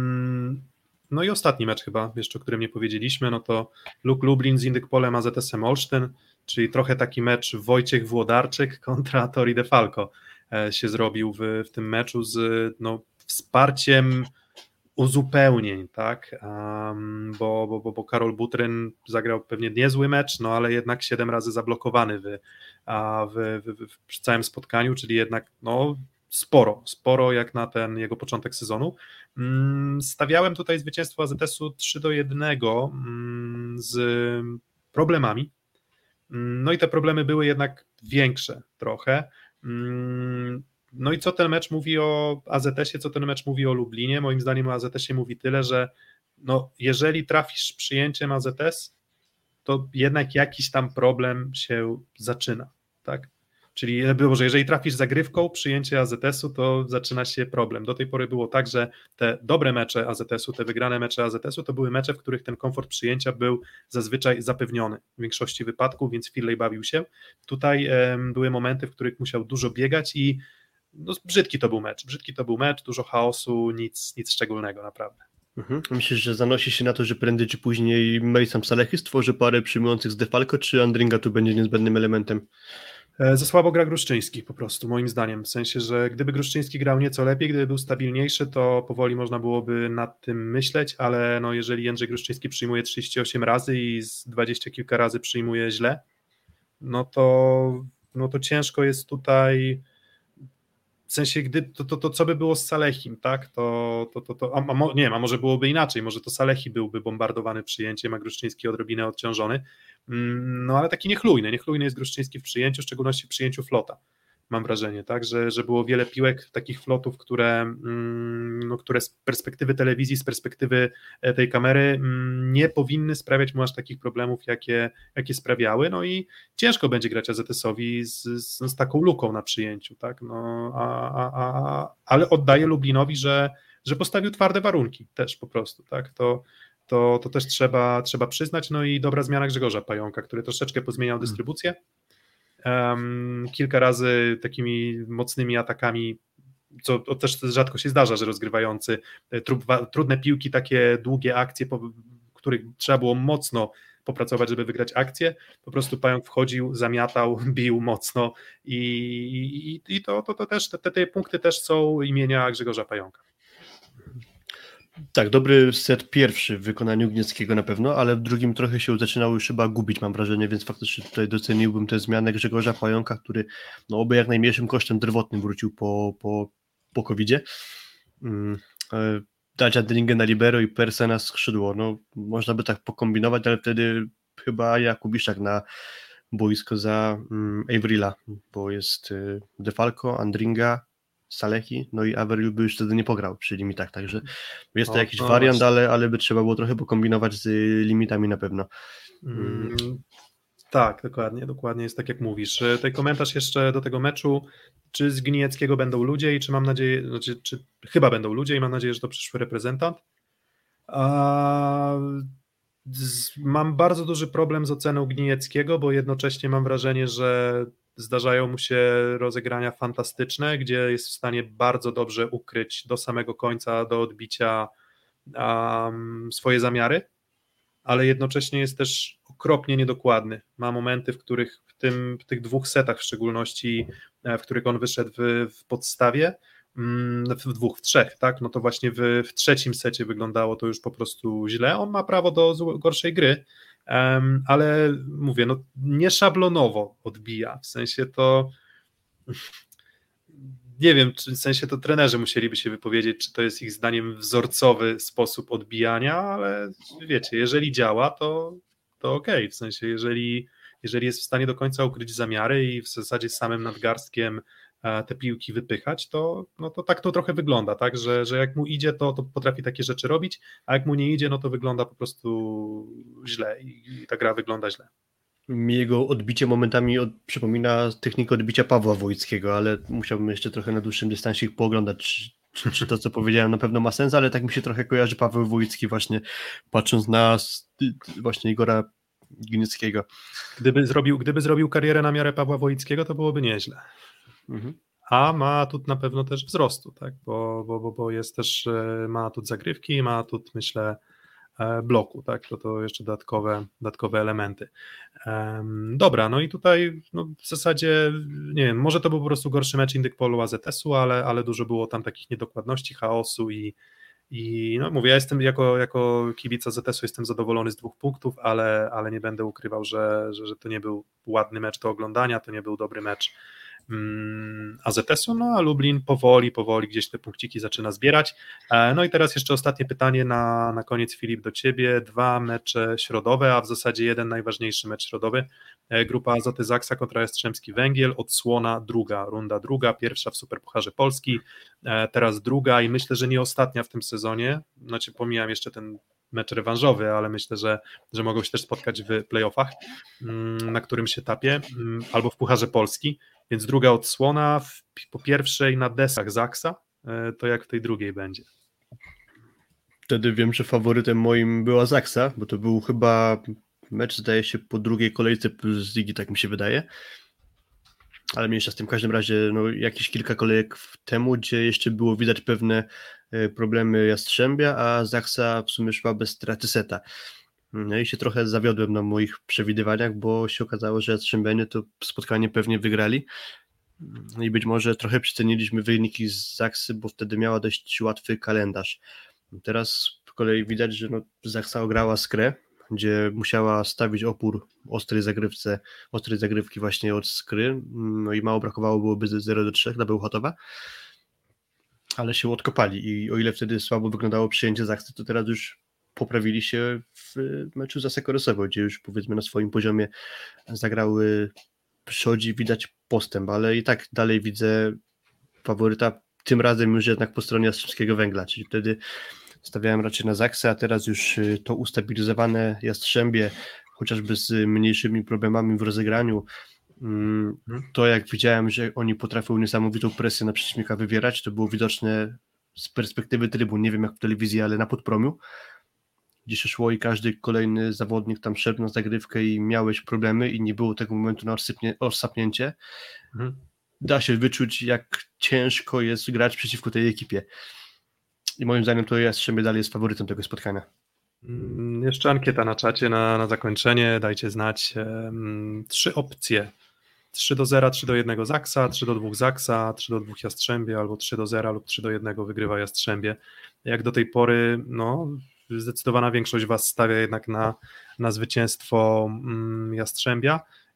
No i ostatni mecz chyba, jeszcze o którym nie powiedzieliśmy, no to Luk Lublin z Intykpolem A Z S-em Olsztyn, czyli trochę taki mecz Wojciech Włodarczyk kontra Tori De Falco się zrobił w, w tym meczu z no, wsparciem uzupełnień, tak, um, bo, bo, bo, bo Karol Butryn zagrał pewnie niezły mecz, no ale jednak siedem razy zablokowany w, w, w, w, w całym spotkaniu, czyli jednak no sporo, sporo jak na ten jego początek sezonu. Stawiałem tutaj zwycięstwo A Z S-u trzy do jednego z problemami, no i te problemy były jednak większe trochę. No i co ten mecz mówi o A Z S-ie, co ten mecz mówi o Lublinie? Moim zdaniem o A Z S-ie mówi tyle, że no, jeżeli trafisz przyjęciem A Z S, to jednak jakiś tam problem się zaczyna, tak? Czyli że jeżeli trafisz zagrywką przyjęcie A Z S-u, to zaczyna się problem. Do tej pory było tak, że te dobre mecze A Z S-u, te wygrane mecze A Z S-u, to były mecze, w których ten komfort przyjęcia był zazwyczaj zapewniony w większości wypadków, więc Finlay bawił się. Tutaj e, były momenty, w których musiał dużo biegać i no, brzydki to był mecz. Brzydki to był mecz, dużo chaosu, nic, nic szczególnego naprawdę. Mhm. Myślisz, że zanosi się na to, że prędzej czy później Meysam Salehi stworzy parę przyjmujących z De Falco, czy Andringa tu będzie niezbędnym elementem? Za słabo gra Gruszczyński po prostu, moim zdaniem, w sensie, że gdyby Gruszczyński grał nieco lepiej, gdyby był stabilniejszy, to powoli można byłoby nad tym myśleć, ale no jeżeli Jędrzej Gruszczyński przyjmuje trzydzieści osiem razy i z dwadzieścia kilka razy przyjmuje źle, no to, no to ciężko jest tutaj, w sensie, gdy, to, to, to co by było z Salehim, tak, to, to, to, to a, a, nie wiem, a może byłoby inaczej, może to Salehi byłby bombardowany przyjęciem, a Gruszczyński odrobinę odciążony, no ale taki niechlujny, niechlujny jest Gruszczyński w przyjęciu, w szczególności w przyjęciu flota, mam wrażenie, tak, że, że było wiele piłek, takich flotów, które, no, które z perspektywy telewizji, z perspektywy tej kamery nie powinny sprawiać mu aż takich problemów, jakie, jakie sprawiały, no i ciężko będzie grać A Z S-owi z, z, z taką luką na przyjęciu, tak, no, a, a, a, ale oddaję Lublinowi, że, że postawił twarde warunki też po prostu, tak, to To, to też trzeba, trzeba przyznać, no i dobra zmiana Grzegorza Pająka, który troszeczkę pozmieniał dystrybucję, um, kilka razy takimi mocnymi atakami, co to też rzadko się zdarza, że rozgrywający trud, trudne piłki, takie długie akcje, po których trzeba było mocno popracować, żeby wygrać akcję, po prostu Pająk wchodził, zamiatał, bił mocno i, i, i to, to, to też, te, te punkty też są imienia Grzegorza Pająka. Tak, dobry set pierwszy w wykonaniu Gnieckiego na pewno, ale w drugim trochę się zaczynało już chyba gubić, mam wrażenie, więc faktycznie tutaj doceniłbym tę zmianę Grzegorza Pająka, który no oby jak najmniejszym kosztem zdrowotnym wrócił po, po, po kowidzie. Hmm. Dać Andringę na libero i Persa na skrzydło, no można by tak pokombinować, ale wtedy chyba Jakubiszak na boisko za um, Avrila, bo jest y, Defalco, Andringa, Salehi, no i Avril by już wtedy nie pograł przy limitach, także jest to O, jakiś no wariant, właśnie. ale, ale by trzeba było trochę pokombinować z limitami na pewno. Mm, tak, dokładnie, dokładnie jest tak jak mówisz. E, Tutaj komentarz jeszcze do tego meczu, czy z Gnieckiego będą ludzie i czy mam nadzieję, znaczy, czy chyba będą ludzie i mam nadzieję, że to przyszły reprezentant. A, z, mam bardzo duży problem z oceną Gnieckiego, bo jednocześnie mam wrażenie, że zdarzają mu się rozegrania fantastyczne, gdzie jest w stanie bardzo dobrze ukryć do samego końca, do odbicia um, swoje zamiary, ale jednocześnie jest też okropnie niedokładny. Ma momenty, w których w, tym, w tych dwóch setach w szczególności, w których on wyszedł w, w podstawie, w dwóch, w trzech, tak, no to właśnie w, w trzecim secie wyglądało to już po prostu źle. On ma prawo do zł- gorszej gry, um, ale mówię, no nie szablonowo odbija, w sensie to nie wiem, czy w sensie to trenerzy musieliby się wypowiedzieć, czy to jest ich zdaniem wzorcowy sposób odbijania, ale wiecie, jeżeli działa, to, to okej, okay. W sensie jeżeli, jeżeli jest w stanie do końca ukryć zamiary i w zasadzie samym nadgarstkiem te piłki wypychać, to, no to tak to trochę wygląda, tak, że, że jak mu idzie, to, to potrafi takie rzeczy robić, a jak mu nie idzie, no to wygląda po prostu źle i, i ta gra wygląda źle. Mi jego odbicie momentami od, przypomina technikę odbicia Pawła Wojckiego, ale musiałbym jeszcze trochę na dłuższym dystansie ich pooglądać, czy, czy, czy to, co powiedziałem, na pewno ma sens, ale tak mi się trochę kojarzy Paweł Wojcki właśnie, patrząc na właśnie Igora Gnieckiego. Gdyby zrobił, gdyby zrobił karierę na miarę Pawła Wojckiego, to byłoby nieźle. Mhm. A ma atut na pewno też wzrostu, tak? bo, bo, bo, bo jest też, ma atut zagrywki, ma atut, myślę, bloku, tak? To, to jeszcze dodatkowe, dodatkowe elementy. Um, dobra, no i tutaj no w zasadzie, nie wiem, może to był po prostu gorszy mecz Indykpolu A Z S-u, ale, ale dużo było tam takich niedokładności, chaosu i, i no mówię, ja jestem jako, jako kibic A Z S-u jestem zadowolony z dwóch punktów, ale, ale nie będę ukrywał, że, że, że to nie był ładny mecz do oglądania, to nie był dobry mecz A Z S-u, no a Lublin powoli, powoli gdzieś te punkciki zaczyna zbierać. No i teraz jeszcze ostatnie pytanie na, na koniec, Filip, do Ciebie. Dwa mecze środowe, a w zasadzie jeden najważniejszy mecz środowy. Grupa Azoty Zaksa kontra Jastrzębski Węgiel, odsłona druga, runda druga, pierwsza w Superpucharze Polski, teraz druga i myślę, że nie ostatnia w tym sezonie, znaczy pomijam jeszcze ten mecz rewanżowy, ale myślę, że, że mogą się też spotkać w playoffach, na którym się tapie, albo w Pucharze Polski, więc druga odsłona, w, po pierwszej na deskach Zaksa, to jak w tej drugiej będzie? Wtedy wiem, że faworytem moim była Zaksa, bo to był chyba mecz, zdaje się, po drugiej kolejce z ligi, tak mi się wydaje, ale mniejsza z tym, w każdym razie no, jakieś kilka kolejek temu, gdzie jeszcze było widać pewne problemy Jastrzębia, a Zaksa w sumie szła bez straty seta. No i się trochę zawiodłem na moich przewidywaniach, bo się okazało, że Jastrzębianie to spotkanie pewnie wygrali i być może trochę przeceniliśmy wyniki z Zaksy, bo wtedy miała dość łatwy kalendarz. Teraz z kolei widać, że no, Zaksa ograła Skrę, gdzie musiała stawić opór ostrej zagrywce, ostrej zagrywki właśnie od Skry, no i mało brakowało, byłoby zero do trzech dla Bełchatowa, ale się odkopali i o ile wtedy słabo wyglądało przyjęcie Zaksy, to teraz już poprawili się w meczu za Sekorysowo, gdzie już powiedzmy na swoim poziomie zagrały przodzi, widać postęp, ale i tak dalej widzę faworyta, tym razem już jednak po stronie Jastrzębskiego Węgla, czyli wtedy stawiałem raczej na Zaksę, a teraz już to ustabilizowane Jastrzębie, chociażby z mniejszymi problemami w rozegraniu, to jak widziałem, że oni potrafią niesamowitą presję na przeciwnika wywierać, to było widoczne z perspektywy trybun, nie wiem jak w telewizji, ale na Podpromiu, gdzie się szło i każdy kolejny zawodnik tam szedł na zagrywkę i miałeś problemy i nie było tego momentu na orsapnięcie. Mhm. Da się wyczuć, jak ciężko jest grać przeciwko tej ekipie. I moim zdaniem to Jastrzębie dalej jest faworytem tego spotkania. Jeszcze ankieta na czacie na, na zakończenie, dajcie znać. Um, trzy opcje. trzy do zera, trzy do jednego Zaksa, trzy do dwóch Zaksa, trzy do dwóch Jastrzębie, albo trzy do zera lub trzy do jednego wygrywa Jastrzębie. Jak do tej pory, no zdecydowana większość was stawia jednak na, na zwycięstwo um, Jastrzębia.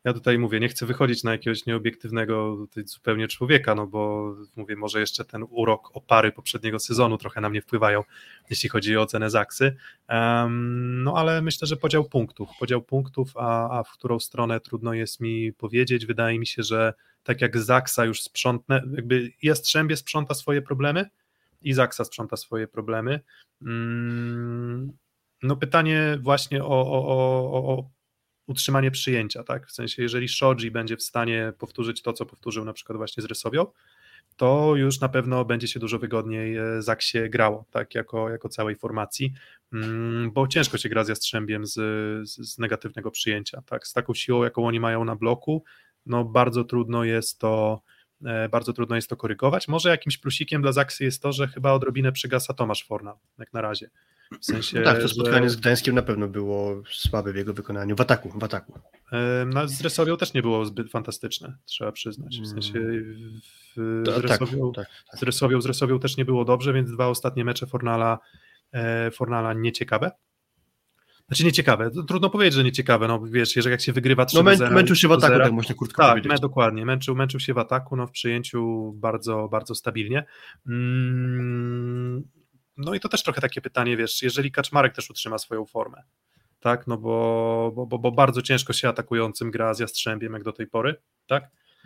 ja tutaj mówię, nie chcę wychodzić na jakiegoś nieobiektywnego tutaj zupełnie człowieka, no bo mówię, może jeszcze ten urok opary poprzedniego sezonu trochę na mnie wpływają, jeśli chodzi o ocenę Zaksy, um, no ale myślę, że podział punktów, podział punktów, a, a w którą stronę trudno jest mi powiedzieć, wydaje mi się, że tak jak Zaksa już sprzątnę, jakby Jastrzębie sprząta swoje problemy i Zaksa sprząta swoje problemy, um, no pytanie właśnie o, o, o, o utrzymanie przyjęcia, tak? W sensie, jeżeli Shoji będzie w stanie powtórzyć to, co powtórzył na przykład właśnie z Rysowią, to już na pewno będzie się dużo wygodniej Zaksie grało, tak? Jako, jako całej formacji, bo ciężko się gra z Jastrzębiem z, z, z negatywnego przyjęcia, tak? Z taką siłą, jaką oni mają na bloku, no bardzo trudno jest to bardzo trudno jest to korygować. Może jakimś plusikiem dla Zaksy jest to, że chyba odrobinę przygasa Tomasz Fornal, jak na razie. W sensie, no tak, to spotkanie że... z Gdańskiem na pewno było słabe w jego wykonaniu, w ataku, w ataku. No, z Rysowią też nie było zbyt fantastyczne, trzeba przyznać. W sensie w, z, Rysowią, tak, tak, tak. z, Rysowią, z Rysowią też nie było dobrze, więc dwa ostatnie mecze Fornala, Fornala nieciekawe. Znaczy nieciekawe, trudno powiedzieć, że nieciekawe, no wiesz, jeżeli jak się wygrywa trzy do zera. No męczył się w ataku, tak można krótko tak, powiedzieć. Tak, dokładnie, męczył, męczył się w ataku, no w przyjęciu bardzo, bardzo stabilnie. Mm, no i to też trochę takie pytanie, wiesz, jeżeli Kaczmarek też utrzyma swoją formę, tak, no bo, bo, bo, bo bardzo ciężko się atakującym gra z Jastrzębiem jak do tej pory, tak,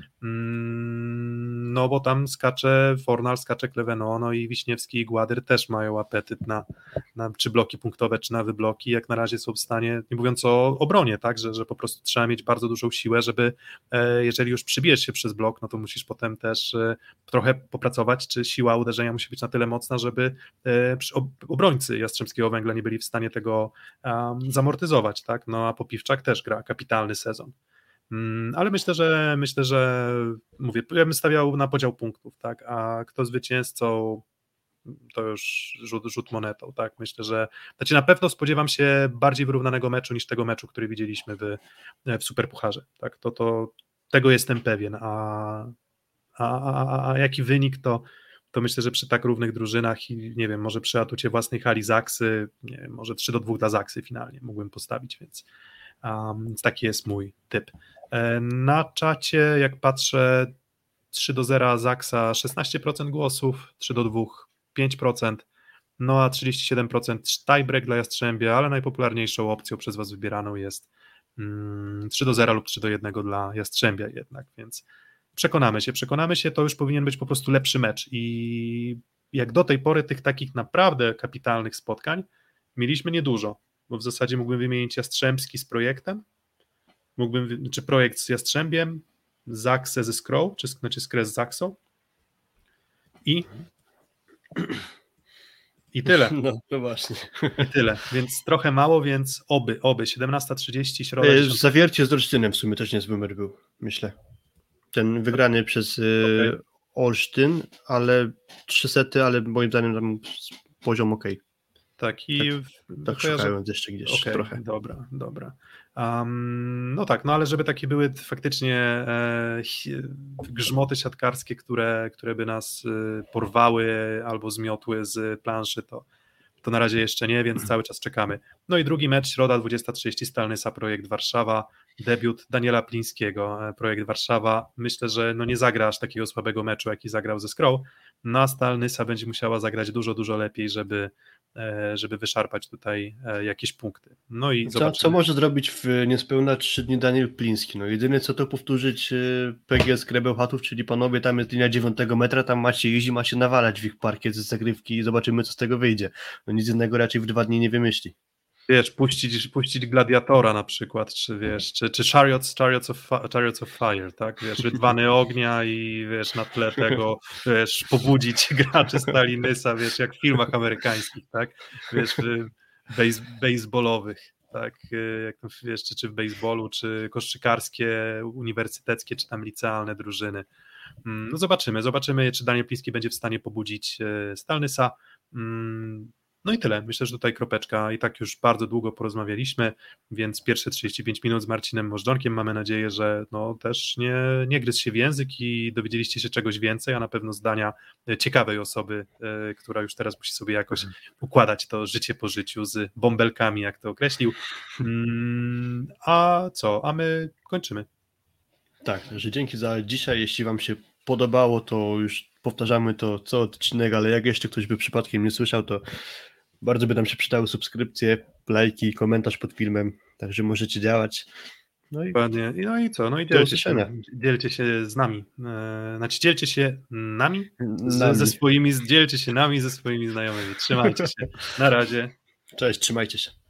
mm, no bo tam skacze Fornal, skacze Kleveno, no i Wiśniewski i Gładyr też mają apetyt na, na czy bloki punktowe, czy na wybloki, jak na razie są w stanie, nie mówiąc o obronie, tak, że, że po prostu trzeba mieć bardzo dużą siłę, żeby e, jeżeli już przybijesz się przez blok, no to musisz potem też e, trochę popracować, czy siła uderzenia musi być na tyle mocna, żeby e, przy, ob, obrońcy Jastrzębskiego Węgla nie byli w stanie tego um, zamortyzować, tak, no a Popiwczak też gra kapitalny sezon. Ale myślę, że myślę, że mówię, ja bym stawiał na podział punktów, tak, a kto zwycięzcą, to już rzut, rzut monetą, tak, myślę, że znaczy na pewno spodziewam się bardziej wyrównanego meczu niż tego meczu, który widzieliśmy w, w Superpucharze, tak, to, to tego jestem pewien, a, a, a, a jaki wynik, to to myślę, że przy tak równych drużynach i nie wiem, może przy atucie własnej hali Zaksy, nie wiem, może trzy do dwóch dla Zaksy finalnie mógłbym postawić, więc Um, więc taki jest mój typ. Na czacie, jak patrzę, trzy do zera Zaksa szesnaście procent głosów, trzy do dwóch pięć procent, no a trzydzieści siedem procent tiebreak dla Jastrzębia, ale najpopularniejszą opcją przez Was wybieraną jest mm, trzy do zera lub trzy do jednego dla Jastrzębia jednak, więc przekonamy się, przekonamy się, to już powinien być po prostu lepszy mecz i jak do tej pory tych takich naprawdę kapitalnych spotkań mieliśmy niedużo, bo w zasadzie mógłbym wymienić Jastrzębski z projektem, mógłbym, czy projekt z Jastrzębiem, Zaksę ze Skrą, czy znaczy Skrę z Zaksą i i tyle. No, no właśnie. I tyle, więc trochę mało, więc oby, oby, siedemnasta trzydzieści, środa. E, zawiercie z Olsztynem w sumie też niezły mecz był, myślę. Ten wygrany przez e, okay. Olsztyn, ale trzy sety, ale moim zdaniem tam poziom ok. Tak, i tak, tak szukając jeszcze gdzieś okay, trochę. Dobra, dobra. Um, no tak, no ale żeby takie były faktycznie e, grzmoty siatkarskie, które, które by nas e, porwały albo zmiotły z planszy, to, to na razie jeszcze nie, więc cały czas czekamy. No i drugi mecz, środa dwudziesta trzydzieści, Stalnysa, projekt Warszawa, debiut Daniela Plińskiego, projekt Warszawa. Myślę, że no nie zagra aż takiego słabego meczu, jaki zagrał ze Skrą, no a Stalnysa będzie musiała zagrać dużo, dużo lepiej, żeby żeby wyszarpać tutaj jakieś punkty. No i co, co może zrobić w niespełna trzy dni Daniel Pliński? No jedyne co to powtórzyć P G S Krebełchatów, czyli panowie, tam jest linia dziewiątego metra, tam macie jeździ, ma się nawalać w ich parkiet z zagrywki i zobaczymy, co z tego wyjdzie. No nic innego raczej w dwa dni nie wymyśli. Wiesz, puścić, puścić Gladiatora na przykład, czy wiesz, czy, czy Chariots, Chariots, of, Chariots of Fire, tak, wiesz, Rydwany ognia i wiesz, na tle tego, wiesz, pobudzić graczy Stalinysa, wiesz, jak w filmach amerykańskich, tak, wiesz, base, baseballowych, tak, jak tam, wiesz, czy, czy w baseballu, czy koszykarskie, uniwersyteckie, czy tam licealne drużyny. No zobaczymy, zobaczymy, czy Daniel Pliński będzie w stanie pobudzić Stalnysa. No i tyle. Myślę, że tutaj kropeczka. I tak już bardzo długo porozmawialiśmy, więc pierwsze trzydzieści pięć minut z Marcinem Możdżonkiem. Mamy nadzieję, że no też nie, nie gryzł się w język i dowiedzieliście się czegoś więcej, a na pewno zdania ciekawej osoby, y, która już teraz musi sobie jakoś układać to życie po życiu z bąbelkami, jak to określił. Mm, a co? A my kończymy. Tak, także dzięki za dzisiaj. Jeśli Wam się podobało, to już powtarzamy to co odcinek, ale jak jeszcze ktoś by przypadkiem nie słyszał, to bardzo by nam się przydały subskrypcje, lajki, komentarz pod filmem, także możecie działać. No i Dokładnie. No i co? No i Do dzielcie się, usłyszenia. dzielcie się z nami. Eee, Znaczy dzielcie się nami, z, Nami. ze swoimi, dzielcie się nami ze swoimi znajomymi. Trzymajcie się. Na razie. Cześć, trzymajcie się.